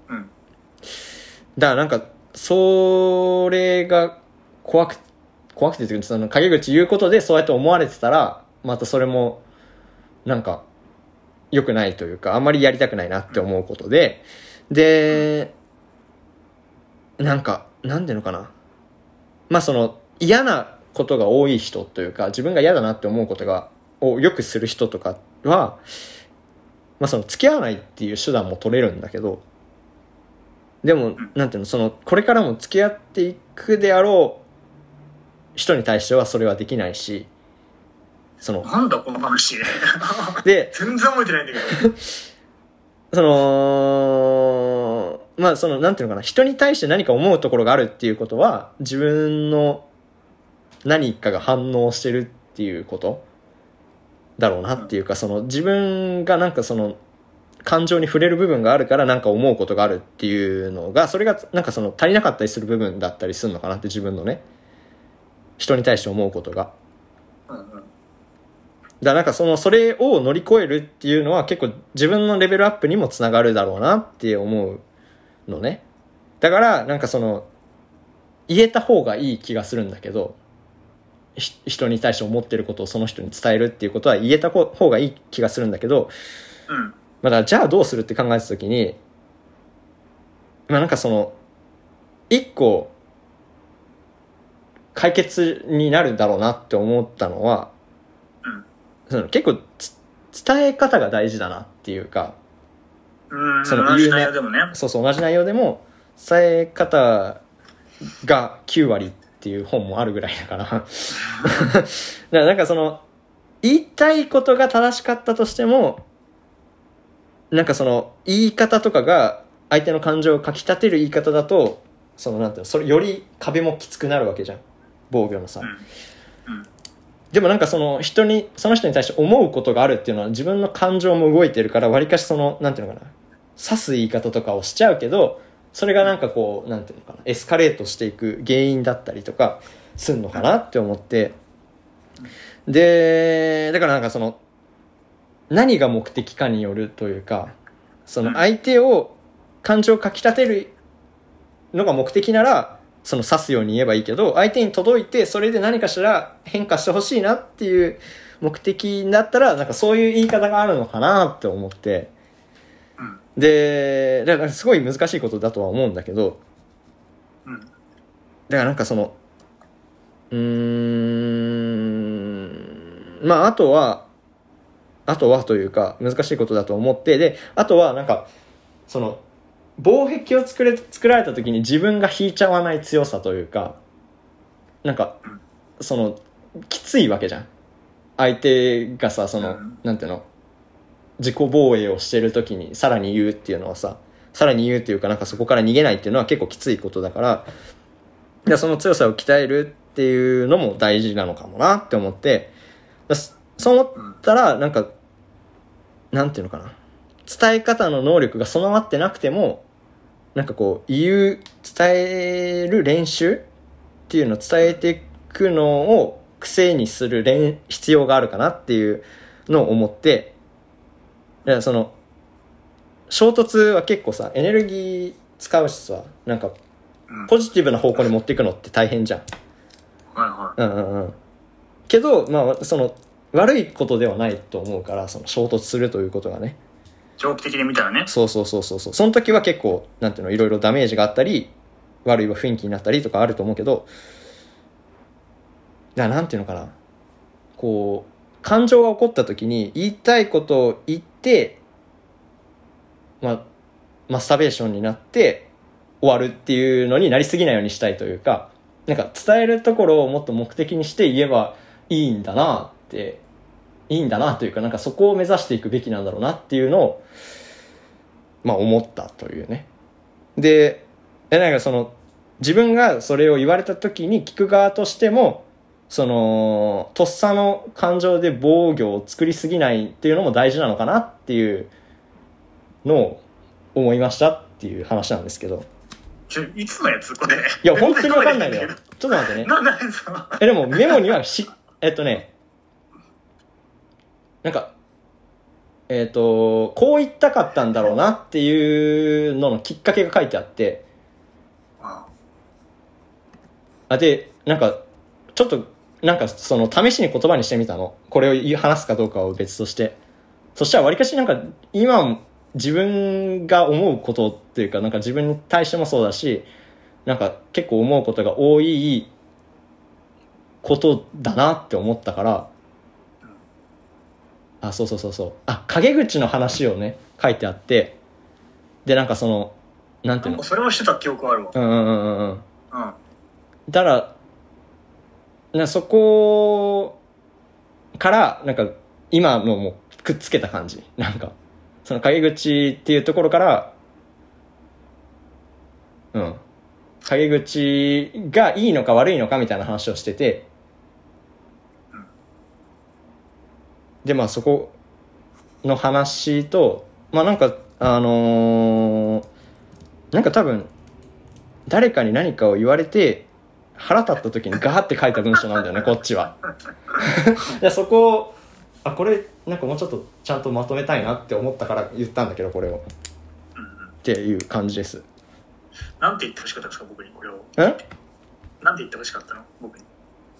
だからなんかそれが怖くてというか、その陰口言うことでそうやって思われてたら、またそれもなんか良くないというか、あんまりやりたくないなって思うことで、で、なんかなんていうのかな、まあその嫌なことが多い人というか、自分が嫌だなって思うことをよくする人とかは、まあその付き合わないっていう手段も取れるんだけど、でもなんていうの、そのこれからも付き合っていくであろう人に対してはそれはできないし、そのなんだこの話で全然覚えてないんだけどそのまあそのなんていうのかな、人に対して何か思うところがあるっていうことは自分の何かが反応してるっていうことだろうなっていうか、その自分がなんかその感情に触れる部分があるからなんか思うことがあるっていうのが、それがなんかその足りなかったりする部分だったりするのかなって、自分のね、人に対して思うことが、だからなんかそれを乗り越えるっていうのは結構自分のレベルアップにもつながるだろうなって思うのね。だからなんかその言えた方がいい気がするんだけど、人に対して思ってることをその人に伝えるっていうことは言えた方がいい気がするんだけど、まあ、だからじゃあどうするって考えた時に、まあなんかその一個解決になるだろうなって思ったのは、その結構伝え方が大事だなっていうか、 その同じ内容でもね、 そう同じ内容でも伝え方が9割っていう本もあるぐらいだからだからなんかその言いたいことが正しかったとしても、なんかその言い方とかが相手の感情をかき立てる言い方だと、そのなんていうの、それより壁もきつくなるわけじゃん、防御のさ、でもなんかその人に対して思うことがあるっていうのは自分の感情も動いてるから、わりかしそのなんていうのかな、刺す言い方とかをしちゃうけど、それがなんかこうなんていうのかな、エスカレートしていく原因だったりとかすんのかなって思って、でだからなんかその何が目的かによるというか、その相手を感情をかき立てるのが目的ならその刺すように言えばいいけど、相手に届いてそれで何かしら変化してほしいなっていう目的だったら、なんかそういう言い方があるのかなって思って、でだからすごい難しいことだとは思うんだけど、だからなんかそのまああとはというか難しいことだと思って、であとはなんかその防壁を作られた時に自分が引いちゃわない強さというか、なんかそのきついわけじゃん、相手がさ、そのなんていうの、自己防衛をしてる時にさらに言うっていうのはさ、さらに言うっていうかなんかそこから逃げないっていうのは結構きついことだから、でその強さを鍛えるっていうのも大事なのかもなって思って、そう思ったらなんかなんていうのかな、伝え方の能力が備わってなくてもなんかこう伝える練習っていうのを伝えていくのを癖にする必要があるかなっていうのを思って、だからその衝突は結構さエネルギー使うしさ、なんかポジティブな方向に持っていくのって大変じゃん。けどまあその悪いことではないと思うから、その衝突するということがね、 長期的に見たらね、 そうその時は結構なんていうの、いろいろダメージがあったり悪い雰囲気になったりとかあると思うけど、だからなんていうのかな、こう感情が起こった時に言いたいことを言って、マスターベーションになって終わるっていうのになりすぎないようにしたいというか、なんか伝えるところをもっと目的にして言えばいいんだなていいんだなというか、なんかそこを目指していくべきなんだろうなっていうのをまあ思ったというね。でなんかその自分がそれを言われた時に聞く側としても、そのとっさの感情で防御を作りすぎないっていうのも大事なのかなっていうのを思いましたっていう話なんですけど。 いつのやつこれ。 いや本当に分かんないんだよ。ちょっと待ってね。でもメモにはなんかこう言ったかったんだろうなっていうののきっかけが書いてあって、でなんかちょっとなんかその試しに言葉にしてみたの。これを話すかどうかは別として。そしたらわりかしなんか今自分が思うことっていうか、なんか自分に対してもそうだし、なんか結構思うことが多いことだなって思ったから、そう陰口の話をね書いてあって、でなんかそのなんていうの、 それはしてた記憶あるわ。 だからそこからなんか今のもくっつけた感じ。なんかその陰口っていうところから陰口がいいのか悪いのかみたいな話をしてて、でまあそこの話となんかなんか多分誰かに何かを言われて腹立った時にガーって書いた文章なんだよねこっちは。でそこをこれなんかもうちょっとちゃんとまとめたいなって思ったから言ったんだけど、これをっていう感じです。 なんて言ってほしかったですか僕にこれを。なんて言ってほしかったの僕に。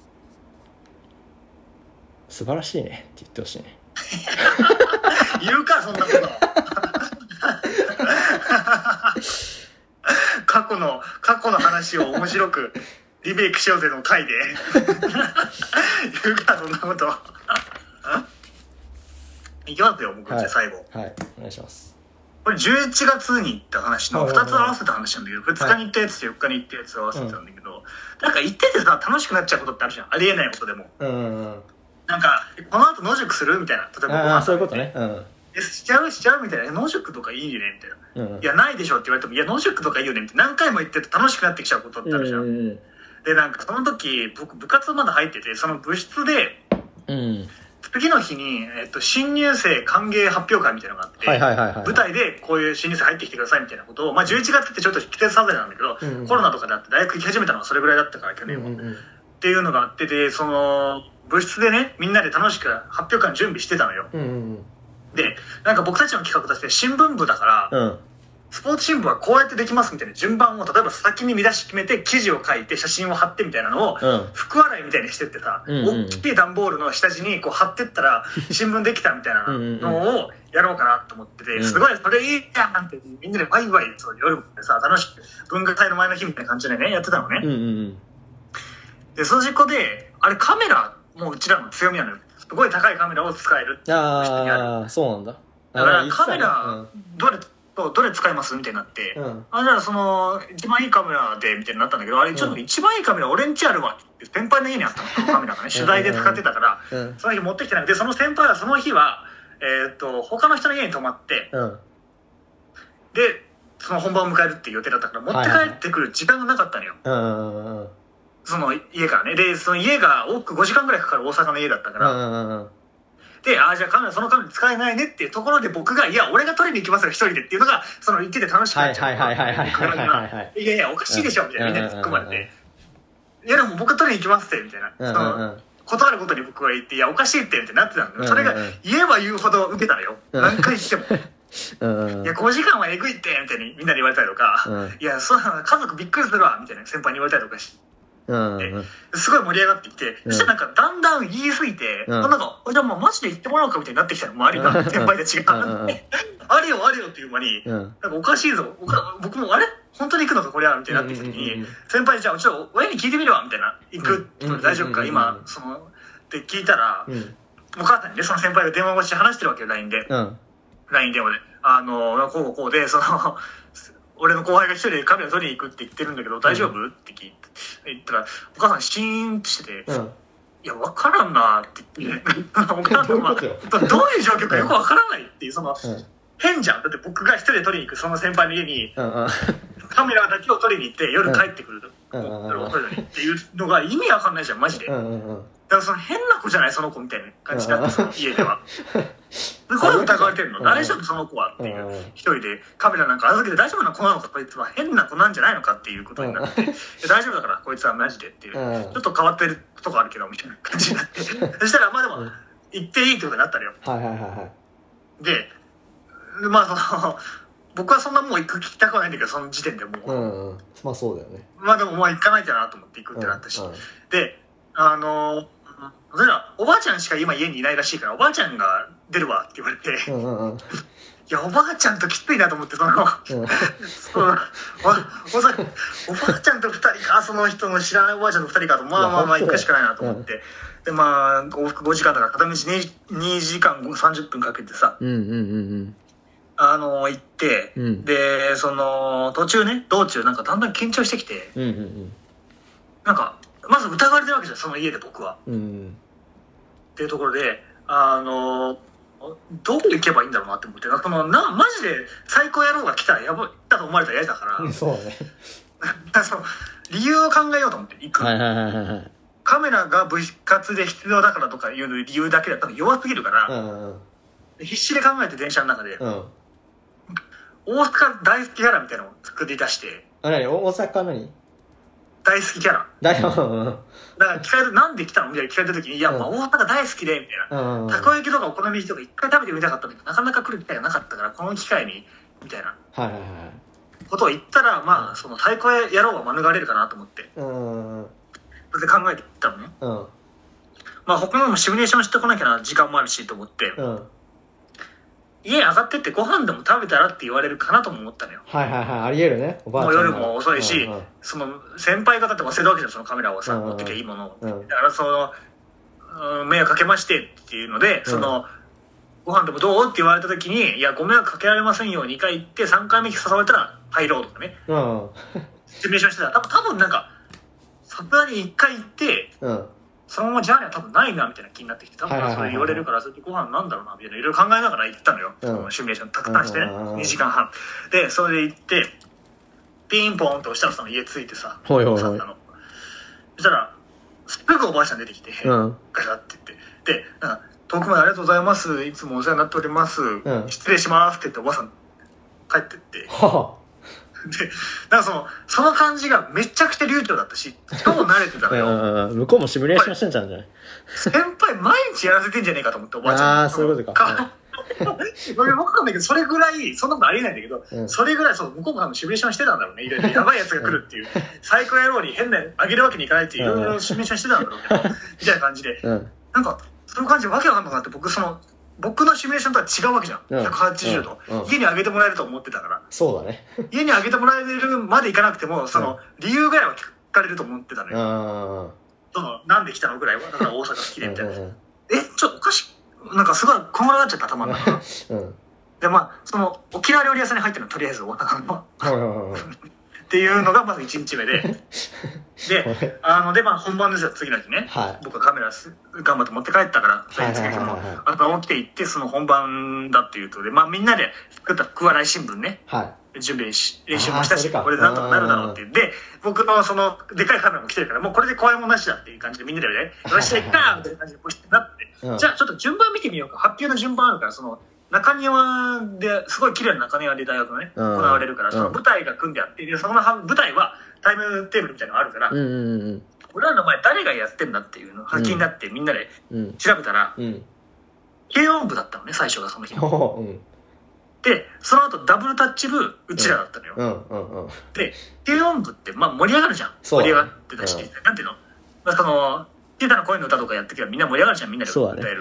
素晴らしいねって言ってほしいね。 言うかそんなこと。過去の話を面白くリメイクしようぜの回で言うかそんなこと。いきますよ僕、最後。 はい、お願いします。 これ11月に行った話の2つ合わせた話なんだけど、2日に行ったやつと4日に行ったやつを合わせてたんだけど、なんか行っててさ楽しくなっちゃうことってあるじゃん、ありえないことでも。なんかこの後野宿するみたいな、例えばそういうことね。 しちゃうみたいな、野宿とかいいよねみたいな、いやないでしょって言われても、いや野宿とかいいよねって何回も言ってて楽しくなってきちゃうことってあるじゃん。でなんかその時僕部活まだ入ってて、その部室で、次の日に、新入生歓迎発表会みたいなのがあって、舞台でこういう新入生入ってきてくださいみたいなことを、11月ってちょっと季節外れなんだけど、コロナとかであって大学行き始めたのがそれぐらいだったから去年も、っていうのがあってて、その部室でねみんなで楽しく発表会の準備してたのよ。でなんか僕たちの企画として新聞部だから、スポーツ新聞はこうやってできますみたいな順番を例えば先に見出し決めて記事を書いて写真を貼ってみたいなのを、福洗いみたいにしてってさ、大きい段ボールの下地にこう貼ってったら新聞できたみたいなのをやろうかなと思ってて、すごいそれいいじゃんってみんなでワイワイ夜でさ楽しく文化祭の前の日みたいな感じでねやってたのね。でその実行であれカメラもううちらの強みなのよ。すごい高いカメラを使えるっていう人にある。 そうなんだ。 だからカメラどれ使いますみたいになって、じゃあその一番いいカメラでみたいになったんだけど、あれちょっと一番いいカメラ俺んちあるわって先輩の家にあったの、そのカメラがね取材で使ってたから、その日持ってきてなくて、その先輩はその日は他の人の家に泊まって、でその本番を迎えるっていう予定だったから持って帰ってくる時間がなかったのよ、その家からね。でその家が往復5時間ぐらいかかる大阪の家だったから、でじゃあそのカメラ使えないねっていうところで僕がいや俺が取りに行きますよ一人でっていうのがその言ってて楽しくなっちゃう。いやいやおかしいでしょみたいなみんなに突っ込まれて、いやでも僕が取りに行きますってみたいな、その断ることに僕が言っていやおかしいってみたいになってたんだけど、それが言えば言うほど受けたのよ、何回言っても。いや5時間はえぐいってみたいにみんなに言われたりとか、いやそうなの家族びっくりするわみたいな先輩に言われたりとかして。すごい盛り上がってきて、そしたらなんかだんだん言い過ぎて、なんかじゃあもうマジで言ってもらおうかみたいになってきたの、周りが先輩たちがあれよっていう間に、なんかおかしいぞ、僕もあれ本当に行くのかこれはみたいになってきた時に、先輩じゃあちょっと親に聞いてみるわみたいな、行く大丈夫か今そのって聞いたら、お母さんにねその先輩が電話越しで話してるわけよ LINE で、LINE 電話でこうでその俺の後輩が一人でカメラ撮りに行くって言ってるんだけど大丈夫って言ったらお母さんシーンとしてて、いや分からんなって言ってどういう状況かよく分からないっていう変じゃん。だって僕が一人で取りに行くその先輩の家にカメラだけを取りに行って夜帰ってくるっていうのが意味わかんないじゃんマジで。だからその変な子じゃないその子みたいな感じになってその家では。でこれ疑われてるの大丈夫その子はっていう一人でカメラなんか預けて大丈夫な子なのかこいつは変な子なんじゃないのかっていうことになって大丈夫だからこいつはマジでっていうちょっと変わってるとこあるけどみたいな感じになってそしたらまあでも行っていいってことになったのよ。でまあ僕はそんなもう聞きたくはないんだけどその時点でもうまあそうだよね。 まあでもまあ行かないとなと思って行くってなったしでそれらおばあちゃんしか今家にいないらしいからおばあちゃんが出るわって言われていやおばあちゃんときついなと思っておばあちゃんと2人かその人の知らないおばあちゃんと2人かとまあ行くしかないなと思ってでまあ往復5時間だから片道2時間30分かけてさ行って、でその途中ね道中なんかだんだん緊張してきて、なんかまず疑われてるわけじゃんその家で僕は、っていうところでどこ行けばいいんだろうなって思ってマジで最高野郎が来たらやばいだと思われたら嫌だからそうねその理由を考えようと思って行く、カメラが部活で必要だからとかいう理由だけだったら弱すぎるから、必死で考えて電車の中で、大阪大好きキャラみたいなのを作り出して大阪何大好きキャラだから聞かれるなんで来たのみたいな聞かれた時にいや、まあ大阪大好きでみたいな、たこ焼きとかお好み焼きとか一回食べてみたかったんだけどなかなか来る機会がなかったからこの機会にみたいなことを言ったらまあその太鼓屋野郎は免れるかなと思ってそれで考えていったのね、まあ他のもシミュレーションしてこなきゃな時間もあるしと思って、家上がってってご飯でも食べたらって言われるかなとも思ったのよ。 ありえるね。おばあちゃんもう夜も遅いし、その先輩方って忘れるわけじゃんそのカメラをさ、持ってきゃいいものを、だからその迷惑かけましてっていうので、そのご飯でもどうって言われた時にいやご迷惑かけられませんよ2回行って3回目誘われたら入ろうとかね、シミュレーションしてたら多分なんかさすがに1回行って、そのままじゃあには多分ないなみたいな気になってきて多分それ言われるからそれでご飯なんだろうなみたいないろいろ考えながら行ったのよ、シミュレーションたくさんしてね、2時間半でそれで行ってピンポンと押したらその家着いてさそしたらすぐおばあちゃん出てきて、ガシャって言ってでなんか遠くまでありがとうございますいつもお世話になっております、失礼しますって言っておばあさん帰ってってでなんかその感じがめちゃくちゃ流暢だったし超慣れてたのよ向こうもシミュレーションしてんじゃんじゃない先輩毎日やらせてんじゃねえかと思っておばあちゃんそういうことか俺分かんないけどそれぐらいそんなことありえないんだけど、それぐらい向こうも多分シミュレーションしてたんだろうねいろいろやばいやつが来るっていう最高野郎に変なあげるわけにいかないっていういろいろシミュレーションしてたんだろうけどみたいな感じで、なんかその感じでわけわかんなくなって僕のシミュレーションとは違うわけじゃん、180度、家にあげてもらえると思ってたからそうだね家にあげてもらえるまでいかなくてもその理由ぐらいは聞かれると思ってたのよ、なんで来たのぐらいはだから大阪好きでみたいな、ちょっとおかしいなんかすごいこんがらがっちゃった頭の中でまあその沖縄料理屋さんに入ってるのとりあえず大阪のっていうのがまず1日目でまあ本番ですよ次の日ね、僕はカメラ頑張って持って帰ったから次の日も起きていってその本番だっていうとでまあみんなで作った福笑い新聞ね、準備練習もしたしこれでなんとかなるだろうっていうで僕のそのでかいカメラも来てるからもうこれで怖いもんなしだっていう感じでみんなでねよっしゃいっかーみたいな感じでこうなってじゃあちょっと順番見てみようか発表の順番あるからその中庭ですごい綺麗な中庭で大学のね行われるからその舞台が組んであってでその舞台はタイムテーブルみたいなのがあるから俺らの前誰がやってんだっていうのが気になってみんなで調べたら軽音部だったのね最初がその日でその後ダブルタッチ部うちらだったのよで軽音部ってまあ盛り上がるじゃん盛り上がってたしなんていうのまあそのテータの声の歌とかやってけばみんな盛り上がるじゃんみんなで歌える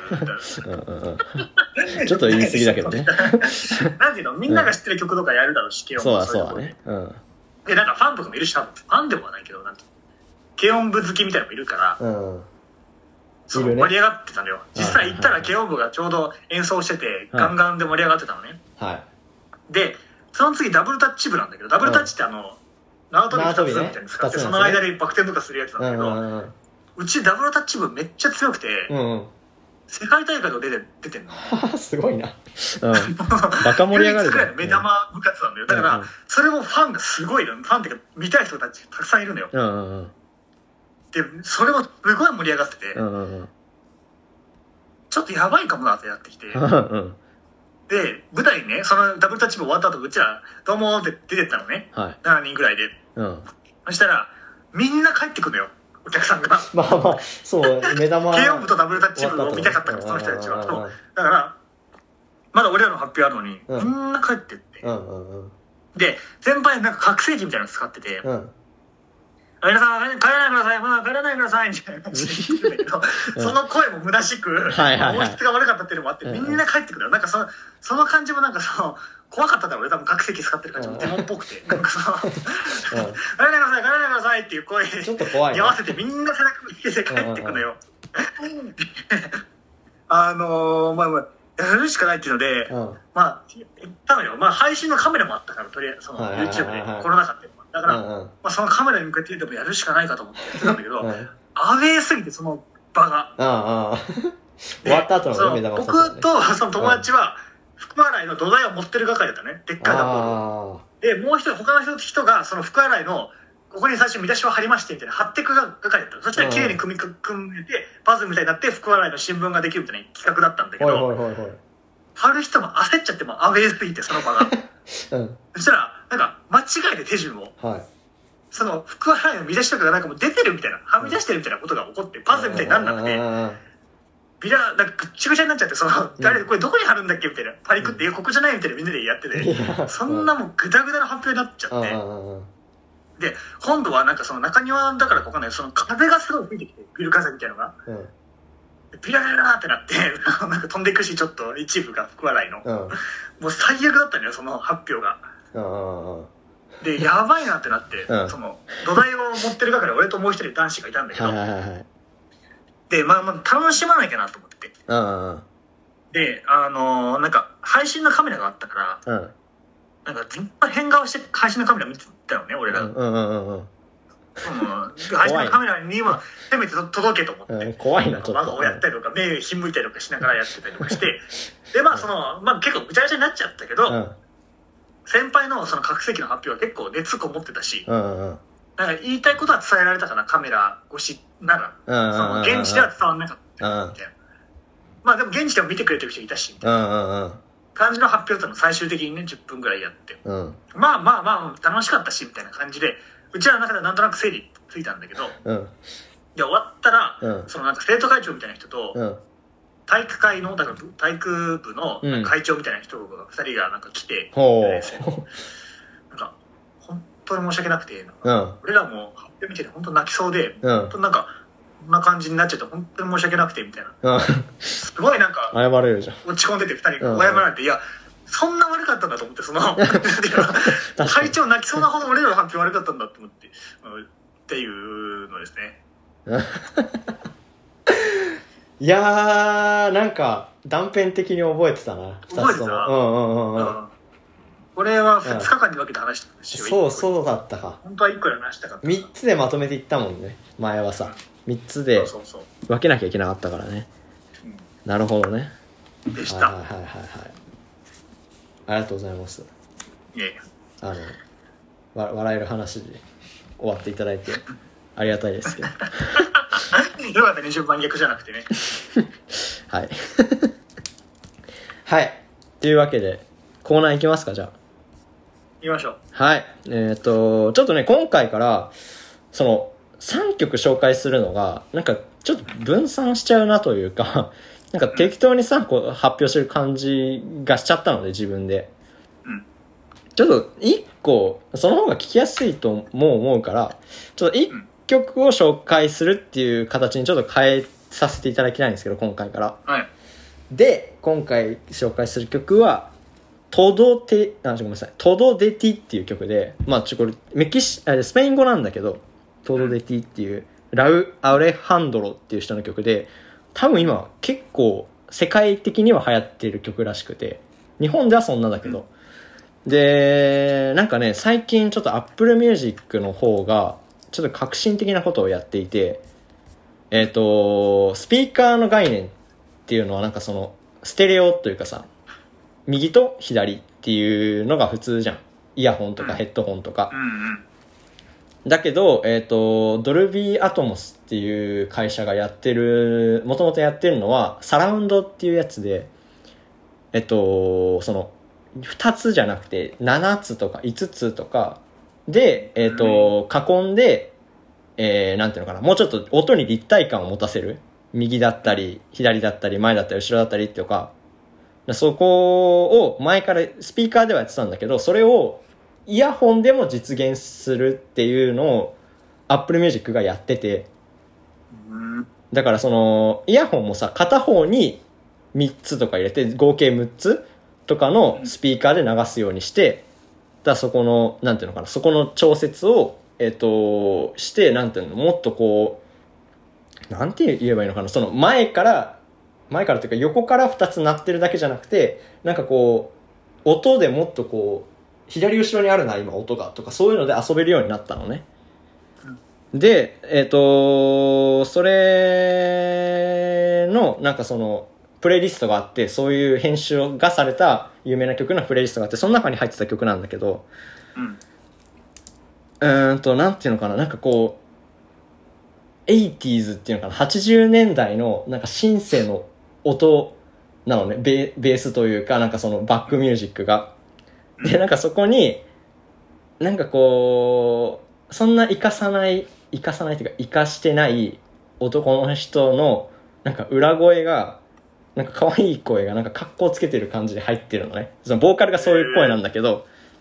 ちょっと言い過ぎだけどねなんていうのみんなが知ってる曲とかやるだろうし軽音部そうだねでなんかファンとかもいるし多分ファンでもはないけどなんて軽音部好きみたいなのもいるからそう盛り上がってたのよ実際行ったら軽音部がちょうど演奏しててガンガンで盛り上がってたのねでその次ダブルタッチ部なんだけどダブルタッチって縄跳び2つみたいに使ってその間でバク転とかするやつなんだけどうちダブルタッチ部めっちゃ強くて、 うん、 世界大会と出てんの。 すごいな。うん。バカ盛り上がるじゃん。 目玉部活なんだよ。だから、それもファンがすごいの。ファンっていうか、見たい人たちたくさんいるのよ。 うんうんうん。 で、それもすごい盛り上がってて、 うんうんうん、 ちょっとやばいかもなってやってきて。 うん。 で、舞台にね、そのダブルタッチ部終わった後、うちら、どうもって出てったのね。 はい。 7人ぐらいで。 うん。 そしたら、みんな帰ってくるのよ。お客さんが。 まあまあ、そう、目玉。 軽音部とダブルタッチ部を見たかったから、その人たちは。そう。だから、まだ俺らの発表あるのに、みんな帰ってって。で、先輩なんか覚醒器みたいなの使ってて、皆さん、帰らないでください、まだ帰らないでください、みたいな感じで言ってんだけど、その声も虚しく、音質が悪かったっていうのもあって、みんな帰ってくるよ。なんかその感じもなんか怖かったんだろうね、多分覚醒器使ってる感じもデモっぽくて。なんか帰らないでください、帰らないでくださいっていう声に合わせてみんな背中向けて帰ってくのよ。まあ、やるしかないっていうので、まあ、言ったのよ。まあ、配信のカメラもあったから、とりあえず、YouTube で、コロナ禍って。だから、まあ、そのカメラに向かって言ってもやるしかないかと思ってやってたんだけど、アウェーすぎて、その場が。 終わった後のね、 僕とその友達は、福洗いの土台を持ってる係だったね。でっかい段ボール。で、もう一人、他の人が、その福洗いの、ここに最初見出しを貼りましてみたいな貼ってく係だった。そしたら綺麗に組めてパズルみたいになって福笑いの新聞ができるみたいな企画だったんだけど、貼る人も焦っちゃってもアウェーすぎてその場が、そしたらなんか間違いで手順を、その福笑いの見出しとかがなんかもう出てるみたいなはみ出してるみたいなことが起こってパズルみたいになんなくて、なんかぐっちゃぐちゃになっちゃって、誰これどこに貼るんだっけみたいな、パリクってここじゃないみたいなみんなでやってて、そんなもうグダグダな発表になっちゃって。で、今度はなんかその中庭だからかわかんない、その風がすごい吹いてきて、ビル風みたいなのが。ビラビラビラってなって、なんか飛んでいくし、ちょっと一部が福笑いの。もう最悪だったのよ、その発表が。で、やばいなってなって、その土台を持ってる係、俺ともう一人男子がいたんだけど、で、まあ楽しまなきゃなと思って。で、なんか配信のカメラがあったから、なんかずっと変顔して配信のカメラ見てたよね、俺ら。配信のカメラにはせめて届けと思って。 怖いな、ちょっと。 真顔をやったりとか、目ひんむいたりとかしながらやってたりとかして、で、まあ結構ぐちゃぐちゃになっちゃったけど、先輩のその覚醒器の発表は結構熱こもってたし、なんか言いたいことは伝えられたかな、カメラ越しなら。現地では伝わんなかったみたいな。まあでも現地でも見てくれてる人いたし、みたいな感じの発表だったの、最終的にね、10分ぐらいやって。まあ、楽しかったし、みたいな感じで、うちらの中ではなんとなく整理ついたんだけど、で、終わったら、そのなんか生徒会長みたいな人と、体育会の、だから体育部の会長みたいな人が2人がなんか来て、なんか、本当に申し訳なくて、俺らも発表見てて本当泣きそうで、本当なんか、こんな感じになっちゃって本当に申し訳なくてみたいな、すごいなんか謝れるじゃん、 落ち込んでて2人謝られて、いやそんな悪かったんだと思って、その会長泣きそうなほど俺らの発表悪かったんだと思って、っていうのですね。 いやー、なんか断片的に覚えてたな。 覚えてた。これは2日間に分けて話したんですよ。そうだったか。 本当はいくら話したかった。 3つでまとめていったもんね、前はさ。3つで分けなきゃいけなかったからね。なるほどね。 でした。 ありがとうございます。 いえいえ。 笑える話で終わっていただいてありがたいですけど。 よかったね、順番逆じゃなくてね。 はいはい、というわけでコーナーいきますか。じゃあ行きましょう。 はい、ちょっとね、今回からその3曲紹介するのがなんかちょっと分散しちゃうなというかなんか適当に3個発表してる感じがしちゃったので、自分で、ちょっと1個その方が聞きやすいとも思うから、ちょっと1曲を紹介するっていう形にちょっと変えさせていただきたいんですけど、今回から、で今回紹介する曲はトドデティっていう曲で、まあこれスペイン語なんだけど、トドデティっていうラウ・アレハンドロっていう人の曲で、多分今結構世界的には流行ってる曲らしくて、日本ではそんなだけど、でなんかね、最近ちょっと Apple Music の方がちょっと革新的なことをやっていて、 スピーカーの概念っていうのはなんかその、ステレオというかさ、右と左っていうのが普通じゃん。イヤホンとかヘッドホンとか。だけど、ドルビーアトモスっていう会社がやってる、もともとやってるのは、サラウンドっていうやつで、その、2つじゃなくて、7つとか5つとかで、囲んで、なんていうのかな、もうちょっと音に立体感を持たせる。右だったり、左だったり、前だったり、後ろだったりっていうか、そこを前からスピーカーではやってたんだけど、それをイヤホンでも実現するっていうのを Apple Music がやってて、だからそのイヤホンもさ、片方に3つとか入れて合計6つとかのスピーカーで流すようにして、だそこのなんていうのかな、そこの調節をしてなんていうの、もっとこうなんて言えばいいのかな、その前からというか横から2つ鳴ってるだけじゃなくて、なんかこう音でもっとこう左後ろにあるな今音がとか、そういうので遊べるようになったのね。でそれのなんかそのプレイリストがあって、そういう編集がされた有名な曲のプレイリストがあって、その中に入ってた曲なんだけど、なんていうのかな、なんかこう 80s っていうのかな、80年代のなんかシンセの音なのね、ベースというか、なんかそのバックミュージックが。で、なんかそこに、なんかこう、そんな活かしてない男の人の、なんか裏声が、なんか可愛い声が、なんか格好つけてる感じで入ってるのね。そのボーカルがそういう声なんだけど、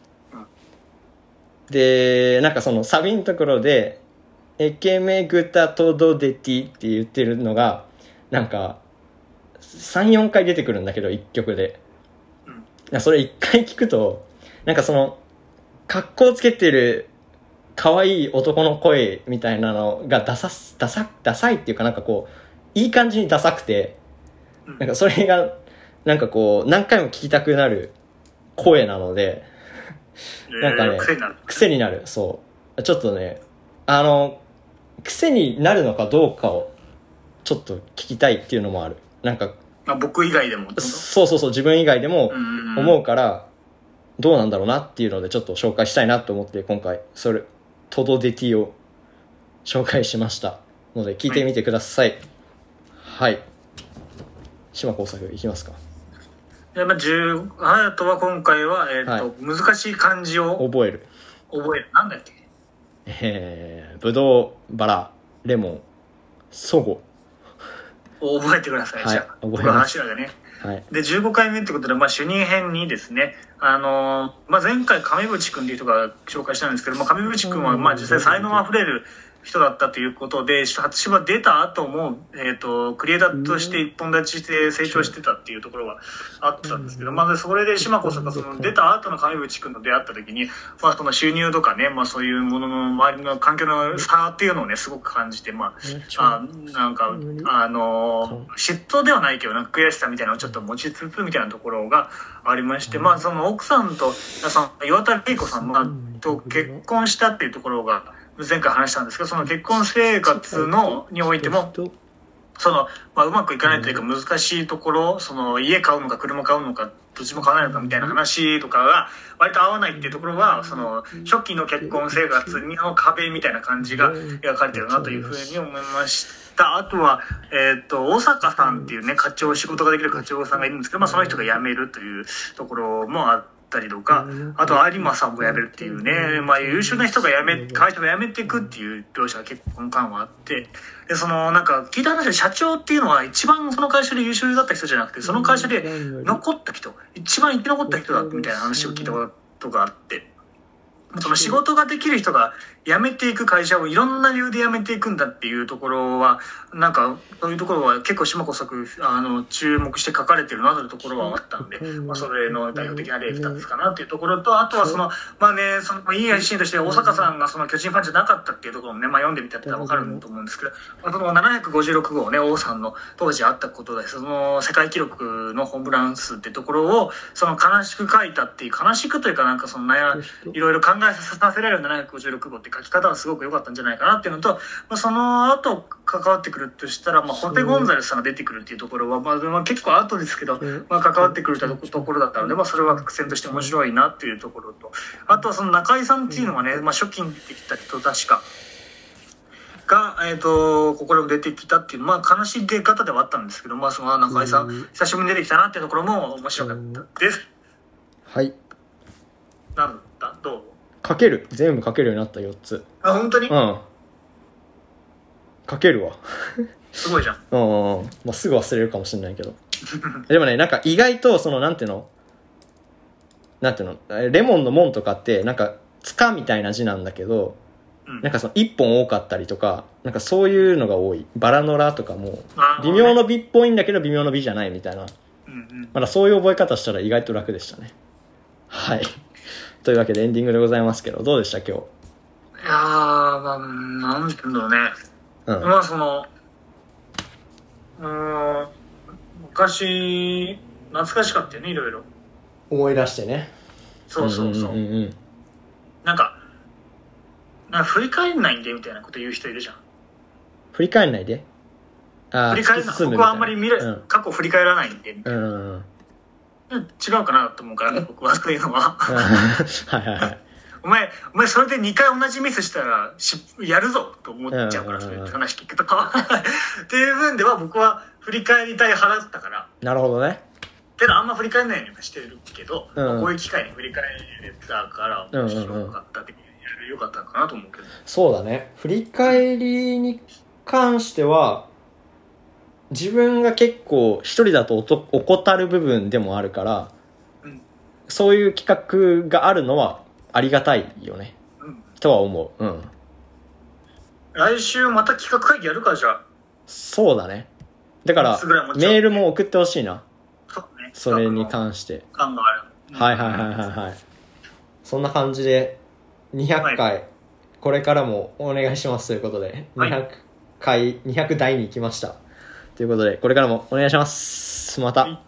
で、なんかそのサビのところで、エケメグタトドデティって言ってるのが、なんか、3、4回出てくるんだけど、1曲で。それ1回聞くと、なんかその、格好つけてる可愛い男の声みたいなのがダサいっていうか、なんかこう、いい感じにダサくて、なんかそれが、なんかこう、何回も聞きたくなる声なので、なんかね、癖になる。そう。ちょっとね、癖になるのかどうかをちょっと聞きたいっていうのもある。なんか僕以外でもそう自分以外でも思うからどうなんだろうなっていうのでちょっと紹介したいなと思って、今回それトドデティを紹介しましたので聞いてみてください。はい、島耕作いきますか。 隼人は今回は、難しい漢字を覚える。 なんだっけ。 ぶどう、バラ、レモン、ソゴを覚えてください。じゃあ覚えます。 でね。で15回目ってことで、主任編にですね、前回亀渕君っていう人が紹介したんですけど、亀渕君は実際才能あふれる人だったということで、初芝出た後も、クリエイターとして一本立ちして成長してたっていうところはあったんですけど、それで島子さんがその出た後の亀渕君と出会った時に、その収入とかね、そういうものの周りの環境の差っていうのをね、すごく感じて、なんか、嫉妬ではないけど、なんか悔しさみたいなのをちょっと持ちつつみたいなところがありまして、その奥さんと、岩田玲子さんと結婚したっていうところが、前回話したんですけど、その結婚生活においても、うまくいかないというか難しいところ、家買うのか車買うのかどっちも買わないのかみたいな話とかが割と合わないっていうところが、初期の結婚生活の壁みたいな感じが描かれてるなというふうに思いました。あとは、大坂さんっていうね、仕事ができる課長さんがいるんですけど、その人が辞めるというところもあったりとか、あと有馬さんも辞めるっていうね、優秀な人が会社が辞めていくっていう描写が結構根幹はあって、でなんか聞いた話で社長っていうのは一番その会社で優秀だった人じゃなくて、その会社で残った人、一番生き残った人だみたいな話を聞いたことがあって、その仕事ができる人が辞めていく会社をいろんな理由で辞めていくんだっていうところは、なんかそういうところは結構島子作注目して書かれてるなというところはあったんで、それの代表的な例2つかなっていうところと、あとはいいシーンとして大坂さんが巨人ファンじゃなかったっていうところもね、読んでみたら分かると思うんですけど、756号ね、王さんの当時あったことで、世界記録のホームラン数っていうところを悲しく書いたっていう、悲しくというかなんかいろいろ考えさせられる756号って書き方はすごく良かったんじゃないかなっていうのと、その後関わってくるとしたら、ホテ・ゴンザレスさんが出てくるっていうところは、結構後ですけど、関わってくるところだったので、それは伏線として面白いなっていうところと、あとはその中井さんっていうのはね、初期に出てきた人確かが、ここでも出てきたっていう、悲しい出方ではあったんですけど、その中井さん、久しぶりに出てきたなっていうところも面白かったです。 はい。 なんだどう全部書けるようになった。4つ。 あ、本当に？ うん。書けるわ。 すごいじゃん。 すぐ忘れるかもしれないけど。でもね、なんか意外と、なんていうの、レモンの門とかって、なんか、つかみたいな字なんだけど、なんか一本多かったりとか、なんかそういうのが多い。バラのラとかも、微妙の美っぽいんだけど微妙の美じゃないみたいな。まだそういう覚え方したら意外と楽でしたね。はい。というわけでエンディングでございますけど、どうでした今日？いやー、なんていうんだろうね。昔、懐かしかったよね、いろいろ。 思い出してね。 そう。なんか振り返んないんでみたいなこと言う人いるじゃん。 振り返んないで？ 振り返んない。僕はあんまり過去振り返らないんでみたいな。違うかなと思うから、僕はそういうのは。はいお前それで2回同じミスしたらやるぞと思っちゃうから、そういう話聞くとかっていう分では僕は振り返りたい派だったから。 なるほどね。 けどあんま振り返らないようにしてるけど、こういう機会に振り返れたから面白かったってよかったのかなと思うけど。 そうだね。振り返りに関しては自分が結構一人だと怠る部分でもあるから、そういう企画があるのはありがたいよね、とは思う。 来週また企画会議やるか、じゃあ。 そうだね。だからメールも送ってほしいな。 そうね。 それに関して。 はい。 そんな感じで200回、これからもお願いしますということで、200回200台に行きましたということで、これからもお願いします。また。